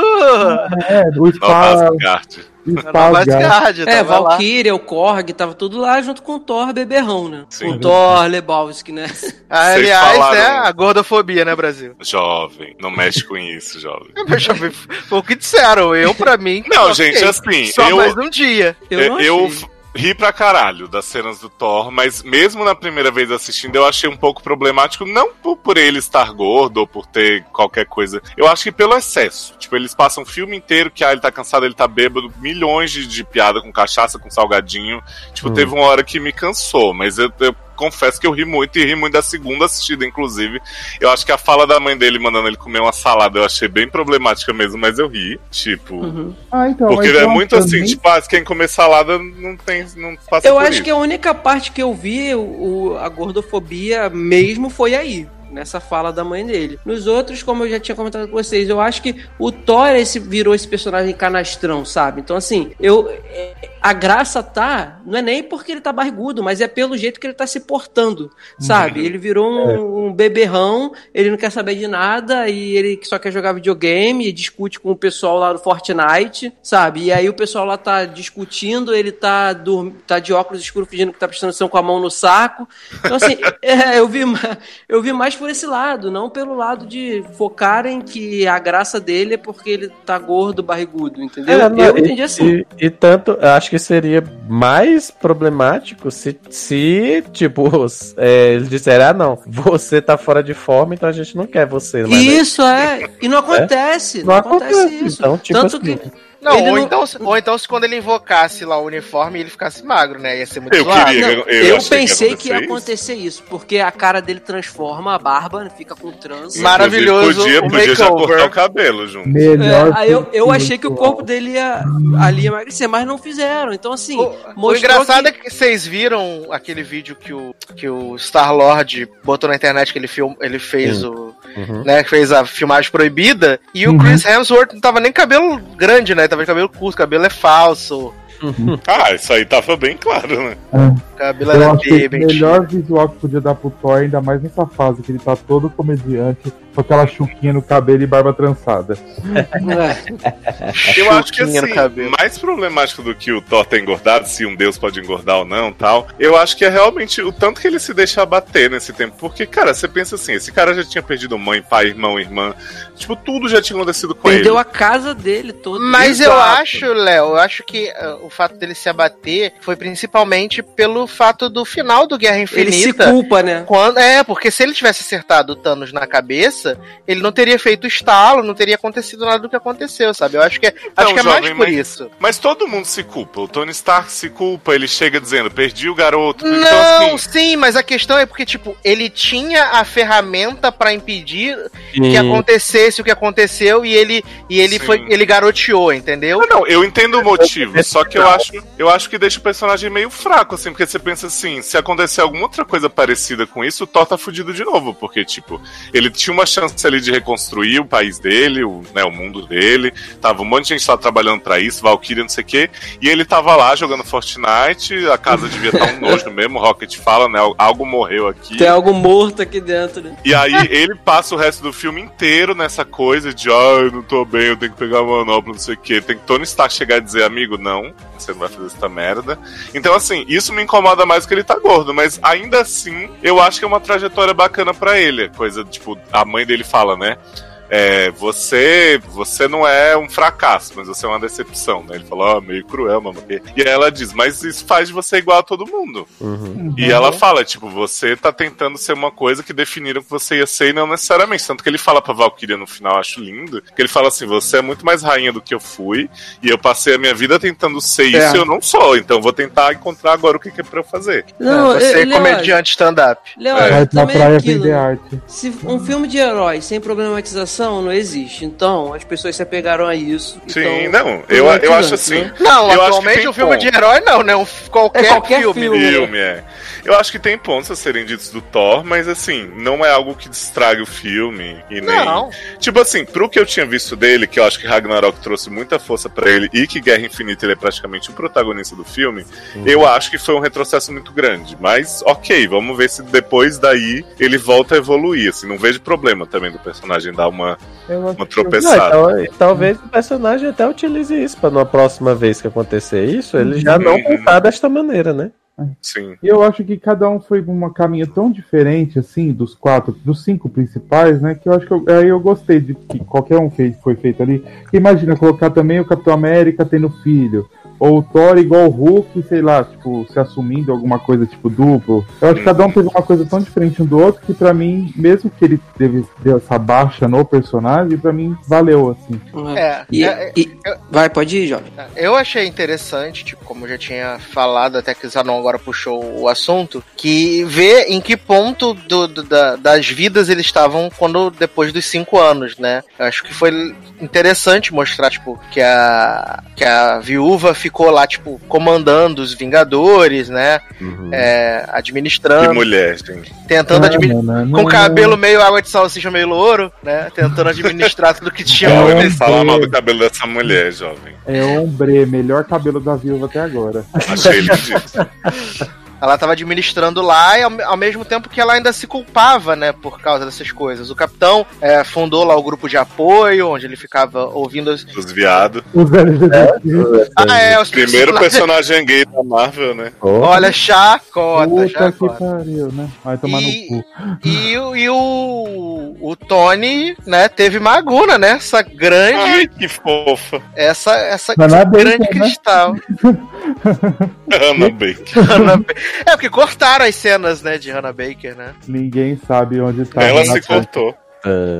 É, o Nova Spa, Asgard. o a Spa Nova Asgard. Asgard. É, tava lá. Valkyria, o Korg, tava tudo lá junto com o Thor beberrão, né? Sim. O Thor Lebowski, né? Ah, Vocês aliás, falaram- né, a gordofobia, né, Brasil? Jovem, não mexe com isso, jovem. Mas, jovem, foi o que disseram. Eu, pra mim... Não, ok. gente, assim, Só eu- mais um dia. Eu não eu achei. ri pra caralho das cenas do Thor, mas mesmo na primeira vez assistindo, eu achei um pouco problemático, não por, por ele estar gordo ou por ter qualquer coisa. Eu acho que pelo excesso. Tipo, eles passam o filme inteiro que ah, ele tá cansado, ele tá bêbado, milhões de, de piada com cachaça, com salgadinho. Tipo, Hum. teve uma hora que me cansou, mas eu, eu confesso que eu ri muito e ri muito da segunda assistida, inclusive. Eu acho que a fala da mãe dele mandando ele comer uma salada eu achei bem problemática mesmo, mas eu ri. Tipo. Uhum. Ah, então, Porque mas é eu muito acho assim, também- tipo, ah, quem comer salada não tem. Não passa Eu por acho isso. que a única parte que eu vi o, o- a gordofobia mesmo foi aí. Nessa fala da mãe dele. Nos outros, como eu já tinha comentado com vocês, eu acho que o Thor esse, virou esse personagem canastrão, sabe? Então, assim, eu é, a graça tá, não é nem porque ele tá barrigudo, mas é pelo jeito que ele tá se portando, sabe? Ele virou um, um beberrão, ele não quer saber de nada, e ele só quer jogar videogame, e discute com o pessoal lá do Fortnite, sabe? E aí o pessoal lá tá discutindo, ele tá, dorm... tá de óculos escuros, fingindo que tá prestando atenção com a mão no saco. Então, assim, é, eu vi ma- eu vi mais por esse lado, não pelo lado de focarem que a graça dele é porque ele tá gordo, barrigudo, entendeu? É, não, eu e- entendi assim. E, e tanto, eu acho que seria mais problemático se, se tipo, é, eles disserem, ah, não, você tá fora de forma, então a gente não quer você. Mas Isso é, e não acontece, não, Não acontece, acontece, isso. então, tipo Tanto assim, que Não, Ele ou, não- Então, se- ou então se quando ele invocasse lá o uniforme ele ficasse magro, né? Ia ser muito Eu zoado. queria. Não, eu- eu, eu achei que ia pensei que ia acontecer acontecer isso, porque a cara dele transforma, a barba fica com trança. Mar- Maravilhoso, Podia, o podia já makeover. cortar o cabelo junto. Melhor. É, aí eu, eu filme achei que o corpo dele ia ali ia emagrecer, mas não fizeram. Então, assim, O, o mostrou engraçado que... é que vocês viram aquele vídeo que o, que o Star-Lord botou na internet, que ele, film, ele fez o. Uhum. Né, que fez a filmagem proibida, e o Uhum. Chris Hemsworth não tava nem cabelo grande, né? Tava de cabelo curto, cabelo é falso. Ah, isso aí tava bem claro, né? Cabelo Eu era acho que o bem melhor visual que podia dar pro Thor, ainda mais nessa fase, que ele tá todo comediante, com aquela chuquinha no cabelo e barba trançada. Eu acho que Chuquinha no assim, cabelo. mais problemático do que o Thor ter engordado, se um deus pode engordar ou não tal, eu acho que é realmente o tanto que ele se deixa abater nesse tempo. Porque, cara, você pensa assim, esse cara já tinha perdido mãe, pai, irmão, irmã. Tipo, tudo já tinha acontecido com Perdeu ele. a casa dele toda. Mas eu Exato. acho, Léo, eu acho que uh, o fato dele se abater foi principalmente pelo fato do final do Guerra Ele se Infinita. culpa, né? Quando, é, porque se ele tivesse acertado o Thanos na cabeça, ele não teria feito o estalo, não teria acontecido nada do que aconteceu, sabe? Eu acho que é, acho que é mais jovem, por mas- isso. Mas todo mundo se culpa. O Tony Stark se culpa, ele chega dizendo, perdi o garoto. Então, Não, assim, sim, mas a questão é porque, tipo, ele tinha a ferramenta pra impedir Sim. que acontecesse o que aconteceu e ele, e ele Sim. foi, ele garoteou, entendeu? Não, não, eu entendo o motivo, só que eu acho, eu acho que deixa o personagem meio fraco, assim, porque você pensa assim, se acontecer alguma outra coisa parecida com isso, o Thor tá fudido de novo, porque, tipo, ele tinha uma chance ali de reconstruir o país dele, o, né, o mundo dele, tava um monte de gente lá trabalhando pra isso, Valkyria, não sei o quê, e ele tava lá jogando Fortnite, a casa devia estar um nojo mesmo, o Rocket fala, né, algo morreu aqui. Tem algo morto aqui dentro, né? E aí ele passa o resto do filme inteiro nessa coisa de, ah, eu não tô bem, eu tenho que pegar a manopla, não sei o quê. Tem que Tony Stark chegar e dizer, amigo, não, você não vai fazer essa merda. Então, assim, isso me incomoda mais que ele tá gordo, mas ainda assim, eu acho que é uma trajetória bacana pra ele. Coisa, tipo, a mãe dele fala, né? É, você você não é um fracasso, mas você é uma decepção, né? Ele falou, ó, meio cruel, mamãe. E aí ela diz, mas isso faz de você igual a todo mundo. Uhum. E ela fala, tipo, você tá tentando ser uma coisa que definiram que você ia ser e não necessariamente. Tanto que ele fala pra Valkyria no final, eu acho lindo, que ele fala assim, você é muito mais rainha do que eu fui, e eu passei a minha vida tentando ser isso É. e eu não sou, então vou tentar encontrar agora o que, que é pra eu fazer. Não, É, você é Leandro, comediante stand-up. Leandro, É. Vai pra também é praia aquilo. vender arte. Se um filme de herói sem problematização intenção não existe. Então, as pessoas se apegaram a isso. Sim, então, não, eu, eu acho assim. Né? Não, eu atualmente um um filme ponto. de herói não, né? Um, qualquer, É qualquer filme. filme. Filme, é. Eu acho que tem pontos a serem ditos do Thor, mas assim, não é algo que distrague o filme. E nem... Não. Tipo assim, pro que eu tinha visto dele, que eu acho que Ragnarok trouxe muita força pra ele e que Guerra Infinita ele é praticamente o protagonista do filme, uhum. eu acho que foi um retrocesso muito grande. Mas, ok, vamos ver se depois daí ele volta a evoluir. Assim, não vejo problema também do personagem dar uma, uma tropeçada. Não, então, talvez o personagem até utilize isso pra na próxima vez que acontecer isso, ele já não voltar desta maneira, né? Sim. E eu acho que cada um foi um caminho tão diferente, assim, dos quatro, dos cinco principais, né? Que eu acho que eu, aí eu gostei de que qualquer um fez, foi feito ali. Imagina colocar também o Capitão América tendo filho. Ou o Thor igual o Hulk, sei lá, tipo, se assumindo alguma coisa tipo duplo. Eu acho que cada um teve uma coisa tão diferente um do outro que pra mim, mesmo que ele teve deu essa baixa no personagem, pra mim valeu, assim. É, e, é, e, eu, vai, pode ir, jovem. Eu achei interessante, tipo, como eu já tinha falado, até que o Zanon agora puxou o assunto, que ver em que ponto do, do, da, das vidas eles estavam quando depois dos cinco anos, né? Eu acho que foi interessante mostrar, tipo, que a, que a viúva ficou lá, tipo, comandando os Vingadores, né? Uhum. É, administrando. Que mulher, gente. Tentando administrar. Com o cabelo meio água de salsicha, meio louro, né? Tentando administrar tudo que tinha. Não, eu falar mal do cabelo dessa mulher, jovem. É ombre, melhor cabelo da viúva até agora. Achei lindíssimo. Ela estava administrando lá e ao, ao mesmo tempo que ela ainda se culpava, né, por causa dessas coisas. O Capitão é, fundou lá o grupo de apoio, onde ele ficava ouvindo os, os viados. Os L G B T. Ah, é, os primeiro personagem gay da Marvel, né? Oh. Olha, chacota, Puta chacota. que pariu, né? Vai tomar e, no cu. E, e o, o Tony, né, teve Maguna, né? Essa grande... Ai, que fofa. Essa, essa, essa grande Baker, cristal. Hannah Baker. Hannah Baker. É, porque cortaram as cenas, né, de Hannah Baker, né? Ninguém sabe onde tá. Ela se cortou. Uh...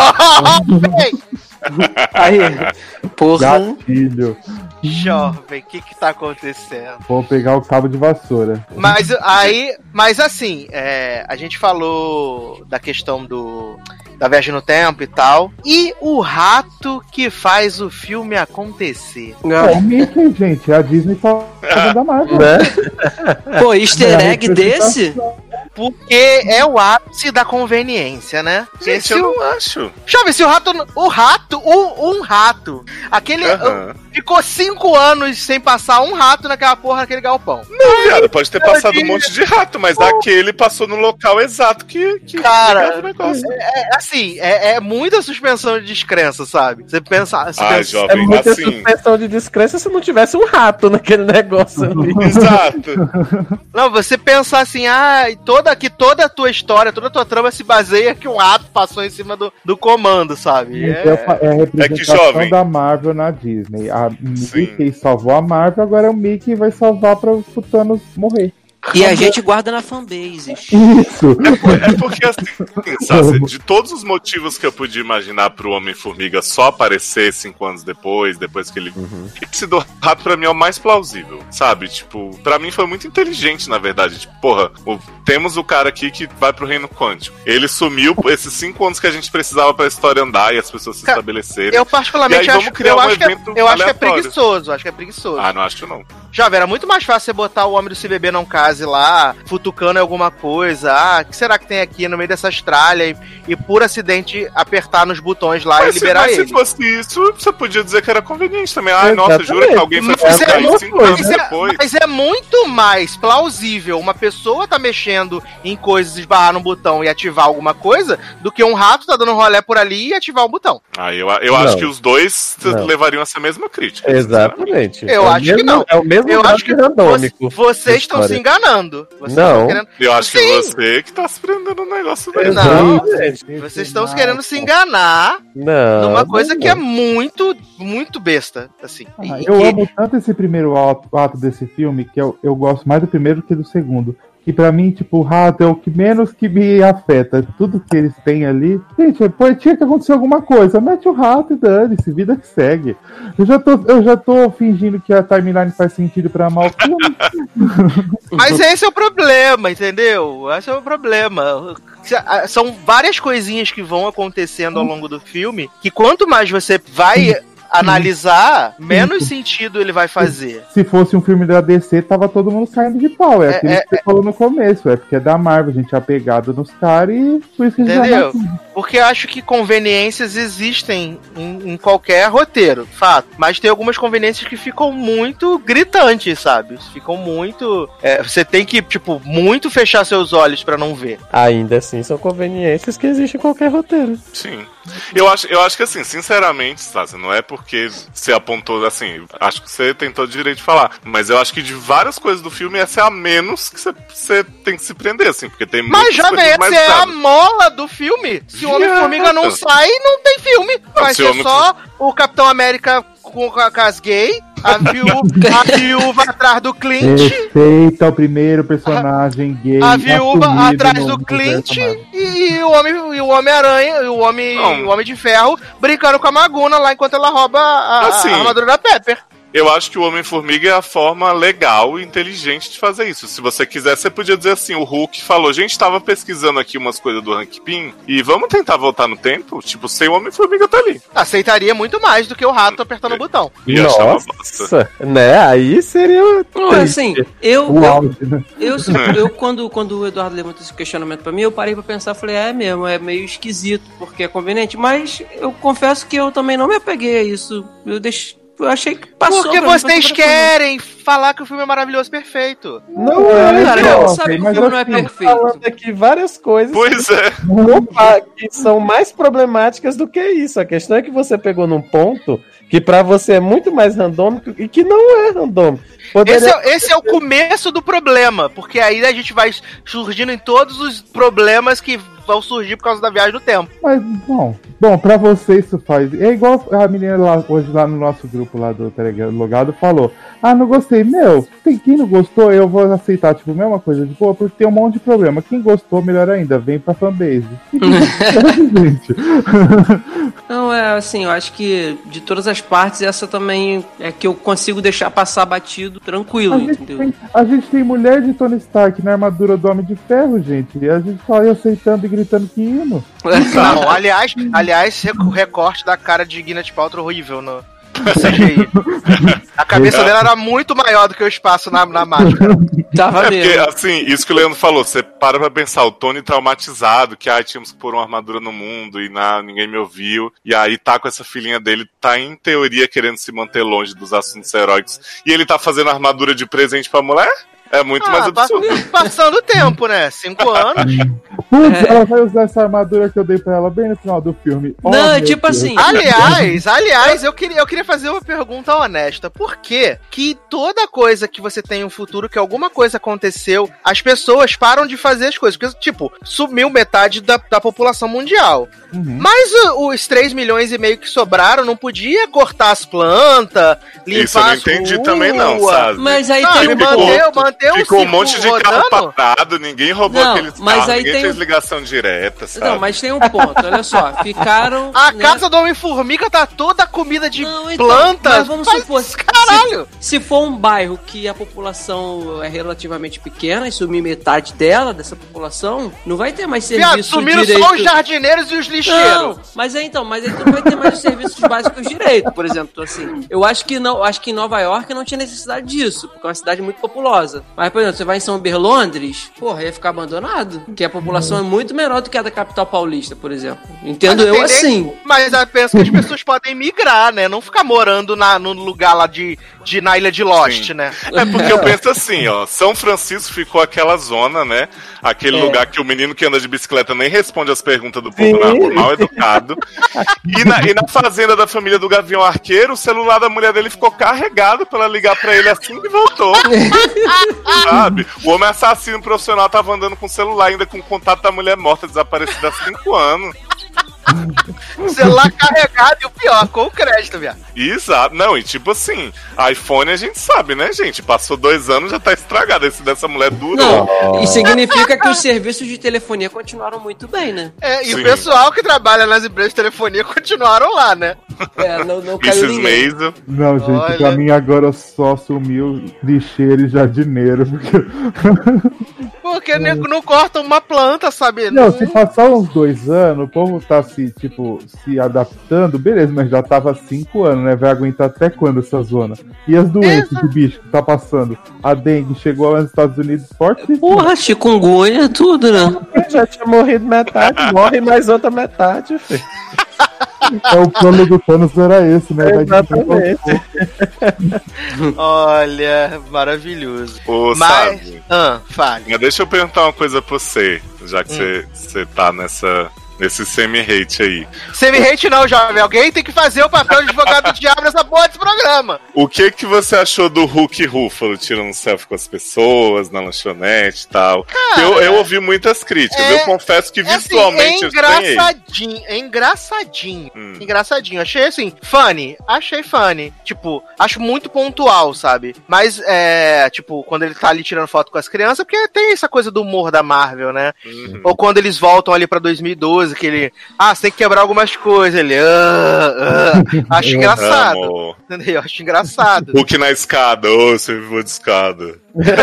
Jovem! Aí, porra. Gatilho. Jovem, o que que tá acontecendo? Vou pegar o cabo de vassoura. Mas aí, mas assim, é, a gente falou da questão do... da viagem no tempo e tal. E o rato que faz o filme acontecer. É o Mickey, gente. A Disney tá fazendo a Marvel. Né? Pô, easter egg é, desse? Porque é o ápice da conveniência, né? Gente, Esse eu o... não acho. Deixa eu ver se o rato... O rato, o, um rato. Aquele... Uhum. Ficou cinco anos sem passar um rato naquela porra, naquele galpão. Não, viado, pode ter passado um monte de rato, mas aquele passou no local exato que... que Cara, o negócio. É, é, assim, é, é muita suspensão de descrença, sabe? Você pensa... Você Ai, pensa jovem, é muita assim... suspensão de descrença se não tivesse um rato naquele negócio ali. Exato. Não, você pensar assim, ah, toda, que toda a tua história, toda a tua trama se baseia que um rato passou em cima do, do comando, sabe? É, é a representação é jovem... da Marvel na Disney. A Mickey Sim. salvou a Marvel, agora o Mickey vai salvar para o Thanos morrer. E a gente guarda na fanbase. Isso. É porque, assim, sabe, de todos os motivos que eu podia imaginar pro Homem-Formiga só aparecer cinco anos depois, depois que ele... Uhum. Esse do rato, pra mim, é o mais plausível, sabe? Tipo, pra mim foi muito inteligente, na verdade. Tipo, porra, o... temos o cara aqui que vai pro reino quântico. Ele sumiu esses cinco anos que a gente precisava pra história andar e as pessoas se Cara, estabelecerem. Eu particularmente aí, acho, criar eu um acho, que, é, eu acho que é preguiçoso, acho que é preguiçoso. Ah, não acho não. Já, era muito mais fácil você botar o homem do Se Beber Não Case lá, futucando alguma coisa. Ah, o que será que tem aqui no meio dessas tralhas? E, e por acidente apertar nos botões lá mas e liberar se, mas ele. se fosse isso, você podia dizer que era conveniente também. Ai, Exatamente. nossa, jura que alguém foi Mas buscar é, isso cinco anos mas, é, depois? mas é muito mais plausível uma pessoa tá mexendo em coisas, esbarrar no botão e ativar alguma coisa, do que um rato tá dando um rolé por ali e ativar o botão. Ah, eu, eu acho que os dois não. levariam essa mesma crítica. Exatamente. Eu é acho mesmo, que não. É o mesmo eu acho que randômico. Vocês estão se enganando. Vocês não. Querendo... Eu acho Sim. que você que tá se prendendo no negócio dele. Não, vocês estão querendo se enganar não, numa coisa não. que é muito, muito besta, assim. Ah, E eu que... amo tanto esse primeiro ato, ato desse filme, que eu, eu gosto mais do primeiro que do segundo. E pra mim, tipo, o rato é o que menos que me afeta. Tudo que eles têm ali. Gente, pô, tinha que acontecer alguma coisa. Mete o rato e dane-se, vida que segue. Eu já tô, eu já tô fingindo que a timeline faz sentido pra amar o filme. Mas esse é o problema, entendeu? Esse é o problema. São várias coisinhas que vão acontecendo ao longo do filme que quanto mais você vai analisar, menos sentido ele vai fazer. Se fosse um filme da D C, tava todo mundo caindo de pau. É, é aquilo é, que você é... falou no começo. É porque é da Marvel, a gente é apegado nos caras e por isso que a gente entendeu? Já... Porque eu acho que conveniências existem em, em qualquer roteiro, fato. Mas tem algumas conveniências que ficam muito gritantes, sabe? Ficam muito... É, você tem que, tipo, muito fechar seus olhos pra não ver. Ainda assim, são conveniências que existem em qualquer roteiro. Sim. Eu acho, eu acho que, assim, sinceramente, Stassi, não é porque você apontou, assim, acho que você tem todo o direito de falar, mas eu acho que de várias coisas do filme, essa é a menos que você, você tem que se prender, assim, porque tem mas já vem, essa é a mola do filme. Se o Homem-Formiga não sai, não tem filme. Vai ser homem... só o Capitão América com, com as gays, a viúva, a viúva atrás do Clint. Respeita o primeiro personagem a, gay. A viúva atrás do Clint e, e o homem, e o Homem-Aranha, e o homem, o Homem de Ferro brincando com a Maguna lá enquanto ela rouba a, assim, a armadura da Pepper. Eu acho que o Homem-Formiga é a forma legal e inteligente de fazer isso. Se você quiser, você podia dizer assim, o Hulk falou, gente, tava pesquisando aqui umas coisas do Hank Pym e vamos tentar voltar no tempo? Tipo, sem o Homem-Formiga tá ali. Aceitaria muito mais do que o rato apertando o botão. E nossa, né? Aí seria... Não, assim, eu... Eu, eu, eu, eu quando, quando o Eduardo levantou esse questionamento pra mim, eu parei pra pensar, falei, é mesmo, é meio esquisito, porque é conveniente, mas eu confesso que eu também não me apeguei a isso. Eu deixei... Eu achei que passou. Porque vocês querem falar que o filme é maravilhoso, perfeito. Não é, cara, não, não sabe que o filme assim, não é perfeito. Falando aqui várias coisas pois que, é. que são mais problemáticas do que isso. A questão é que você pegou num ponto que pra você é muito mais randômico e que não é randômico. Poderia... Esse, é, esse é o começo do problema, porque aí a gente vai surgindo em todos os problemas que vão surgir por causa da viagem do tempo. Mas, bom, bom, pra você isso faz... É igual a menina lá, hoje lá no nosso grupo lá do Telegram Logado falou, ah, não gostei. Meu, tem quem não gostou, eu vou aceitar, tipo, a mesma coisa de boa, porque tem um monte de problema. Quem gostou, melhor ainda, vem pra fanbase. Gente. Não, é assim, eu acho que de todas as partes, essa também é que eu consigo deixar passar batido tranquilo, a gente entendeu? Tem, a gente tem mulher de Tony Stark na armadura do Homem de Ferro, gente, e a gente só ia aceitando e gritando que hino. Não, aliás, aliás, o recorte da cara de Gwyneth Paltrow horrível no C G I. A cabeça dela era muito maior do que o espaço na, na máscara. Tava é porque, assim, isso que o Leandro falou, você para pra pensar, o Tony traumatizado, que ai, tínhamos que pôr uma armadura no mundo e na, ninguém me ouviu, e aí tá com essa filhinha dele, tá em teoria querendo se manter longe dos assuntos heróicos, e ele tá fazendo armadura de presente pra mulher? É muito ah, mais absurdo. Passando o tempo, né? Cinco anos. Putz, é. Ela vai usar essa armadura que eu dei pra ela bem no final do filme. Oh, não, tipo Deus. assim. Aliás, aliás, eu queria, eu queria fazer uma pergunta honesta. Por que que toda coisa que você tem um futuro, que alguma coisa aconteceu, as pessoas param de fazer as coisas? Porque, tipo, sumiu metade da, da população mundial. Uhum. Mas o, os três milhões e meio que sobraram não podia cortar as plantas, limpar Isso eu não entendi rua, também não, sabe? Mas aí sabe, tem um manter, manter Ficou um monte de carro parado, ninguém roubou não, aqueles mas carros, aí ninguém tem fez um... ligação direta, sabe? Não, mas tem um ponto, olha só, ficaram... A né? casa do Homem-Formiga tá toda comida de não, então, plantas. Mas vamos supor, caralho! Se, se for um bairro que a população é relativamente pequena e sumir metade dela, dessa população, não vai ter mais serviço Viado, sumiram direito... só os jardineiros e os lixeiros. Não, mas é então, mas aí tu não vai ter mais os serviços básicos direito, por exemplo, assim. Eu acho que não, acho que em Nova York não tinha necessidade disso, porque é uma cidade muito populosa. Mas, por exemplo, você vai em São Berlondres, porra, ia ficar abandonado, porque a população uhum. é muito menor do que a da capital paulista, por exemplo. Entendo eu assim. Mas eu penso que as pessoas podem migrar, né? Não ficar morando na, no lugar lá de, de na ilha de Lost, Sim. né? É porque eu penso assim, ó, São Francisco ficou aquela zona, né? Aquele é. lugar que o menino que anda de bicicleta nem responde as perguntas do povo na rua, mal educado. E na, e na fazenda da família do Gavião Arqueiro, o celular da mulher dele ficou carregado pra ela ligar pra ele assim e voltou. Sabe? O homem assassino profissional tava andando com o celular ainda com o contato da mulher morta desaparecida há cinco anos. Celular carregado e o pior, com o crédito, viado. Exato. Não, e tipo assim, iPhone a gente sabe, né, gente? Passou dois anos, já tá estragado. Esse dessa mulher dura. Não, e significa que os serviços de telefonia continuaram muito bem, né? É, e Sim. o pessoal que trabalha nas empresas de telefonia continuaram lá, né? É, não, não caiu missus ninguém. Maisel. Não, gente, Olha. pra mim agora só sumiu lixeiro e jardineiro. Porque... Porque nego não corta uma planta, sabe? Não, se passar uns dois anos, o povo tá se, tipo, se adaptando, beleza, mas já tava cinco anos, né? Vai aguentar até quando essa zona? E as doenças de bicho que tá passando? A dengue chegou lá nos Estados Unidos forte. Porra, chikungunya, tudo, né? Já tinha morrido metade, morre mais outra metade, filho. É, o plano do Thanos era esse, né? Vai Exatamente. Olha, maravilhoso. Ô, Mas, sabe? ah, fale. Mas deixa eu perguntar uma coisa pra você, já que você você tá nessa, nesse semi-hate aí. Semi-hate não, jovem. Alguém tem que fazer o papel de advogado do diabo nessa porra desse programa. O que que você achou do Hulk Ruffalo tirando selfie com as pessoas na lanchonete e tal? Cara, eu, eu ouvi muitas críticas. é- eu confesso que É assim, visualmente é eu estranhei. engraçadinho, é engraçadinho. Hum. Engraçadinho. Achei assim, funny. Achei funny. Tipo, acho muito pontual, sabe? Mas, é, tipo, quando ele tá ali tirando foto com as crianças, porque tem essa coisa do humor da Marvel, né? Uhum. Ou quando eles voltam ali pra dois mil e doze, que ele, ah, você tem que quebrar algumas coisas. Ele, ah, ah. Acho engraçado. Amo. Entendeu? Acho engraçado. Hulk na escada, ô, você viveu de escada.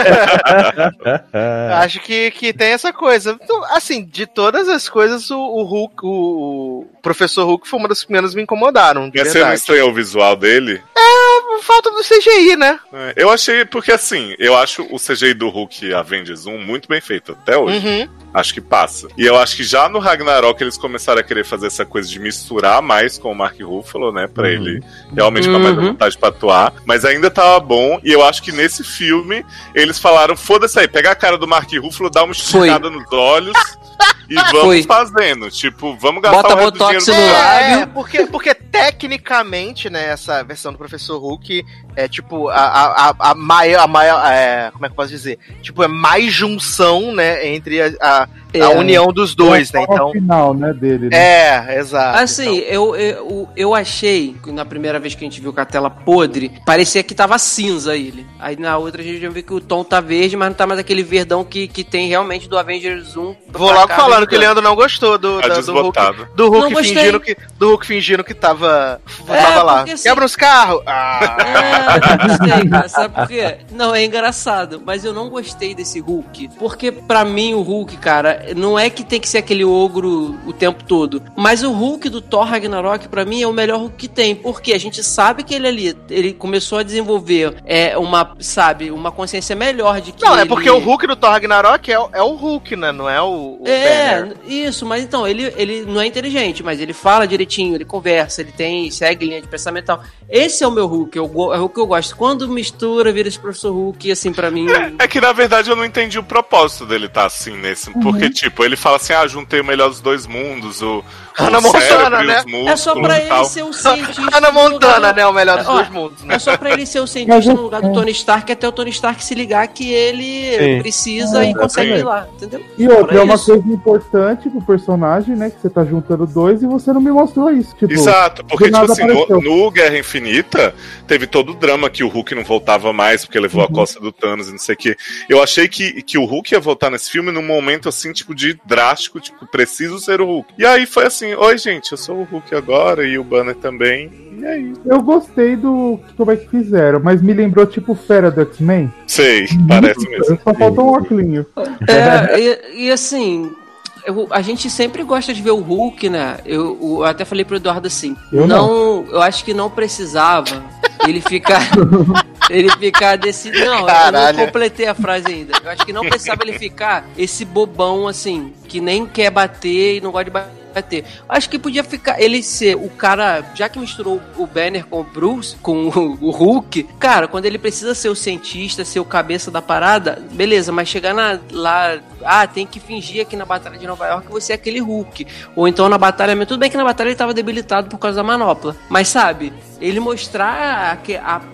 Acho que, que tem essa coisa. Então, assim, de todas as coisas, o, o Hulk, o, o Professor Hulk foi uma das que menos me incomodaram. De Mas você não verdade. estranhou o visual dele? Falta do C G I, né? É, eu achei, porque assim, eu acho o C G I do Hulk Avengers um muito bem feito até hoje. Uhum. Acho que passa. E eu acho que já no Ragnarok eles começaram a querer fazer essa coisa de misturar mais com o Mark Ruffalo, né? Pra ele realmente ficar mais à Uhum. vontade pra atuar. Mas ainda tava bom. E eu acho que nesse filme eles falaram: foda-se aí, pega a cara do Mark Ruffalo, dá uma esticada nos olhos e vamos Foi. fazendo. Tipo, vamos gastar Bota o resto do botox dinheiro no do lábio. É, porque, porque tecnicamente, né, essa versão do Professor Hulk é tipo a, a, a, a maior, a maior é, como é que eu posso dizer? Tipo, é mais junção, né, entre a, a, É. a união dos dois, né? É o Então, final, né, dele. Né? é, exato. Assim, eu, eu, eu achei, que na primeira vez que a gente viu com a tela podre, parecia que tava cinza ele. Aí na outra a gente já viu que o tom tá verde, mas não tá mais aquele verdão que, que tem realmente do Avengers um. Vou pra logo cá, falando que o verdão. Leandro não gostou do, Tá da- do Hulk, desbotado. do Hulk Não gostei. fingindo que do Hulk fingindo que tava, É, tava lá. porque assim- Quebra os carros. Ah. É, não gostei, cara. Sabe por quê? Não, é engraçado, mas eu não gostei desse Hulk. Porque, pra mim, o Hulk, cara, não é que tem que ser aquele ogro o tempo todo. Mas o Hulk do Thor Ragnarok, pra mim, é o melhor Hulk que tem. Porque a gente sabe que ele ali, ele começou a desenvolver é, uma, sabe, uma consciência melhor de que Não, é ele- porque o Hulk do Thor Ragnarok é, o- é o Hulk, né? Não é o, o É, Banner. isso, mas então, ele, ele não é inteligente, mas ele fala direitinho, ele conversa, ele tem, segue linha de pensamento e tal. Esse é o meu Hulk, eu, go- é o que eu gosto. Quando mistura, vira esse Professor Hulk, assim, pra mim... É que, na verdade, eu não entendi o propósito dele estar assim nesse. Porque, tipo, ele fala assim: ah, juntei o melhor dos dois mundos, o, Hannah o Montana, cérebro e né? os músculos É só pra e tal. ele ser o cientista... Hannah no lugar Montana, do- né? O melhor dos Ó, dois mundos, né? É só pra ele ser o Mas cientista eu- no lugar do Tony Stark, até o Tony Stark se ligar que ele Sim. precisa É, e consegue ir exatamente. lá, entendeu? E outra, Pra é uma isso. coisa importante pro personagem, né? Que você tá juntando dois e você não me mostrou isso. Tipo, Exato, porque, do tipo nada assim, no, apareceu. no Guerra Infinita, teve todo o drama que o Hulk não voltava mais, porque levou Uhum. a costa do Thanos e não sei o quê. Eu achei que, que o Hulk ia voltar nesse filme num momento, assim, tipo, de drástico, tipo, preciso ser o Hulk. E aí foi assim: oi, gente, eu sou o Hulk agora, e o Banner também, e é isso. Eu gostei do como é que fizeram, mas me lembrou tipo Fera do X-Men. Sei, parece mesmo. Só faltou um óculinho. É, e, e assim, eu- a gente sempre gosta de ver o Hulk, né? Eu, eu até falei pro Eduardo assim, Eu não, eu acho que não precisava ele ficar, ele ficar desse, não, eu Caralho. não completei a frase ainda. Eu acho que não precisava ele ficar esse bobão assim, que nem quer bater e não gosta de bater. Acho que podia ficar ele ser o cara, já que misturou o Banner com o Bruce, com o, o Hulk, cara, quando ele precisa ser o cientista, ser o cabeça da parada, beleza, mas chegar na, lá, ah, tem que fingir aqui na Batalha de Nova York que você é aquele Hulk. Ou então na batalha, tudo bem que na batalha ele tava debilitado por causa da manopla, mas sabe, ele mostrar a, que- a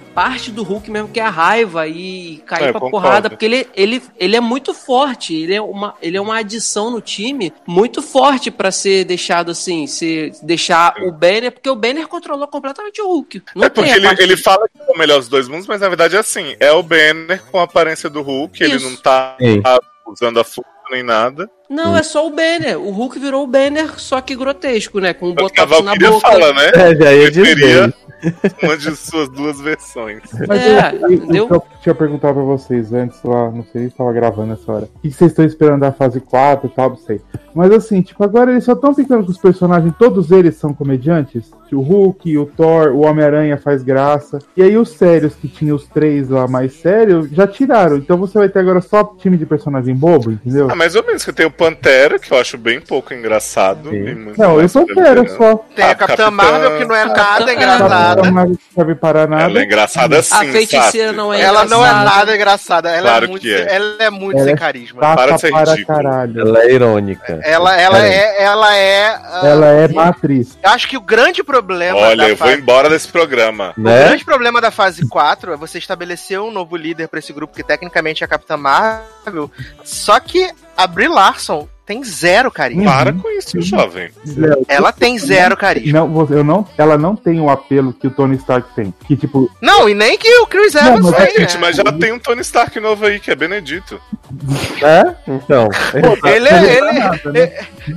parte do Hulk mesmo, que é a raiva e cair É, pra concordo. porrada, porque ele, ele, ele é muito forte, ele é, uma, ele é uma adição no time muito forte pra ser deixado assim, ser, deixar o Banner, porque o Banner controlou completamente o Hulk. Não É porque tem a ele, parte- ele fala que é o melhor dos dois mundos, mas na verdade é assim, é o Banner com a aparência do Hulk, ele Isso. não tá Sim. usando a força nem nada. Não, é só o Banner. O Hulk virou o Banner, só que grotesco, né? Com um A botox na Valkyria boca. fala, né? É, já ia Ele teria dizer. uma de suas duas versões. Mas É, eu, eu, entendeu? o que eu tinha perguntado pra vocês antes lá, não sei se tava gravando essa hora. O que vocês estão esperando da fase quatro e tal, não sei. Mas assim, tipo, agora eles só estão ficando com os personagens, todos eles são comediantes? O Hulk, o Thor, o Homem-Aranha faz graça. E aí os sérios, que tinha os três lá mais sérios, já tiraram. Então você vai ter agora só time de personagem bobo, entendeu? Ah, mais ou menos, que tem o Pantera, que eu acho bem pouco engraçado. Sim. e muito Não, eu mais só quero sobre só. Tem a Ah, Capitã Capitã- Marvel, que não é nada Capitã- engraçada. Capitã Marvel não serve para nada. Ela é engraçada sim, A feiticeira sabe? não é Ela não é engraçada. nada engraçada. Ela Claro é muito, que é. ela é muito Ela sem é carisma. Chata Para de ser para ridículo. caralho. Ela é irônica. Ela, ela Peraí. é, ela é. ah, Ela é matriz. Eu acho que o grande problema Olha, da eu vou fase... embora desse programa. O Né? grande problema da fase quatro é você estabelecer um novo líder pra esse grupo, que tecnicamente é a Capitã Marvel, só que a Brie Larson tem zero carisma. Para com isso, jovem. Léo, Ela tem zero carisma. Não, você- eu não, ela não tem o apelo que o Tony Stark tem. Que tipo, Não, e nem que o Chris Evans mas, tem, Gente, né? mas já tem um Tony Stark novo aí, que é Benedito. É? Então. Ele é. Ele, nada, né?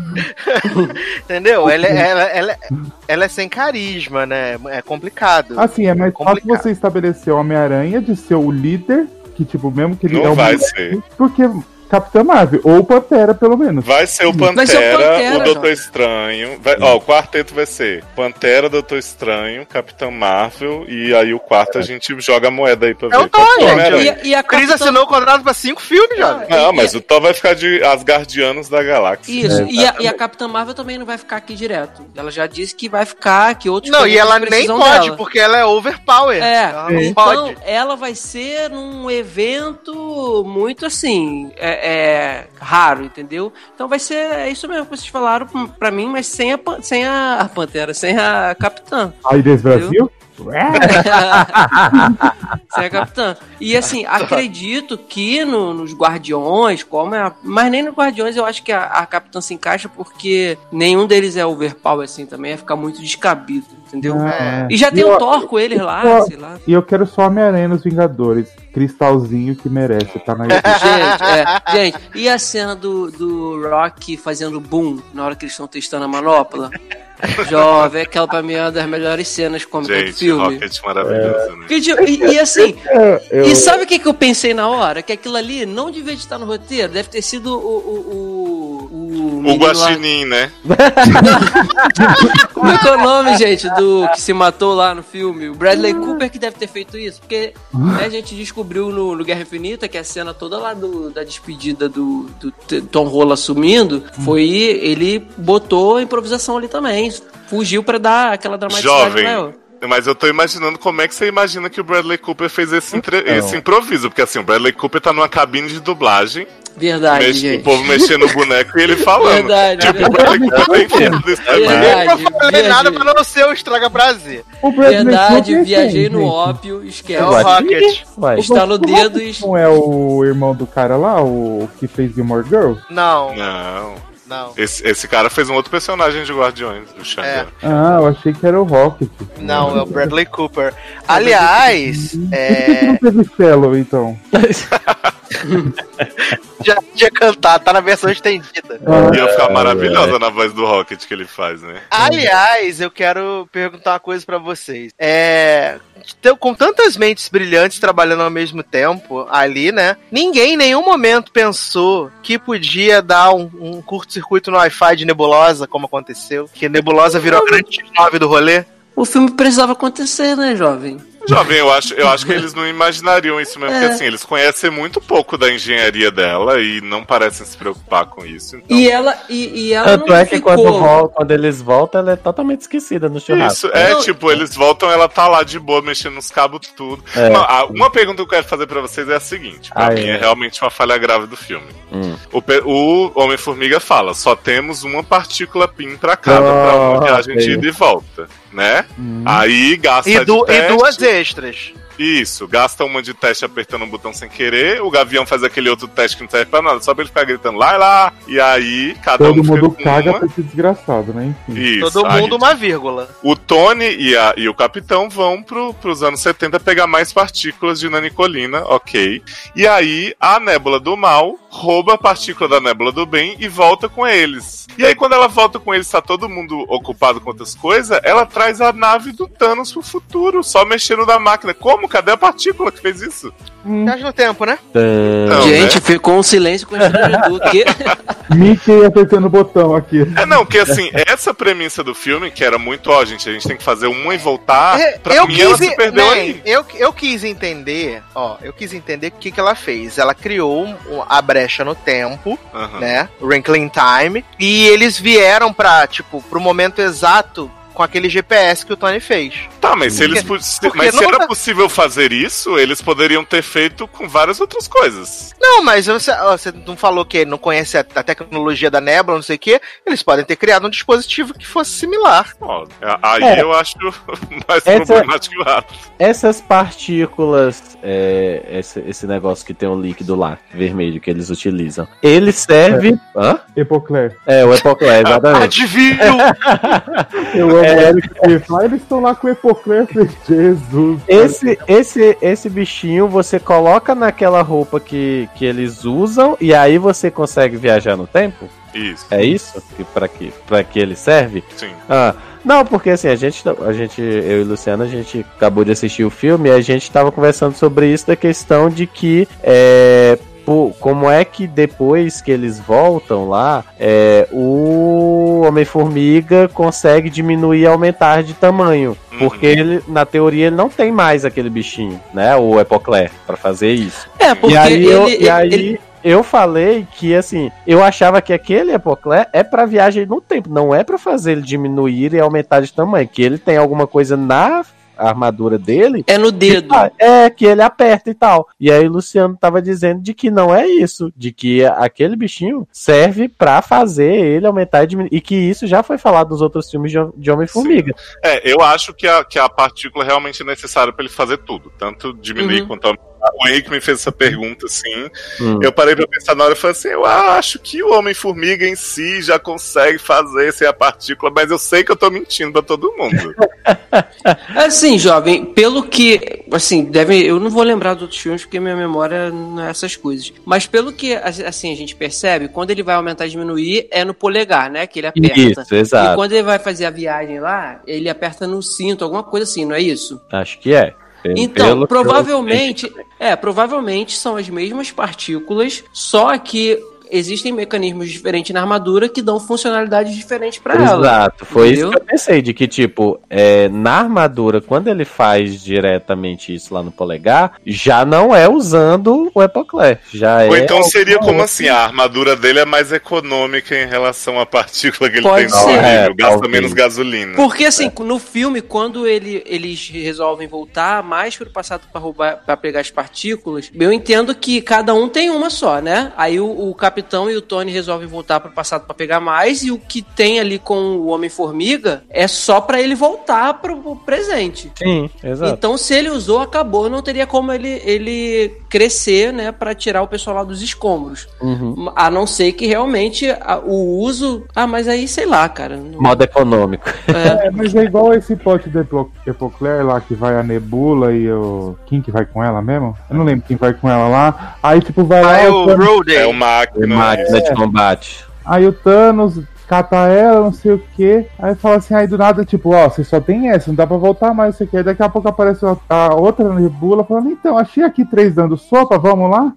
entendeu? Ela, é- ela, ela, ela é sem carisma, né? É complicado. Assim, é mais fácil Complicado. você estabelecer o Homem-Aranha de ser o líder, que tipo, mesmo que ele Não é o vai moleque, ser. porque Capitã Marvel, ou Pantera, pelo menos. Vai ser o Pantera, Vai ser o Pantera, o Doutor jovem. Estranho. Vai, ó, o quarteto vai ser Pantera, Doutor Estranho, Capitão Marvel, e aí o quarto a gente joga a moeda aí pra ver. É o Thor, Pode ser gente. Homem-Aranha. E, e a O Chris Capitã- assinou o contrato pra cinco filmes, jovem. Não, mas o Thor vai ficar de Asgardianos da Galáxia. Isso, É, e, a, e a Capitã Marvel também não vai ficar aqui direto. Ela já disse que vai ficar, que outros Não, e planetas ela nem precisam pode, dela. porque ela é overpower. É, Ela não então pode. ela vai ser num evento muito assim, é, é, raro, entendeu? Então vai ser, é isso mesmo que vocês falaram pra mim, mas sem a, Pan- sem a, a Pantera, sem a Capitã. Aí desse Brasil? Sem a Capitã. E assim, acredito que no- nos Guardiões, como é a, mas nem nos Guardiões eu acho que a, a Capitã se encaixa, porque nenhum deles é overpower assim também, ia ficar muito descabido, entendeu? Ah, E já tem E o eu- Thor com eles lá, eu- sei lá. E eu quero só Homem-Aranha nos Vingadores. Cristalzinho que merece, tá na Gente, é, gente, e a cena do, do Rock fazendo boom na hora que eles estão testando a manopla? Jovem, aquela pra mim é uma das melhores cenas cômicas do Gente, filme. Rocket maravilhoso, né? Que, tipo, E, e assim, Eu- e sabe o que, que eu pensei na hora? Que aquilo ali não devia estar no roteiro, deve ter sido o. O, o, o, O menino lá- Guaxinim, né? Como é que é o nome, gente, do que se matou lá no filme? O Bradley Cooper que deve ter feito isso, porque né, a gente descobriu no, no Guerra Infinita que a cena toda lá do, da despedida do, do T- Tom Holland assumindo foi ele botou a improvisação ali também, fugiu pra dar aquela dramaticidade Jovem. maior. Mas eu tô imaginando como é que você imagina que o Bradley Cooper fez esse, entre- Então. esse improviso. Porque assim, o Bradley Cooper tá numa cabine de dublagem, Verdade, mexe- o gente. povo mexendo o boneco e ele falando. Verdade, tipo, verdade. o Bradley Cooper tá enfiando isso também. Verdade. Eu não falei nada pra não ser o Estraga Prazer. O Bradley Verdade, Cooper viajei tem, no gente. ópio, É esquece. o Rocket. Ué, Está no dedo e... Não é o irmão do cara lá, o que fez Gilmore Girls? Não, Não. não. Esse, esse cara fez um outro personagem de Guardiões, o Xavier. Ah, eu achei que era o Rocket. Não, é o Bradley Cooper. Aliás, Por que, que é... não teve Fellow, então? já tinha cantado, tá na versão estendida. E ia ficar maravilhosa na voz do Rocket que ele faz, né? Aliás, eu quero perguntar uma coisa pra vocês. É, então, com tantas mentes brilhantes trabalhando ao mesmo tempo ali, né? Ninguém em nenhum momento pensou que podia dar um, um curto-circuito no Wi-Fi de Nebulosa, como aconteceu. Que Nebulosa virou a grande nove do rolê. O filme precisava acontecer, né, jovem? Jovem, eu acho, eu acho que eles não imaginariam isso mesmo, É. porque assim, eles conhecem muito pouco da engenharia dela e não parecem se preocupar com isso. Então... E ela, e, e ela Tanto não é que ficou... quando, vol- quando eles voltam, ela é totalmente esquecida no churrasco. Isso, é Não. tipo, eles voltam, ela tá lá de boa, mexendo nos cabos tudo. É. Não, a- uma pergunta que eu quero fazer pra vocês é a seguinte: pra Ah, mim é. é. realmente uma falha grave do filme. Hum. O, pe- o Homem-Formiga fala: só temos uma partícula PIN pra cada, pra uma Ah, viagem de ok. ida e volta, né? Hum. Aí gasta E, de du- e teste, duas extras. Isso, gasta uma de teste apertando um botão sem querer, o Gavião faz aquele outro teste que não serve pra nada, só pra ele ficar gritando lá e lá, e aí cada Todo um mundo fica com caga uma. pra esse desgraçado, né? Enfim. Isso, Todo aí mundo uma vírgula. o Tony e, a, e o Capitão vão pro, pros anos setenta pegar mais partículas de nanicolina, ok. E aí a Nébula do Mal rouba a partícula da Nébula do Bem e volta com eles. E aí quando ela volta com eles, tá todo mundo ocupado com outras coisas, ela traz a nave do Thanos pro futuro, só mexendo na máquina. Como? Cadê a partícula que fez isso? Viagem no tempo, né? Não, Gente, né? ficou um silêncio constrangedor. Que... Mickey apertando o botão aqui. É, não, porque assim, essa premissa do filme, que era muito, ó, gente, a gente tem que fazer uma e voltar, É, pra eu mim quis, ela se perdeu man, aí. Eu, eu quis entender, ó, eu quis entender o que, que ela fez. Ela criou um- a brecha no tempo, Aham. né? Wrinkling Time. E eles vieram pra, tipo, pro momento exato com aquele G P S que o Tony fez. Tá, mas se eles Porque- pu- se- porque mas se não era dá- possível fazer isso, eles poderiam ter feito com várias outras coisas. Não, mas você, ó, você não falou que não conhece a, a tecnologia da Nebula, não sei o quê. Eles podem ter criado um dispositivo que fosse similar. Ó, aí É. eu acho mais Essa- problemático lá. Essas partículas, é, esse, esse negócio que tem um líquido lá, vermelho, que eles utilizam, ele serve... Hã? Epocler. É, o Epocler, exatamente. Adivinho! Eu amo É. o Eric que fala, eles estão lá com o Epocler. Eu falei, Jesus. Esse, esse, esse bichinho você coloca naquela roupa que, que eles usam e aí você consegue viajar no tempo? Isso, É isso? Que, pra, que, pra que ele serve? sim. Ah, não, porque assim, a gente, a gente, eu e Luciano, a gente acabou de assistir o filme e a gente tava conversando sobre isso, da questão de que, é, pô, como é que depois que eles voltam lá, é, o Homem-Formiga consegue diminuir e aumentar de tamanho. Uhum. Porque ele, na teoria, ele não tem mais aquele bichinho, né? O Epocler, pra fazer isso. É, porque E aí, ele, eu, ele- e aí ele- eu falei que, assim, eu achava que aquele Epocler é pra viagem no tempo, não é pra fazer ele diminuir e aumentar de tamanho, que ele tem alguma coisa na armadura dele. é no dedo. Ah, é, que ele aperta e tal. E aí o Luciano tava dizendo de que não é isso, de que aquele bichinho serve pra fazer ele aumentar e diminuir, e que isso já foi falado nos outros filmes de, de Homem-Formiga. É, eu acho que a, que a partícula realmente é necessária pra ele fazer tudo, tanto diminuir Uhum. quanto aumentar. O Henrique me fez essa pergunta, assim. Hum. Eu parei pra pensar na hora e falei assim: eu acho que o Homem-Formiga em si já consegue fazer sem a partícula, mas eu sei que eu tô mentindo pra todo mundo. Assim, jovem, pelo que, assim, deve, eu não vou lembrar dos outros filmes porque minha memória não é essas coisas. Mas pelo que, assim, a gente percebe, quando ele vai aumentar e diminuir é no polegar, né? Que ele aperta. Isso, exato. E quando ele vai fazer a viagem lá, ele aperta no cinto, alguma coisa assim, não é isso? Acho que é. Pelo- Então, pelo que eu provavelmente, é, provavelmente são as mesmas partículas, só que existem mecanismos diferentes na armadura que dão funcionalidades diferentes pra ela. Exato, foi entendeu? isso que eu pensei, de que, tipo, é, na armadura, quando ele faz diretamente isso lá no polegar, já não é usando o Epocler, já Ou é... então seria alguma como outra- assim: a armadura dele é mais econômica em relação à partícula que ele Pode tem ser. disponível, É, gasta talvez. menos gasolina. Porque assim, no filme, quando ele, eles resolvem voltar mais pro passado pra roubar, para pegar as partículas, eu entendo que cada um tem uma só, né? Aí o, o Capitão e o Tony resolvem voltar pro passado pra pegar mais, e o que tem ali com o Homem-Formiga é só pra ele voltar pro, pro presente. Sim, exato. Então, se ele usou, acabou, não teria como ele, ele crescer, né, pra tirar o pessoal lá dos escombros. Uhum. A não ser que realmente a- o uso... Ah, mas aí, sei lá, cara. não- Modo econômico. É. É, mas é igual esse plot do Epo- Epocler lá, que vai a Nebula e o... Quem que vai com ela mesmo? Eu não lembro quem vai com ela lá. Aí, tipo, vai lá... Aí o o Thanos- Road. É uma máquina. Máquina de combate. Aí o Thanos cata ela, não sei o que. Aí fala assim, aí do nada, tipo, ó, você só tem essa, não dá pra voltar mais, isso aqui. Aí daqui a pouco aparece a, a outra Nebula falando, então, achei aqui três dando sopa, vamos lá?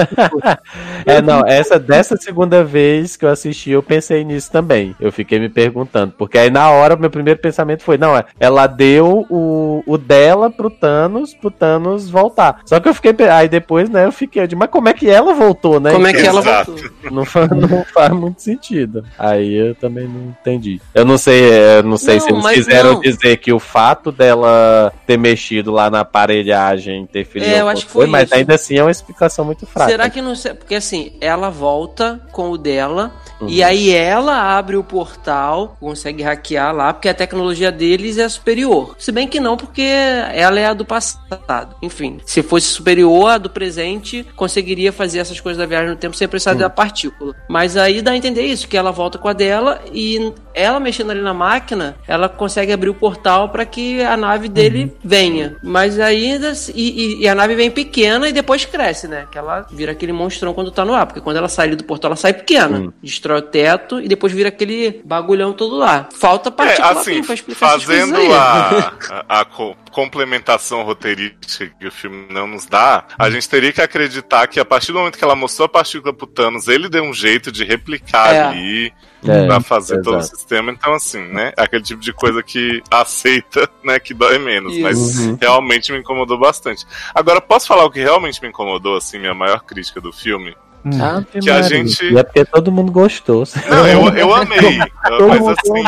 É, não, essa dessa segunda vez que eu assisti, eu pensei nisso também. Eu fiquei me perguntando, porque aí na hora meu primeiro pensamento foi, não, é, ela deu o, o dela pro Thanos, pro Thanos voltar. Só que eu fiquei, pe- aí depois, né, eu fiquei, eu disse, mas como é que ela voltou, né? Como é que ela Exato. voltou? Não faz, não faz muito sentido. Aí eu também não entendi. Eu não sei, eu não sei Não, se eles mas quiseram não. dizer que o fato dela ter mexido lá na aparelhado interferiu. É, eu alguma acho que foi coisa, mas isso. ainda assim é uma explicação muito fraca. Será que não... Porque assim, ela volta com o dela, uhum. e aí ela abre o portal, consegue hackear lá, porque a tecnologia deles é superior. Se bem que não, porque ela é a do passado. Enfim, se fosse superior, a do presente conseguiria fazer essas coisas da viagem no tempo sem precisar uhum. da partícula. Mas aí dá a entender isso, que ela volta com a dela e ela mexendo ali na máquina, ela consegue abrir o portal para que a nave dele uhum. venha. Mas ainda... E, e, e a nave vem pequena e depois cresce, né? Que ela vira aquele monstrão quando tá no ar. Porque quando ela sai do portal, ela sai pequena. Uhum. Destrói o teto e depois vira aquele bagulhão todo lá. Falta partícula é, assim, pra explicar fazendo essas coisas aí. a, a, a co- complementação roteirística que o filme não nos dá, a gente teria que acreditar que a partir do momento que ela mostrou a partícula pro Thanos, ele deu um jeito de replicar é. ali... É, pra fazer exato. Todo o sistema, então assim, né, aquele tipo de coisa que aceita, né, que dói menos, isso. Mas uhum. realmente me incomodou bastante. Agora, posso falar o que realmente me incomodou, assim, minha maior crítica do filme? Ah, que que a gente... E é porque todo mundo gostou. Não, eu, eu amei, mas assim,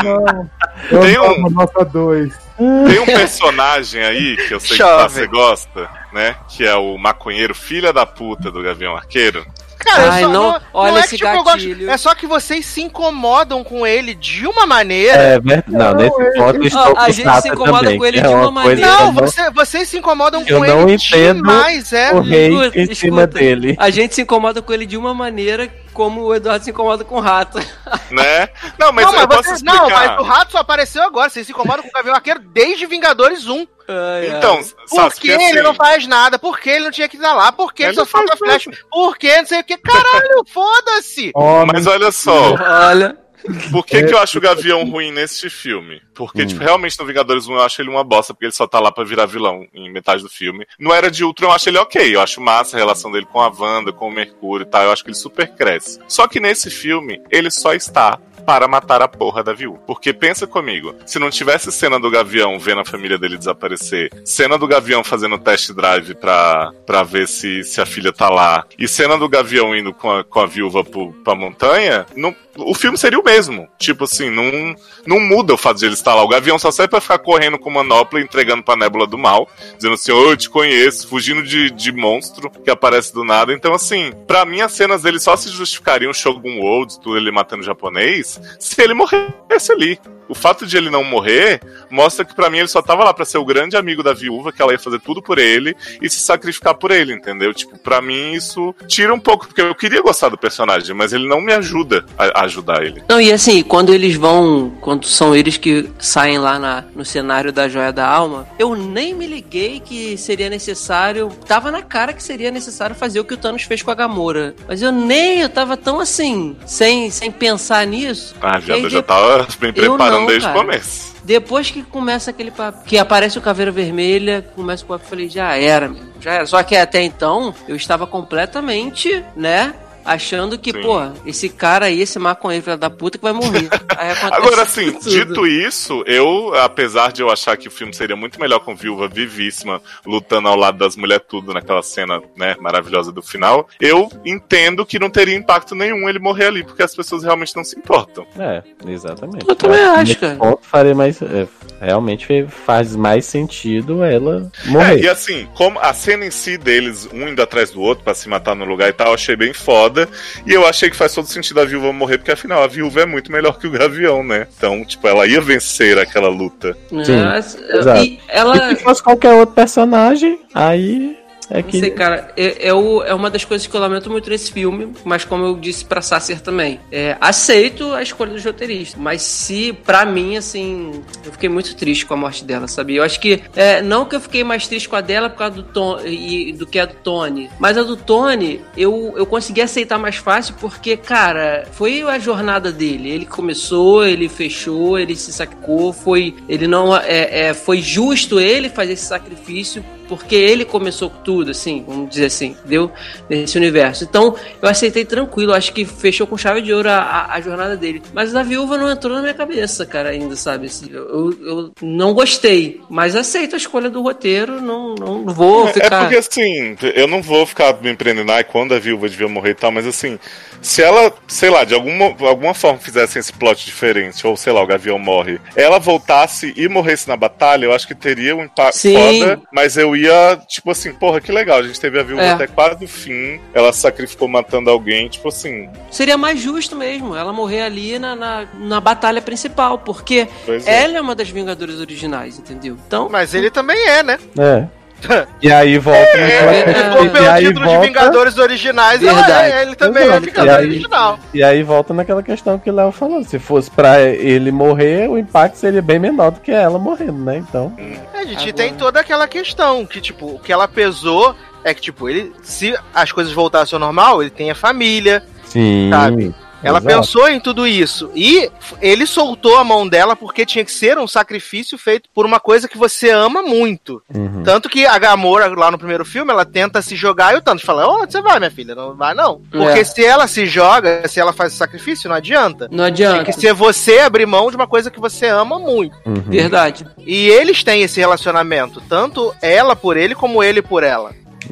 eu tem um... nota dois. Tem um personagem aí, que eu sei que tá, você gosta, né, que é o maconheiro filha da puta do Gavião Arqueiro. Cara, Ai, só, não, não, olha não é esse que, tipo, gatilho. eu gosto, é só que vocês se incomodam com ele de uma maneira. É verdade. Não, nesse ponto eu estou a com gente se incomoda também, com ele é de uma uma maneira. Não, não você, vocês se incomodam eu com não ele entendo demais, é. O rei Escuta, em cima escuta. dele. A gente se incomoda com ele de uma maneira como o Eduardo se incomoda com o rato. Né? Não, mas não, eu mas posso você, explicar. não, mas o rato só apareceu agora. Vocês se incomodam com o Gavião Arqueiro desde Vingadores um. Ai, então, ai. Por que ele assim, não faz nada? Por que ele não tinha que estar lá? Por que ele, ele só falta flash? Por que não sei o que? Caralho, foda-se! Oh, mas olha só. Olha. Por que, que eu acho o Gavião ruim nesse filme? Porque, hum. tipo, realmente no Vingadores um eu acho ele uma bosta, porque ele só tá lá pra virar vilão em metade do filme. No Era de Ultron eu acho ele ok, eu acho massa a relação dele com a Wanda, com o Mercúrio e tal, eu acho que ele super cresce. Só que nesse filme, ele só está para matar a porra da viúva. Porque pensa comigo, se não tivesse cena do Gavião vendo a família dele desaparecer, cena do Gavião fazendo test drive pra, pra ver se, se a filha tá lá, e cena do Gavião indo com a, com a viúva pro, pra montanha, não, o filme seria o mesmo. Tipo assim, não, não muda o fato de ele estar lá. O Gavião só serve pra ficar correndo com manopla, entregando pra Nébula do Mal, dizendo assim, oh, eu te conheço, fugindo de, de monstro que aparece do nada. Então assim, pra mim as cenas dele só se justificariam o Shogun World, tudo ele matando japonês, se ele morresse ali. O fato de ele não morrer mostra que pra mim ele só tava lá pra ser o grande amigo da viúva, que ela ia fazer tudo por ele e se sacrificar por ele, entendeu? Tipo, pra mim isso tira um pouco, porque eu queria gostar do personagem, mas ele não me ajuda a, a ajudar ele. Não, e assim, quando eles vão, quando são eles que saem lá na, no cenário da Joia da Alma, eu nem me liguei que seria necessário, tava na cara que seria necessário fazer o que o Thanos fez com a Gamora, mas eu nem, eu tava tão assim, sem, sem pensar nisso. Ah, viado, eu já tava bem preparando desde o começo. Depois que começa aquele papo, que aparece o Caveira Vermelha, começa o papo, eu falei, já era, mesmo, já era. Só que até então, eu estava completamente, né, achando que, sim, pô, esse cara aí, esse maconheiro filho da puta que vai morrer. Agora, assim, tudo. Dito isso, eu, apesar de eu achar que o filme seria muito melhor com Viúva vivíssima, lutando ao lado das mulheres tudo naquela cena, né, maravilhosa do final, eu entendo que não teria impacto nenhum ele morrer ali, porque as pessoas realmente não se importam. É, exatamente. Eu também é, acho, cara. Ponto faria mais, é, realmente faz mais sentido ela morrer. É, e assim, como a cena em si deles, um indo atrás do outro pra se matar no lugar e tal, eu achei bem foda. E eu achei que faz todo sentido a viúva morrer, porque afinal a viúva é muito melhor que o Gavião, né? Então, tipo, ela ia vencer aquela luta. Sim, é, exato. E, ela... e se fosse qualquer outro personagem, aí... É que... Não sei, cara, é, é, o, é uma das coisas que eu lamento muito nesse filme, mas como eu disse pra Sacer também, é, aceito a escolha dos roteiristas, mas se, pra mim, assim, eu fiquei muito triste com a morte dela, sabe? Eu acho que, é, não que eu fiquei mais triste com a dela por causa do Tom, e, do que a do Tony, mas a do Tony, eu, eu consegui aceitar mais fácil porque, cara, foi a jornada dele, ele começou, ele fechou, ele se sacrificou, foi, ele não, é, é, foi justo ele fazer esse sacrifício, porque ele começou tudo, assim, vamos dizer assim, entendeu? Nesse universo. Então, eu aceitei tranquilo, acho que fechou com chave de ouro a, a, a jornada dele. Mas a viúva não entrou na minha cabeça, cara, ainda, sabe? Assim, eu, eu não gostei, mas aceito a escolha do roteiro, não, não vou ficar... É porque, assim, eu não vou ficar me empreendendo, ai, quando a viúva devia morrer e tal, mas assim, se ela, sei lá, de alguma, alguma forma fizesse esse plot diferente, ou sei lá, o Gavião morre, ela voltasse e morresse na batalha, eu acho que teria um impacto foda, mas eu ia, tipo assim, porra, que legal, a gente teve a Viúva é. até quase o fim, ela sacrificou matando alguém, tipo assim... Seria mais justo mesmo, ela morrer ali na, na, na batalha principal, porque pois ela é. é uma das Vingadoras originais, entendeu? Então... Mas ele também é, né? É. E aí volta. É, é, pelo título volta... de Vingadores originais, ela é, ele também Exato. é Vingador aí, original. E aí volta naquela questão que o Léo falou: se fosse pra ele morrer, o impacto seria bem menor do que ela morrendo, né? Então. É, a gente Agora... tem toda aquela questão que, tipo, o que ela pesou é que, tipo, ele, se as coisas voltassem ao normal, ele tem a família. Sim. Sabe? Ela Exato. pensou em tudo isso. E ele soltou a mão dela porque tinha que ser um sacrifício feito por uma coisa que você ama muito. Uhum. Tanto que a Gamora, lá no primeiro filme, ela tenta se jogar e o Thanos fala: onde você vai, minha filha? Não vai, não. Porque é. se ela se joga, se ela faz o sacrifício, não adianta. Não adianta. Tem que ser você abrir mão de uma coisa que você ama muito. Uhum. Verdade. E eles têm esse relacionamento. Tanto ela por ele, como ele por ela.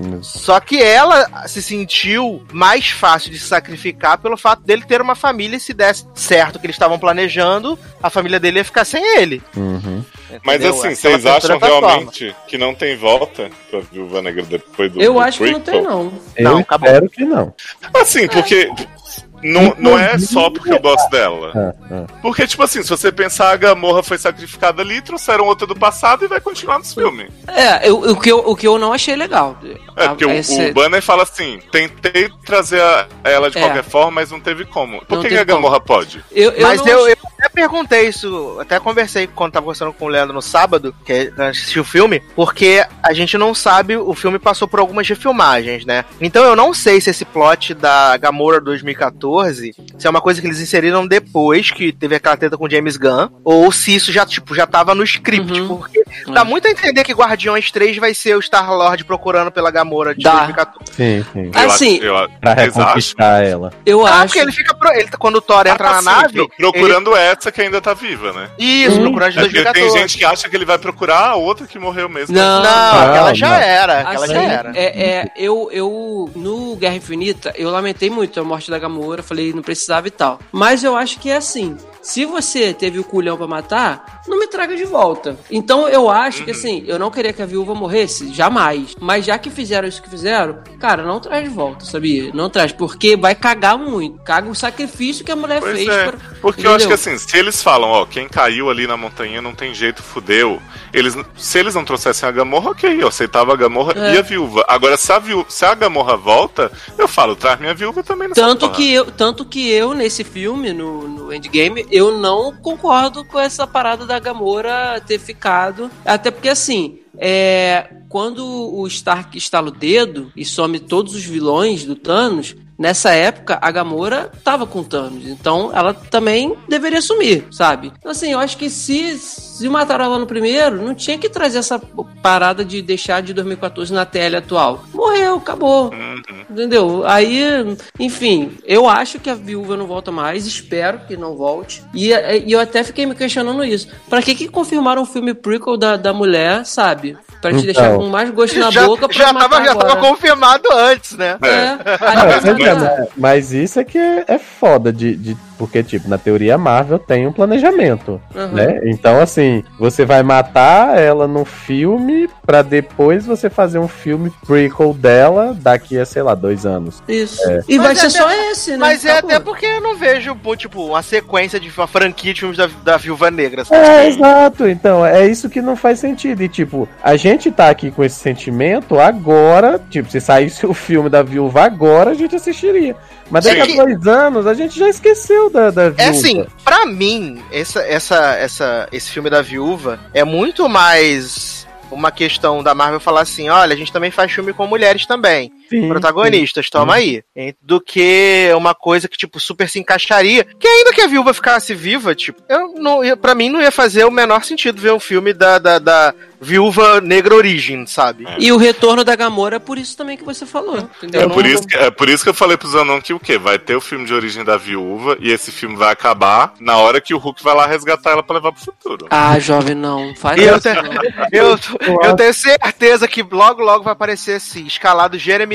Só que ela se sentiu mais fácil de se sacrificar pelo fato dele ter uma família, e se desse certo o que eles estavam planejando, a família dele ia ficar sem ele. Uhum. Mas assim, vocês acham realmente forma. que não tem volta pra Viúva Negra depois do Eu do acho prequel? que não tem, não. Eu não, espero que não. Assim, porque... Não, não é só porque eu gosto dela. É, é. Porque, tipo assim, se você pensar, a Gamorra foi sacrificada ali, trouxeram outra do passado e vai continuar nos filmes. É, eu, o, que eu, o que eu não achei legal. É, porque a, esse... o, o Banner fala assim, tentei trazer a, ela de é. qualquer forma, mas não teve como. Por não que, que a Gamorra como. pode? Eu, eu mas eu, eu até perguntei isso, até conversei quando tava conversando com o Leandro no sábado, que assistiu o filme, porque a gente não sabe, o filme passou por algumas refilmagens, né? Então eu não sei se esse plot da Gamora dois mil e quatorze se é uma coisa que eles inseriram depois que teve aquela treta com James Gunn, ou se isso já, tipo, já tava no script, uhum. porque uhum. dá muito a entender que Guardiões três vai ser o Star-Lord procurando pela Gamora de dá. dois mil e quatorze. Sim, sim. Assim, eu, eu, pra reconquistar ela. Eu ah, acho. porque ele fica. Pro, ele, quando o Thor entra ah, na sim, nave. Pro, procurando ele... essa que ainda tá viva, né? Isso, hum. procurando de é dois mil e quatorze. Tem gente que acha que ele vai procurar a outra que morreu mesmo. Não, não aquela já não. era. Aquela assim, já era. É, é, eu, eu, no Guerra Infinita, eu lamentei muito a morte da Gamora, falei, não precisava e tal. Mas eu acho que é assim. Se você teve o culhão pra matar, não me traga de volta. Então eu acho que assim, eu não queria que a viúva morresse, jamais. Mas já que fizeram isso que fizeram, cara, não traz de volta, sabia? Não traz, porque vai cagar muito. Caga o sacrifício que a mulher pois fez. É. Pra... Porque Entendeu? eu acho que assim, se eles falam, ó, quem caiu ali na montanha não tem jeito, fudeu. Eles, se eles não trouxessem a Gamorra, ok, eu aceitava a Gamorra é. e a viúva. Agora, se a, viúva, se a Gamorra volta, eu falo, traz minha viúva também nessa tanto porra. que eu Tanto que eu, nesse filme, no, no Endgame, eu não concordo com essa parada da Gamora ter ficado. Até porque, assim, é, quando o Stark estala o dedo e some todos os vilões do Thanos, nessa época a Gamora tava com o Thanos, então ela também deveria sumir, sabe? Então, assim, eu acho que se, se mataram ela no primeiro, não tinha que trazer essa parada de deixar de dois mil e quatorze na tela atual. Morreu, acabou. Uhum. Entendeu? Aí, enfim, eu acho que a viúva não volta mais, espero que não volte. E, e eu até fiquei me questionando isso. Pra que que confirmaram o filme prequel da, da mulher, sabe? Pra te então, deixar com mais gosto na já, boca pra já matar tava, já agora. tava confirmado antes, né? É. É. Aí, mas, mas isso é que é, é foda de, de... Porque, tipo, na teoria a Marvel tem um planejamento, uhum. né? Então, assim, você vai matar ela no filme pra depois você fazer um filme prequel dela daqui a, sei lá, dois anos. Isso. É. E vai mas ser é só até, esse, né? Mas é Acabou. até porque eu não vejo, tipo, uma sequência de uma franquia de filmes da, da Viúva Negra. Sabe? É, exato. Então, é isso que não faz sentido. E, tipo, a gente tá aqui com esse sentimento agora, tipo, se saísse o filme da Viúva agora, a gente assistiria. Mas daqui Sim. a dois anos, a gente já esqueceu da, da Viúva. É assim, pra mim, essa, essa, essa, esse filme da Viúva é muito mais uma questão da Marvel falar assim, olha, a gente também faz filme com mulheres também. Sim, protagonistas, sim. toma aí. Do que uma coisa que, tipo, super se encaixaria. Que ainda que a viúva ficasse viva, tipo, eu não, eu, pra mim não ia fazer o menor sentido ver um filme da, da, da Viúva Negra Origem, sabe? É. E o retorno da Gamora é por isso também que você falou, entendeu? É por, isso que, é por isso que eu falei pro Zanon que o quê? Vai ter o filme de origem da viúva e esse filme vai acabar na hora que o Hulk vai lá resgatar ela pra levar pro futuro. Ah, jovem, não. Faz eu, isso, te, não. eu, eu tenho certeza que logo, logo vai aparecer assim, escalado Jeremy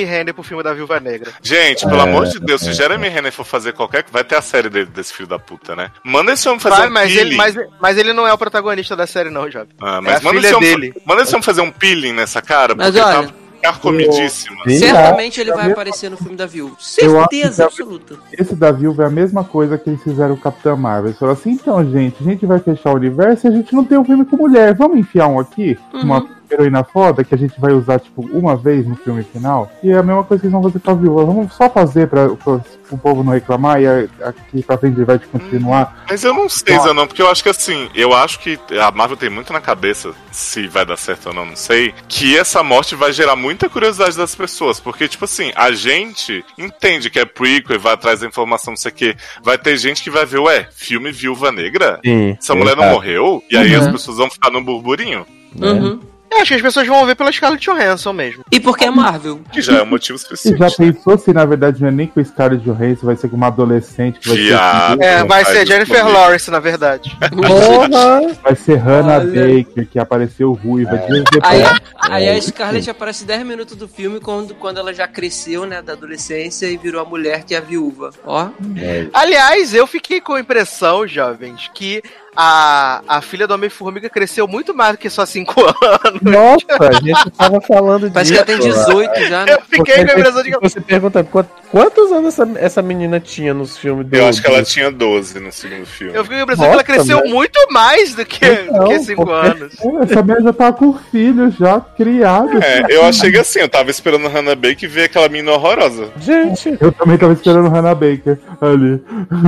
Renner pro filme da Viúva Negra. Gente, pelo É, amor de Deus, se é. o Jeremy Renner for fazer qualquer... Vai ter a série dele, desse filho da puta, né? Manda esse homem fazer Vai, um mas, peeling. ele, mas, mas ele não é o protagonista da série, não, Jovem. Ah, É mas a manda, filha esse homem, dele. manda esse homem fazer um peeling nessa cara, Mas porque olha- tá carcomidíssimo. Sim. Certamente ele Eu vai acho- aparecer no filme da Viúva. Eu acho Certeza que- absoluta. Esse da Viúva é a mesma coisa que eles fizeram com o Capitão Marvel. Eles falaram assim, então, gente, a gente vai fechar o universo e a gente não tem um filme com mulher. Vamos enfiar um aqui? Uhum. Uma heroína foda que a gente vai usar, tipo, uma vez no filme final? E é a mesma coisa que eles vão fazer com a Viúva. Vamos só fazer pra, pra, o povo não reclamar e a- aqui pra frente vai continuar. Mas eu não sei, Zé, não, porque eu acho que assim, eu acho que a Marvel tem muito na cabeça, se vai dar certo ou não, não sei, que essa morte vai gerar muita curiosidade das pessoas, porque, tipo assim, a gente entende que é prequel e vai atrás da informação, não sei o quê, vai ter gente que vai ver, ué, filme Viúva Negra? Sim. Essa mulher não exato. morreu? E aí Uhum. as pessoas vão ficar num burburinho? Uhum. Eu acho que as pessoas vão ver pela Scarlett Johansson mesmo. E porque é Marvel. Que já é um motivo E suficiente. já pensou se na verdade não é nem com o Scarlett Johansson, vai ser com uma adolescente que vai Viado. ser, É, Não vai faz ser isso Jennifer comigo. Lawrence, na verdade. Porra! vai ser Hannah Olha. Baker, que apareceu ruiva dias Aí, depois. aí a Scarlett aparece dez minutos do filme quando, quando ela já cresceu, né, da adolescência e virou a mulher que é a viúva. Ó. Aliás, eu fiquei com a impressão, jovens, que a, a filha do Homem-Formiga cresceu muito mais do que só cinco anos. Nossa, a gente tava falando Parece que disso. ela tem dezoito já, né? Eu fiquei com a impressão de que... Você pergunta quant- quantos anos essa, essa menina tinha nos filmes do. Eu acho que ela do- tinha doze no segundo filme. Eu fiquei com a impressão que ela Nossa, cresceu mas- muito mais do que, do que Não, cinco porque- anos. Essa menina já tava com filho, já criado. É, eu achei que assim, eu tava esperando a Hannah Baker e ver aquela menina horrorosa. Gente, Eu também tava esperando Hannah Baker ali.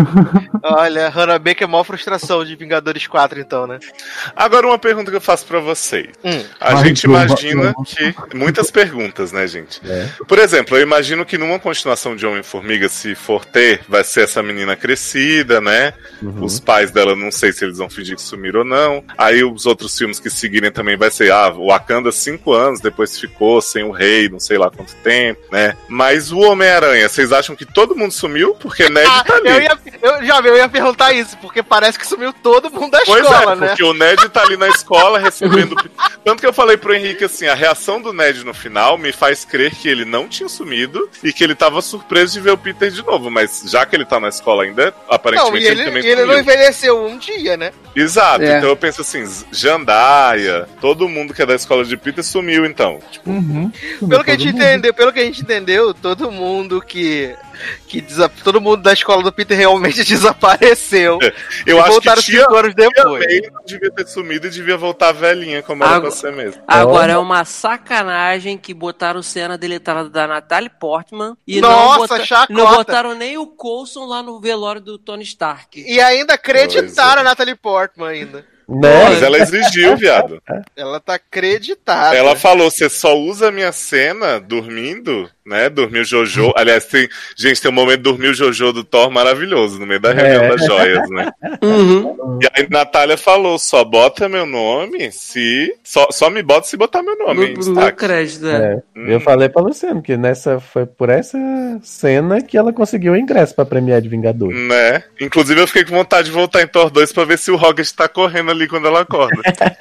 Olha, Hannah Baker é a maior frustração de Vingadores quatro, então, né? Agora uma pergunta que eu faço pra vocês. Hum. A Ai, gente Bruno, imagina não. que... Muitas perguntas, né, gente? É. Por exemplo, eu imagino que numa continuação de Homem-Formiga, se for ter, vai ser essa menina crescida, né? Uhum. Os pais dela, não sei se eles vão fingir que sumiram ou não. Aí os outros filmes que seguirem também vai ser, ah, o Wakanda cinco anos, depois ficou sem o rei, não sei lá quanto tempo, né? Mas o Homem-Aranha, vocês acham que todo mundo sumiu? Porque Ned Ah, tá ali. eu ia, eu, já eu ia perguntar isso, porque parece que sumiu todo mundo da Pois escola, é, né? porque o Ned tá ali na escola recebendo. Tanto que eu falei pro Henrique assim: a reação do Ned no final me faz crer que ele não tinha sumido e que ele tava surpreso de ver o Peter de novo. Mas já que ele tá na escola ainda, aparentemente Não, e ele, também e ele sumiu. não envelheceu um dia, né? Exato, É. então eu penso assim: Jandaia, todo mundo que é da escola de Peter sumiu então. Tipo, Uhum. Pelo que a gente Todo mundo. entendeu, pelo que a gente entendeu, todo mundo que. que desa- todo mundo da escola do Peter realmente desapareceu. eu e acho voltaram que tia, cinco anos tia depois. May não devia ter sumido e devia voltar velhinha, como era Agora- pra ser mesmo. Agora é uma sacanagem que botaram cena deletada da Natalie Portman e Nossa, não, bota- chacota. não botaram nem o Coulson lá no velório do Tony Stark. E ainda acreditaram Pois é. a Natalie Portman ainda. né? Mas ela exigiu, viado. Ela tá acreditada. Ela falou: você só usa a minha cena dormindo, né? Dormiu Jojo. Aliás, tem, gente, tem um momento de dormir o Jojo do Thor maravilhoso no meio da reunião É. das joias, né? Uhum. E aí Natália falou: só bota meu nome se. Só, só me bota se botar meu nome. em No, no destaque. crédito, é. É, eu falei pra Luciano que nessa foi por essa cena que ela conseguiu o ingresso pra premiere de Vingadores. Né? Inclusive, eu fiquei com vontade de voltar em Thor dois pra ver se o Rocket tá correndo ali quando ela acorda.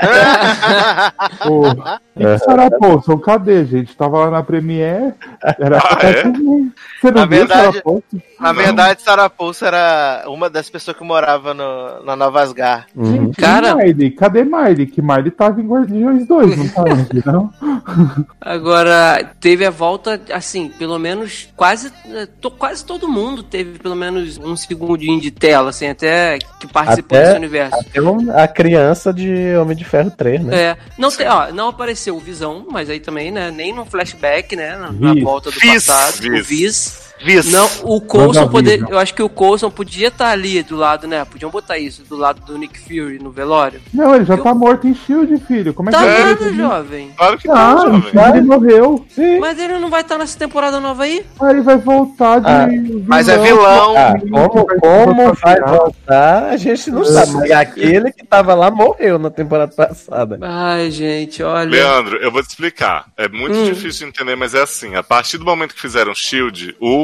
Pô, e É. Sarah Paulson, cadê, gente? Tava lá na Premiere. Era Ah, pra é? também. Você não Na viu verdade- Sarah Paulson? Na verdade, Sarah Paulson era uma das pessoas que morava no, na Nova Asgard. Uhum. Cara- E Miley? Cadê Miley? Que Miley tava em Guardiões dois, não tava aqui, não? Agora, teve a volta, assim, pelo menos quase, eh, to- quase todo mundo teve pelo menos um segundinho de tela, assim, até que participou Até- desse universo. Até um- a criança de Homem de Ferro três, né? É, não, tem, ó, não apareceu o Visão, mas aí também, né, nem no flashback, né, na, na Viz. volta do Viz. passado, o Viz. Viz. Viz. Não, o Coulson Manda poder, Visão. eu acho que o Coulson podia estar ali do lado, né, podiam botar isso, do lado do Nick Fury no velório. Não, ele já Eu- tá morto em Shield, filho. Como é Tá que é? nada, jovem. Claro que Ah, tá, jovem. ele morreu. Sim. Mas ele não vai estar nessa temporada nova aí? Aí ele vai voltar de. Ah, Mas é vilão. Ah, como, como vai voltar, a gente não sabe. Mas aquele que tava lá morreu na temporada passada. Ai, gente, olha. Leandro, eu vou te explicar. É muito Hum. difícil de entender, mas é assim: a partir do momento que fizeram Shield, o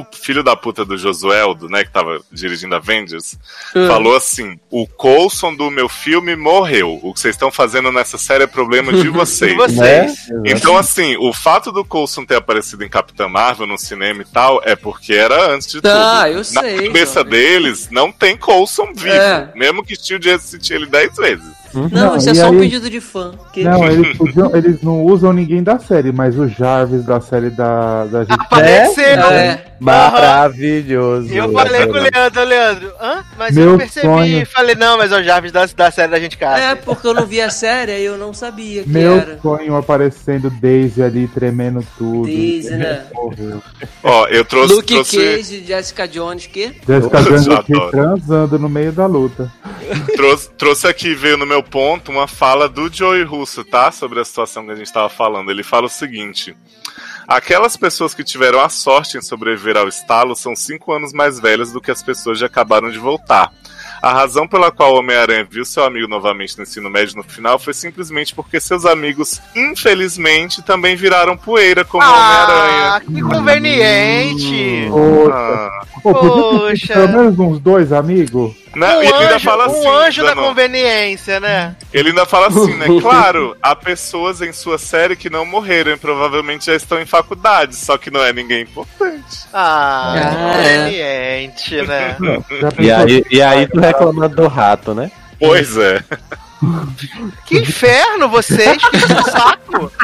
o filho da puta do Josueldo, né, que tava dirigindo Avengers, Hum. falou assim: o Coulson do meu filme morreu. O que vocês estão fazendo nessa série é problema de vocês. De vocês. Né? Então, assim, o fato do Coulson ter aparecido em Capitã Marvel no cinema e tal é porque era antes de Tá, tudo. eu Na sei, cabeça jovem. deles, não tem Coulson vivo. É. Mesmo que Steel já assistiu ele dez vezes. Não, Não, isso é e só um aí- pedido de fã. Que... Não, eles, podiam, eles não usam ninguém da série, mas o Jarvis da série da, da gente. Apareceu! É. Maravilhoso. Eu falei com o Leandro, Leandro, hã? Mas Meu eu não percebi. sonho. Falei, não, mas é o Jarvis da, da série da gente casa. É, porque eu não vi a série, aí eu não sabia que Meu era. sonho aparecendo Daisy ali, tremendo tudo. Daisy, né? Morreu. Ó, eu trouxe. Luke trouxe... Cage, Jessica Jones, que? Jessica Eu Jones já aqui adoro. transando no meio da luta. Trouxe, trouxe aqui, veio no meu ponto, uma fala do Joey Russo, tá? Sobre a situação que a gente tava falando. Ele fala o seguinte: aquelas pessoas que tiveram a sorte em sobreviver ao estalo são cinco anos mais velhas do que as pessoas que acabaram de voltar. A razão pela qual o Homem-Aranha viu seu amigo novamente no ensino médio no final foi simplesmente porque seus amigos, infelizmente, também viraram poeira como o Ah, Homem-Aranha. que conveniente! Poxa. Ah. Pô, podia ter Poxa. pelo menos uns dois amigos. Né? Um E ele ainda anjo, fala um assim, anjo da Zanon, conveniência, né? ele ainda fala assim, né? Claro, há pessoas em sua série que não morreram e provavelmente já estão em faculdade, só que não é ninguém importante. Ah, que Ah, conveniente, né? Já E pensou- aí, e aí tu reclamando do rato, né? Pois é. Que inferno vocês, que saco!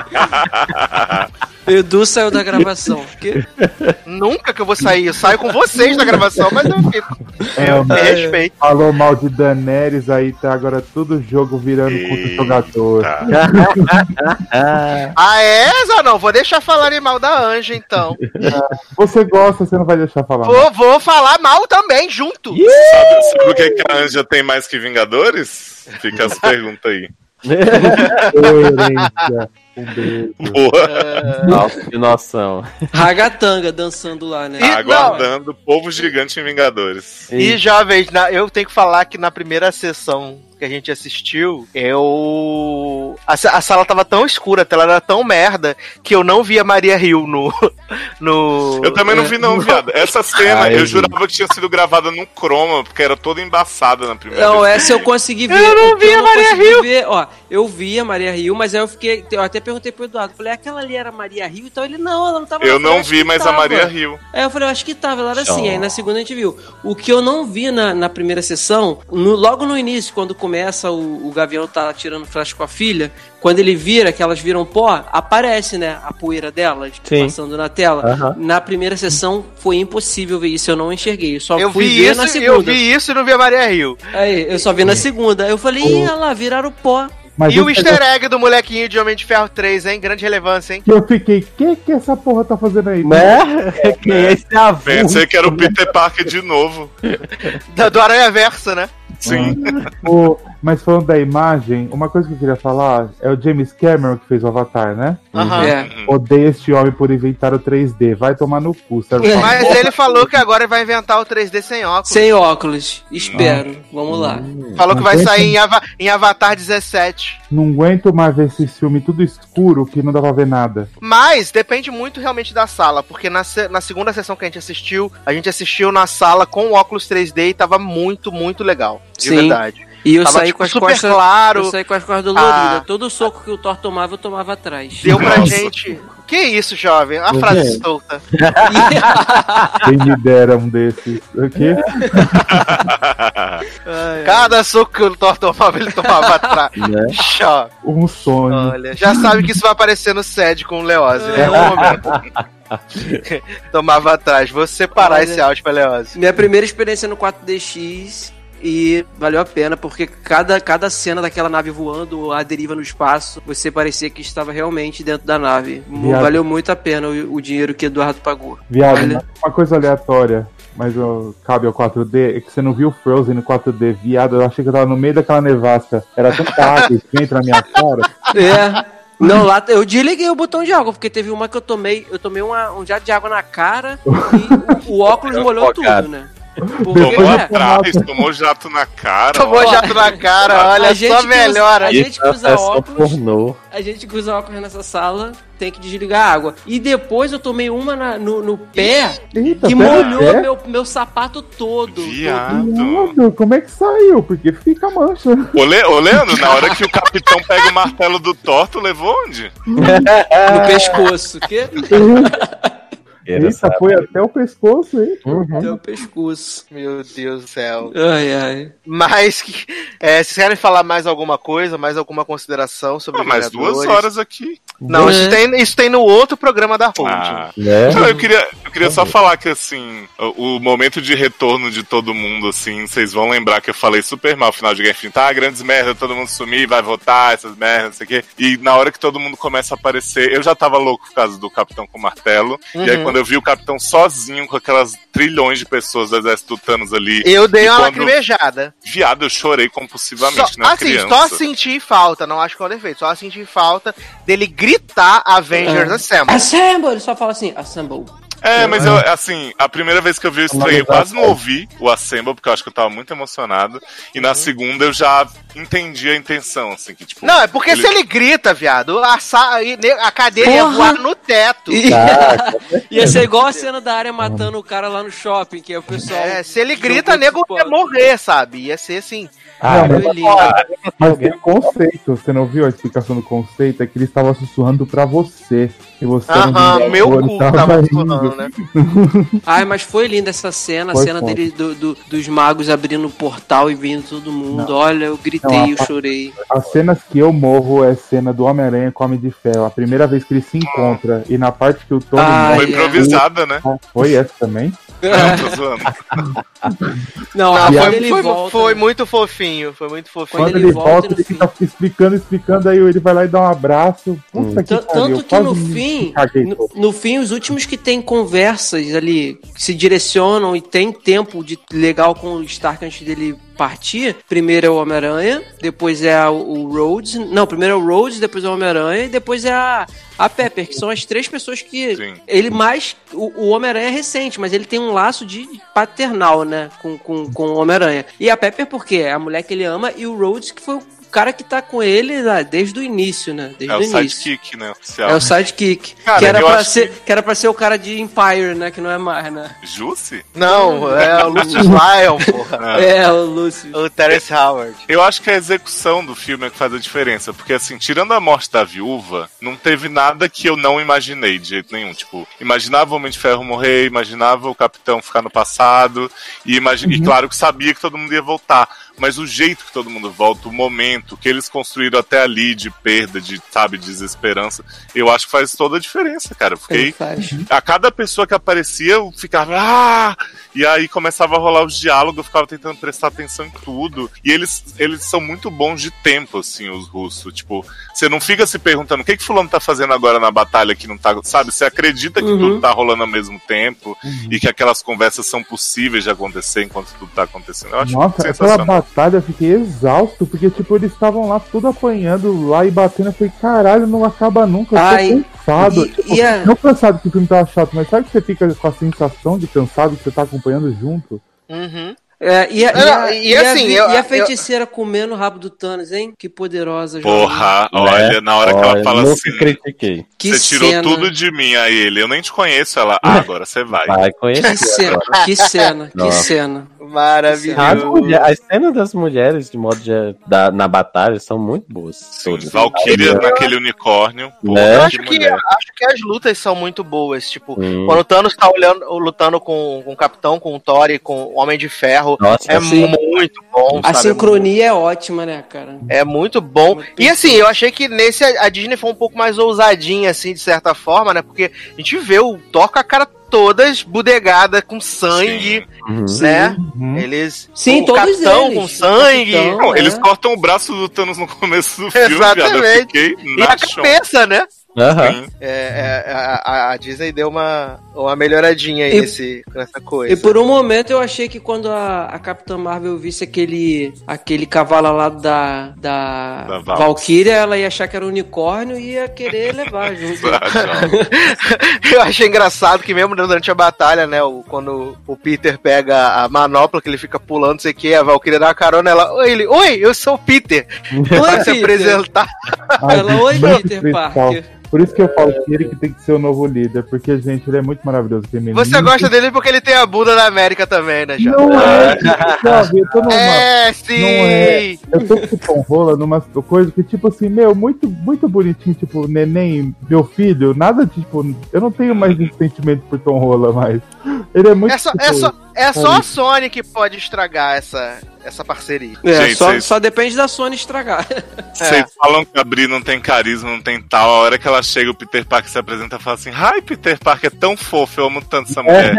Edu saiu da gravação. Que... Nunca que eu vou sair, eu saio com vocês da gravação, mas eu fico. É, Me respeito. Falou mal de Daenerys, aí tá agora tudo jogo virando contra o Eita. jogador. Ah, Ah, é, Zanon? Vou deixar falarem mal da Anja, então. Você gosta, você não vai deixar falar. Vou, vou falar mal também, junto. Sabe, sabe o que, que a Anja tem mais que Vingadores? Fica as perguntas aí. Coerência. Um beijo. Boa. nossa, que noção. Ragatanga dançando lá, né? E- Aguardando o povo gigante em Vingadores. E, jovens, na- eu tenho que falar que na primeira sessão que a gente assistiu, eu. A, sa- a sala tava tão escura, a tela era tão merda, que eu não via Maria Hill no. no... Eu também não vi, não, viado. Essa cena Ah, eu eu vi. jurava que tinha sido gravada no chroma, porque era toda embaçada na primeira Não, vez. essa eu consegui ver. Eu não O que vi a Maria consegui Hill. ver, ó, eu vi a Maria Hill, mas aí eu fiquei. Eu até perguntei pro Eduardo. Falei, aquela ali era a Maria Hill? Então ele, não, ela não tava lá. Eu Eu falei, não acho vi, que mas a tava. Maria Hill. Aí eu falei, eu acho que tava, ela era Só. assim. Aí na segunda a gente viu. O que eu não vi na, na primeira sessão, no- logo no início, quando começa o, o Gavião tá tirando flash com a filha, quando ele vira, que elas viram pó, aparece, né, a poeira delas Sim. passando na tela. Aham. Na primeira sessão foi impossível ver isso, eu não enxerguei. Eu só Eu fui vi ver isso, na eu segunda. vi isso e não vi a Maria Hill. Aí, eu só vi na segunda. Aí eu falei, ih, olha lá, viraram pó. Mas E eu, o easter egg do molequinho de Homem de Ferro três, hein? Grande relevância, hein? eu fiquei, o que que essa porra tá fazendo aí? Né? Quem é esse avô? Pensei que era o Peter Parker de novo. Da- Do Aranha Verso, né? Sim. O- mas falando da imagem, uma coisa que eu queria falar é o James Cameron que fez o Avatar, né? Aham. É. Odeio este homem por inventar o três D. Vai tomar no cu, sabe? Mas ele falou que agora vai inventar o três D sem óculos. Sem óculos. Espero. Vamos lá. Falou que vai sair em, Ava- em Avatar dezessete. Não aguento mais ver esse filme tudo escuro que não dá pra ver nada. Mas depende muito realmente da sala, porque na, se- na segunda sessão que a gente assistiu, a gente assistiu na sala com o óculos três D e tava muito, muito legal. De Sim. verdade. E eu Tava, saí tipo, com as super costas. claro. Eu saí com as costas doloridas. Ah. Todo soco que o Thor tomava, eu tomava atrás. Deu pra Nossa. gente. Que isso, jovem? A Meu frase Deus. solta. Quem me dera um desses. O quê? Cada soco que o Thor tomava, ele tomava atrás. Né? Chó. Um sonho. Olha, já sabe que isso vai aparecer no S E D com o Leose, né? Em algum momento. Tomava atrás. Vou separar Olha. esse áudio pra Leose. Minha primeira experiência no quatro D X e valeu a pena, porque cada, cada cena daquela nave voando, a deriva no espaço, você parecia que estava realmente dentro da nave. Mu- Viado. Valeu muito a pena o, o dinheiro que Eduardo pagou. Viado, Olha. uma coisa aleatória, mas ó, cabe ao quatro D, é que você não viu Frozen no quatro D. Viado, eu achei que eu tava no meio daquela nevasca. Era tanta água esquenta na minha cara. É. Não, lá eu desliguei o botão de água, porque teve uma que eu tomei, eu tomei uma, um jato de água na cara e o, o óculos molhou Focado. tudo, né? Tomou atrás, tomou jato na cara. Tomou ó. jato na cara, olha só melhora. A gente que usa É só óculos, pornô. a gente que usa óculos nessa sala tem que desligar a água. E depois eu tomei uma na- no, no pé Eita, que pera, molhou pé? meu, meu sapato todo. Viado. Viado, como é que saiu? Porque fica mancha. Ô, Le, ô, Leandro, na hora que o capitão pega o martelo do Torto, levou onde? No pescoço. Que? Eita, foi até o pescoço, hein? Até o pescoço. Meu Deus do céu. Ai, ai. Mas, que- é, vocês querem falar mais alguma coisa, mais alguma consideração sobre Ah, os mais duas Vingadores? horas aqui. Não, É. isso tem, isso tem no outro programa da Holding. Ah. Né? Não, eu queria, eu queria só falar que, assim, o, o momento de retorno de todo mundo, assim, vocês vão lembrar que eu falei super mal no final de Guerra Infinita, ah, grandes merda, todo mundo sumir, vai votar, essas merdas, não sei o quê. E na hora que todo mundo começa a aparecer, eu já tava louco por causa do Capitão com o martelo, e aí Uhum. quando eu vi o Capitão sozinho, com aquelas trilhões de pessoas do exército do Thanos ali, Eu dei E uma quando- lacrimejada. viado, eu chorei compulsivamente, Só, né, assim, criança. só senti falta, não acho que é um defeito, só senti falta dele gritar Avengers É. Assemble. Assemble! Ele só fala assim, assemble. É, mas eu, assim, a primeira vez que eu vi o estranho, eu quase não ouvi o Assemble, porque eu acho que eu tava muito emocionado. E na segunda eu já entendi a intenção, assim, que tipo. Não, é porque se ele grita, viado, a, sa- a cadeira ia Porra! voar no teto. E- Ia ser igual a cena da área matando o cara lá no shopping, que é o pessoal. É, se ele grita, jogou, nego tipo, ia morrer, sabe? Ia ser assim. Ah, foi mas, lindo. mas tem conceito. Você não viu a explicação do conceito? É que ele estava sussurrando pra você. E você era um Aham, Vingador, meu ele cu tava tava rindo. sussurrando, né? Ai, mas foi linda essa cena, a Foi cena foda. dele do, do- dos magos abrindo o portal e vindo todo mundo. Não. Olha, eu gritei, Não, a eu pa- chorei. As cenas que eu morro é a cena do Homem-Aranha com o Homem de Ferro. A primeira vez que ele se encontra. E na parte que o Tony Ai, Foi é. improvisada, né? morre, foi essa também? Não, tô zoando. Não, Não, a E foi, quando ele foi, volta. foi muito fofinho, foi muito fofinho. Quando ele ele, volta volta, no ele fim. fica explicando, explicando, aí ele vai lá e dá um abraço. Puta que T- pariu, Tanto que no quase me fim, caguei no, todo. no fim, os últimos que tem conversas ali, que se direcionam e tem tempo de legal com o Stark antes dele partir, primeiro é o Homem-Aranha, depois é a- o Rhodes, não, primeiro é o Rhodes, depois é o Homem-Aranha e depois é a, a Pepper, que são as três pessoas que Sim. ele mais, o, o Homem-Aranha é recente, mas ele tem um laço de paternal, né, com, com, com o Homem-Aranha. E a Pepper porque é a mulher que ele ama e o Rhodes que foi o cara que tá com ele lá, desde o início, né, desde É o o início. sidekick, né? Oficial. É o sidekick. Cara, que, era eu pra acho ser, que... era pra ser o cara de Empire, né? Que não é mais, né? Juicy? Não, é o Lucius Lyon, porra. É, o Lúcio. O Terence Howard. Eu acho que a execução do filme é que faz a diferença. Porque, assim, tirando a morte da viúva, não teve nada que eu não imaginei de jeito nenhum. Tipo, imaginava o Homem de Ferro morrer, imaginava o Capitão ficar no passado, e, imagi... e claro que sabia que todo mundo ia voltar. Mas o jeito que todo mundo volta, o momento que eles construíram até ali de perda, de, sabe, desesperança, eu acho que faz toda a diferença, cara. Eu Ele fiquei. faz. A cada pessoa que aparecia, eu ficava. Ah! E aí começava a rolar os diálogos, eu ficava tentando prestar atenção em tudo. E eles, eles são muito bons de tempo, assim, os russos. Tipo, você não fica se perguntando o que, que fulano tá fazendo agora na batalha que não tá. Sabe? Você acredita que Uhum. tudo tá rolando ao mesmo tempo e que aquelas conversas são possíveis de acontecer enquanto tudo tá acontecendo. Eu acho Nossa, aquela sensacional. batalha eu fiquei exausto, porque tipo, eles estavam lá tudo apanhando lá e batendo. Eu falei, caralho, não acaba nunca. Eu tô Ai, cansado. e- Tipo, e a- Não cansado que o filme tava chato, mas sabe que você fica com a sensação de cansado que você tá acompanhando junto? Uhum. É, e, a, Não, e, a, e e a assim, vi- eu- e a eu- feiticeira comendo o rabo do Thanos, hein? Que poderosa. jovem. Porra, olha, na hora que Olha, ela fala nunca assim. critiquei. Que Você tirou cena. tudo de mim a ele. Eu nem te conheço. Ela, ah, agora você vai. Vai Que conhecer. cena, que cena, que Nossa. cena. As, Maravilhoso. mulher- as cenas das mulheres, de modo de, da, na batalha, são muito boas. Sim, Todas. Valkyria naquele unicórnio. Porra, Né? Eu que acho que, mulher. acho que as lutas são muito boas. Tipo, Hum. quando o Thanos tá olhando, lutando com, com o Capitão, com o Thor e com o Homem de Ferro, Nossa, é assim, muito bom. A sabe? sincronia é ótima, né, cara? É muito bom. E assim, eu achei que nesse a a Disney foi um pouco mais ousadinha, assim, de certa forma, né? Porque a gente vê o Thor com a cara toda esbudegada, com sangue, Uhum. né? Uhum. Eles. Sim, o todos Capitão eles. com O sangue. Capitão. Não, é. eles cortam o braço do Thanos no começo do filme, viado. Eu Exatamente. fiquei E na a chão. cabeça, né? Aham. É, é, a, a Disney deu uma, uma melhoradinha aí E- nesse, nessa coisa. E por um momento eu achei que quando a, a Capitã Marvel visse aquele, aquele cavalo lá da, da, Da Val. Valkyria, ela ia achar que era um unicórnio e ia querer levar junto. Eu achei engraçado que mesmo durante a batalha, né, o, quando o Peter pega a manopla, que ele fica pulando, não sei o que, a Valkyria dá uma carona, ela, oi, ele, oi, eu sou o Peter. Vai se Peter. apresentar. Ela, oi, muito Peter principal. Parker. Por isso que eu falo que ele que tem que ser o novo líder, porque, gente, ele é muito maravilhoso. Feminino. Você gosta dele porque ele tem a bunda da América também, né, já? Não é, jovem, eu tô numa... É, sim! Não é. Eu tô com o Tom Holland numa coisa que, tipo assim, meu, muito, muito bonitinho, tipo, neném, meu filho, nada tipo, eu não tenho mais esse sentimento por Tom Holland mais. Ele é muito. É só, tipo, é só, é só a sabe? Sony que pode estragar essa, essa parceria. É, Gente, só, vocês- só depende da Sony estragar. Vocês falam que a Bri não tem carisma, não tem tal. A hora que ela chega, o Peter Parker se apresenta e fala assim: ai, Peter Parker é tão fofo, eu amo tanto essa mulher.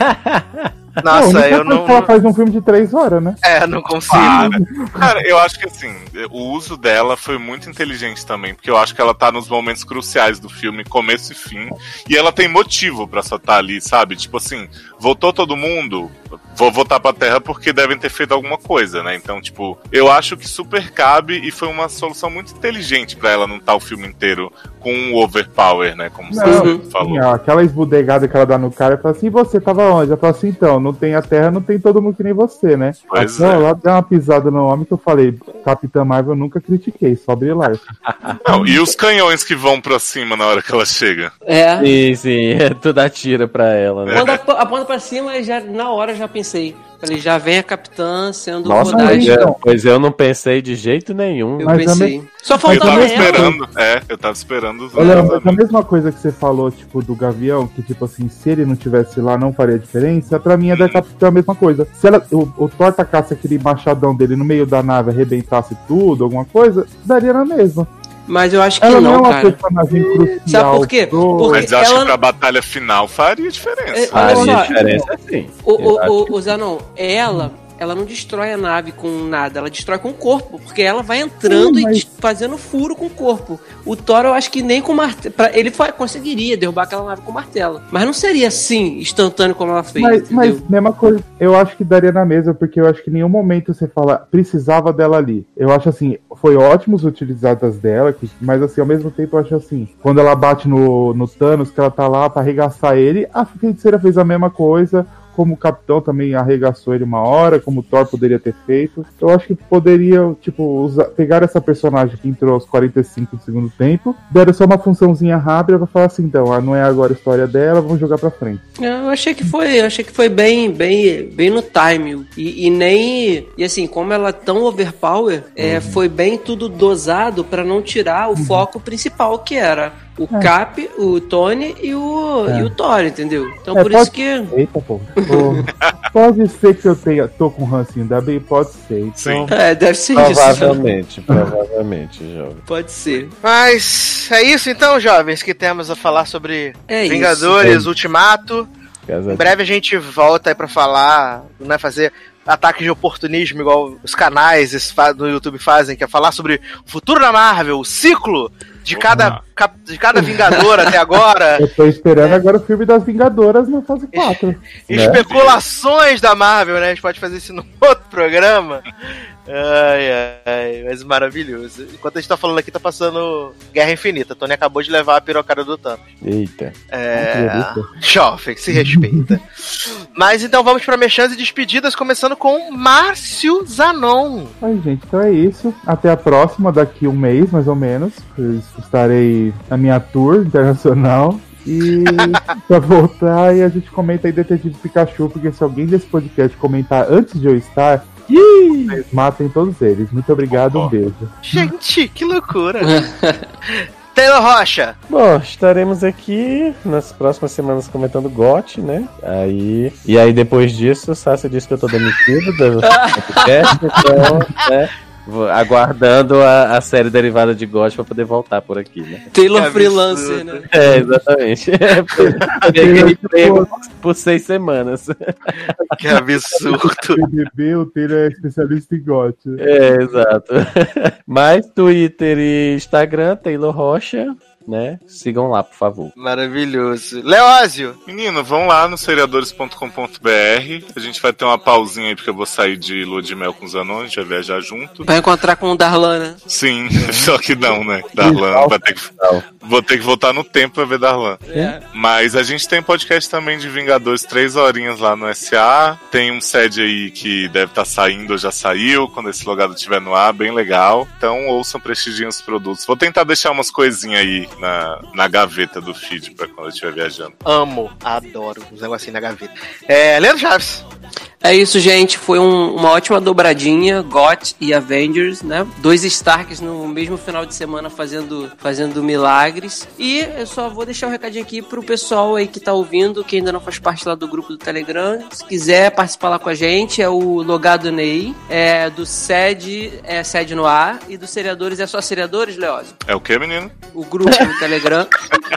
Nossa, não, a única eu coisa não. que ela faz um filme de três horas, né? É, não consigo. Para. Cara, eu acho que assim, o uso dela foi muito inteligente também, porque eu acho que ela tá nos momentos cruciais do filme, começo e fim, e ela tem motivo pra só estar ali, sabe? Tipo assim, voltou todo mundo, vou voltar pra Terra porque devem ter feito alguma coisa, né? Então, tipo, eu acho que super cabe e foi uma solução muito inteligente pra ela não estar o filme inteiro com um overpower, né? Como você Não, falou. Sim, ó, aquela esbudegada que ela dá no cara e fala assim: e você tava onde? Ela fala assim: então, não tem a terra, não tem todo mundo que nem você, né? Pois Então, é. ela deu uma pisada no homem que eu falei: Capitã Marvel eu nunca critiquei, só Brie Larson. Não, e os canhões que vão pra cima na hora que ela chega? É. Sim, sim, tudo atira pra ela, né? Quando ap- aponta pra cima, já, na hora já pensei. Falei, já vem a Capitã sendo Nossa, rodada. mas então. eu, pois eu não pensei de jeito nenhum. Eu Mas pensei. Só Eu faltava tava ela. esperando, é, eu tava esperando os Olha, outros mas a amigos. mesma coisa que você falou, tipo, do Gavião, que, tipo assim, se ele não tivesse lá, não faria diferença, pra mim é da Capitã a mesma coisa. Se ela, o, o Thor tacasse aquele machadão dele no meio da nave, arrebentasse tudo, alguma coisa, daria na mesma. Mas eu acho que Ela não, não, é uma cara. personagem crucial. Sabe por quê? pro- Porque- Mas eu acho ela- que pra batalha final faria diferença. É, Faria olha só, diferença sim. O, Eu o, acho o, que- o Zanon, ela, ela não destrói a nave com nada, ela destrói com o corpo, porque ela vai entrando Sim, mas- e des- fazendo furo com o corpo. O Thor, eu acho que nem com martelo. Ele fa- conseguiria derrubar aquela nave com martelo. Mas não seria assim, instantâneo como ela fez. Mas, entendeu? mas, mesma coisa, eu acho que daria na mesma, porque eu acho que em nenhum momento você fala, precisava dela ali. Eu acho assim, foi ótimo os utilizadas dela, que- mas assim, ao mesmo tempo eu acho assim, quando ela bate no, no Thanos, que ela tá lá pra arregaçar ele, a feiticeira fez a mesma coisa, como o Capitão também arregaçou ele uma hora, como o Thor poderia ter feito. Eu acho que poderia, tipo, usar, pegar essa personagem que entrou aos quarenta e cinco do segundo tempo, deram só uma funçãozinha rápida pra falar assim, então, ah, não é agora a história dela, vamos jogar pra frente. Eu achei que foi, eu achei que foi bem, bem, bem no time. E, e nem. E assim, como ela é tão overpower, é, foi bem tudo dosado pra não tirar o foco principal, que era o Cap, o Tony e o, É. e o Thor, entendeu? Então É, por pode- isso que. Eita, pô. Pô, pode ser que eu tenha, tô com rancinho da Bey, pode ser. Então, Sim. É, deve ser isso. Provavelmente, provavelmente, jovem. Pode ser. Mas é isso então, jovens, que temos a falar sobre É Vingadores, isso. Ultimato. Em breve a gente volta aí pra falar, né, fazer ataque de oportunismo igual os canais esse fa- do YouTube fazem, que é falar sobre o futuro da Marvel, o ciclo de cada, cap- de cada Vingador até agora, eu tô esperando agora o filme das Vingadoras na fase quatro. né? especulações da Marvel, né? A gente pode fazer isso num outro programa. Ai, ai, mas maravilhoso. Enquanto a gente tá falando aqui, tá passando Guerra Infinita. Tony acabou de levar a pirocada do Thanos. Eita. É. Acredita? Jovem, se respeita. Mas então vamos pra mexãs e despedidas, começando com Márcio Zanon. Ai, gente, então é isso. Até a próxima, daqui um mês, mais ou menos. Eu estarei na minha tour internacional. E pra voltar, e a gente comenta aí Detetive Pikachu, porque se alguém desse podcast comentar antes de eu estar, vocês matem todos eles. Muito obrigado, um beijo. Gente, que loucura. Taylor Rocha. Bom, estaremos aqui nas próximas semanas comentando G O T, né? Aí, e aí depois disso, o Sassi disse que eu tô demitido do podcast, então, né? Vou- Aguardando a, a série derivada de G O T pra poder voltar por aqui, né? Taylor Que Freelancer, absurdo. né? É, exatamente. Peguei emprego por seis semanas. Que absurdo. O B B B, o Taylor é especialista em gote. É, exato. Mas Twitter e Instagram, Taylor Rocha. né? Sigam lá, por favor. Maravilhoso. Leózio! Menino, vão lá no seriadores ponto com ponto b r. A gente vai ter uma pausinha aí, porque eu vou sair de lua de mel com os anões, já viajar junto. Vai encontrar com o Darlan, né? Sim, só que não, né? Darlan vai ter que... Vou ter que voltar no tempo pra ver Darlan. É. Mas a gente tem podcast também de Vingadores, três horinhas lá no S A. Tem um S E D aí que deve estar tá saindo ou já saiu, quando esse logado estiver no ar, bem legal. Então ouçam, prestigiem os produtos. Vou tentar deixar umas coisinhas aí na, na gaveta do feed pra quando eu estiver viajando. Amo, adoro os negocinhos na gaveta. É, Leandro Chaves. É isso, gente. Foi um, uma ótima dobradinha, G O T e Avengers, né? Dois Starks no mesmo final de semana fazendo, fazendo milagres. E eu só vou deixar um recadinho aqui pro pessoal aí que tá ouvindo, que ainda não faz parte lá do grupo do Telegram. Se quiser participar lá com a gente, é o Logado Ney, é do S E D, é S E D no ar, e dos Seriadores é só Seriadores, Leózio? É o que, menino? O grupo do Telegram.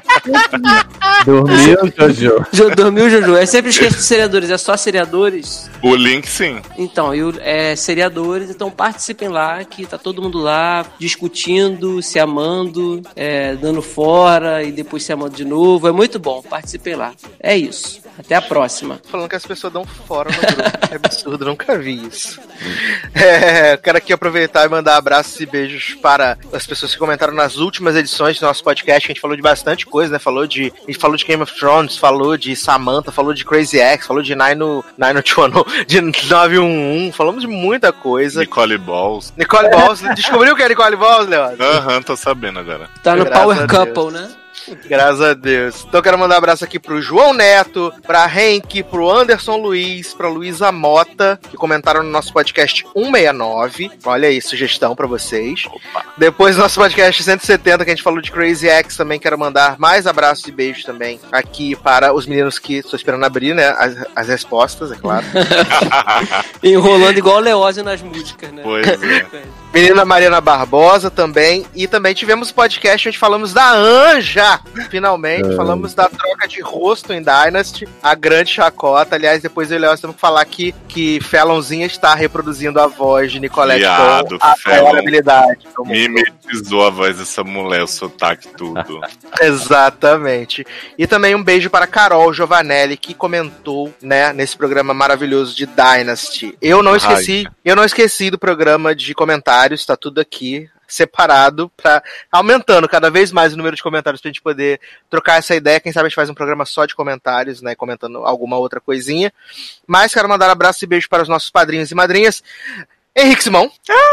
Dormiu, Jojo? Jo, dormiu, Jojo. Eu sempre esqueço dos Seriadores, é só Seriadores? O link, sim. Então, eu, é, seriadores, então participem lá, que tá todo mundo lá discutindo, se amando, é, dando fora e depois se amando de novo. É muito bom, participem lá. É isso. Até a próxima. Falando que as pessoas dão fora no grupo. É absurdo, nunca vi isso. É, quero aqui aproveitar e mandar abraços e beijos para as pessoas que comentaram nas últimas edições do nosso podcast. A gente falou de bastante coisa, né? Falou de, a gente falou de Game of Thrones, falou de Samantha, falou de Crazy X, falou de Nine de nove um um, falamos de muita coisa. Nicole Balls. Nicole Balls, descobriu que é Nicole Balls, Leandro? Aham, uhum, tô sabendo agora. Tá no Graças Power Couple, né? Graças a Deus. Então eu quero mandar um abraço aqui pro João Neto, pra Henk, pro Anderson Luiz, pra Luísa Mota, que comentaram no nosso podcast cento e sessenta e nove. Olha aí, sugestão pra vocês. Opa. Depois do nosso podcast cento e setenta, que a gente falou de Crazy X, também quero mandar mais abraços e beijos também aqui para os meninos que estou esperando abrir, né, as, as respostas, é claro. Enrolando igual o Leózio nas músicas, né? Pois é. Menina Mariana Barbosa também. E também tivemos podcast onde falamos da Anja. Finalmente, é. falamos da troca de rosto em Dynasty. A grande chacota. Aliás, depois eu e o Léo temos que falar aqui que Fallonzinha está reproduzindo a voz de Nicolette Viado, com a maior habilidade. Mimetizou a voz dessa mulher, o sotaque, tudo. Exatamente. E também um beijo para Carol Giovanelli, que comentou, né, nesse programa maravilhoso de Dynasty. Eu não esqueci, Ai. eu não esqueci do programa de comentários. Está tudo aqui separado, para aumentando cada vez mais o número de comentários pra gente poder trocar essa ideia. Quem sabe a gente faz um programa só de comentários, né, comentando alguma outra coisinha. Mas quero mandar um abraço e beijo para os nossos padrinhos e madrinhas. Henrique Simão,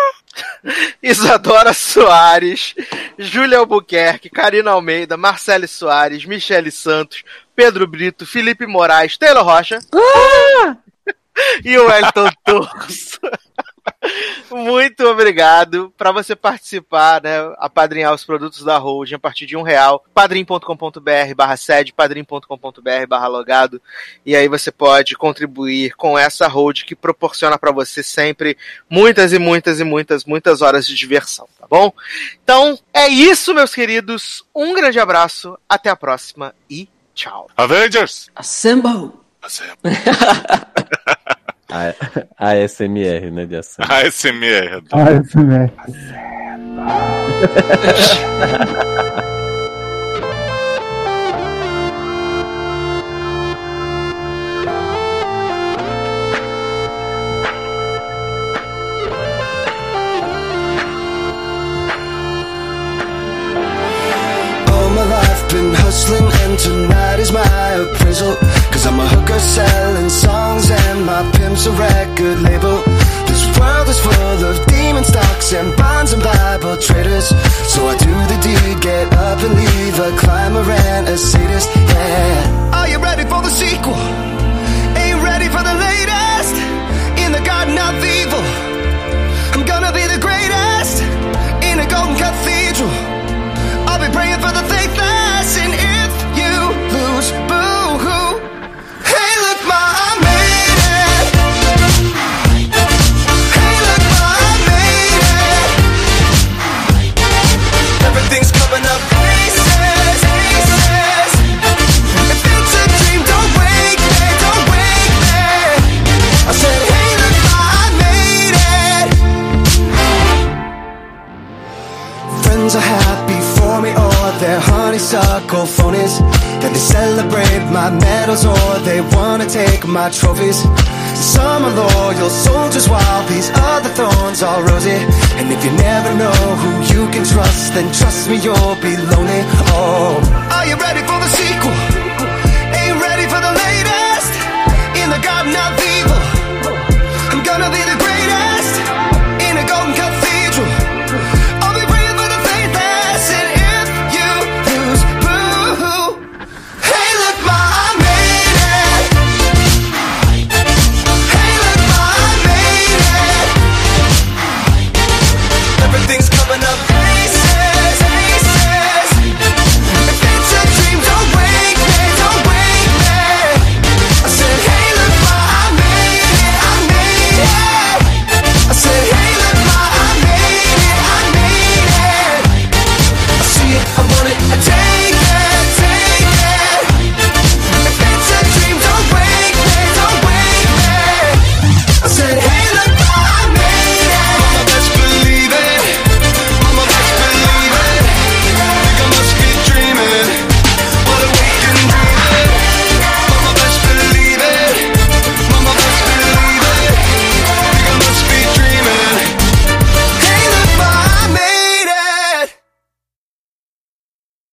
Isadora Soares, Júlia Albuquerque, Karina Almeida, Marcele Soares, Michele Santos, Pedro Brito, Felipe Moraes, Taylor Rocha ah! e o Wellington Torres. Muito obrigado. Para você participar, né, apadrinhar os produtos da Holding a partir de um real, padrim.com.br barra sede, padrim.com.br barra logado, e aí você pode contribuir com essa Holding que proporciona para você sempre muitas e muitas e muitas, muitas horas de diversão, tá bom? Então, é isso, meus queridos. Um grande abraço, até a próxima e tchau. Avengers! Assemble! Assemble! A, a S M R, né, de ação. A S M R. A S M R. All my life been hustling and tonight is my appraisal. Cause I'm a hooker selling songs and my pimp's a record label. This world is full of demon stocks and bonds and Bible traders. So I do the deed, get up and leave a climber and a sadist, yeah. Are you ready for the sequel? Ain't ready for the latest? In the garden of evil, I'm gonna be the greatest. In a golden cathedral, I'll be praying for the faithless. And if you lose, boo-hoo. Hey, look, ma, I made it. Hey, look, ma, I made it. Everything's coming up pieces, pieces. honeysuckle phonies. Then they celebrate my medals or they wanna take my trophies. Some are loyal soldiers while these other thorns are rosy. And if you never know who you can trust, then trust me, you'll be lonely. Oh,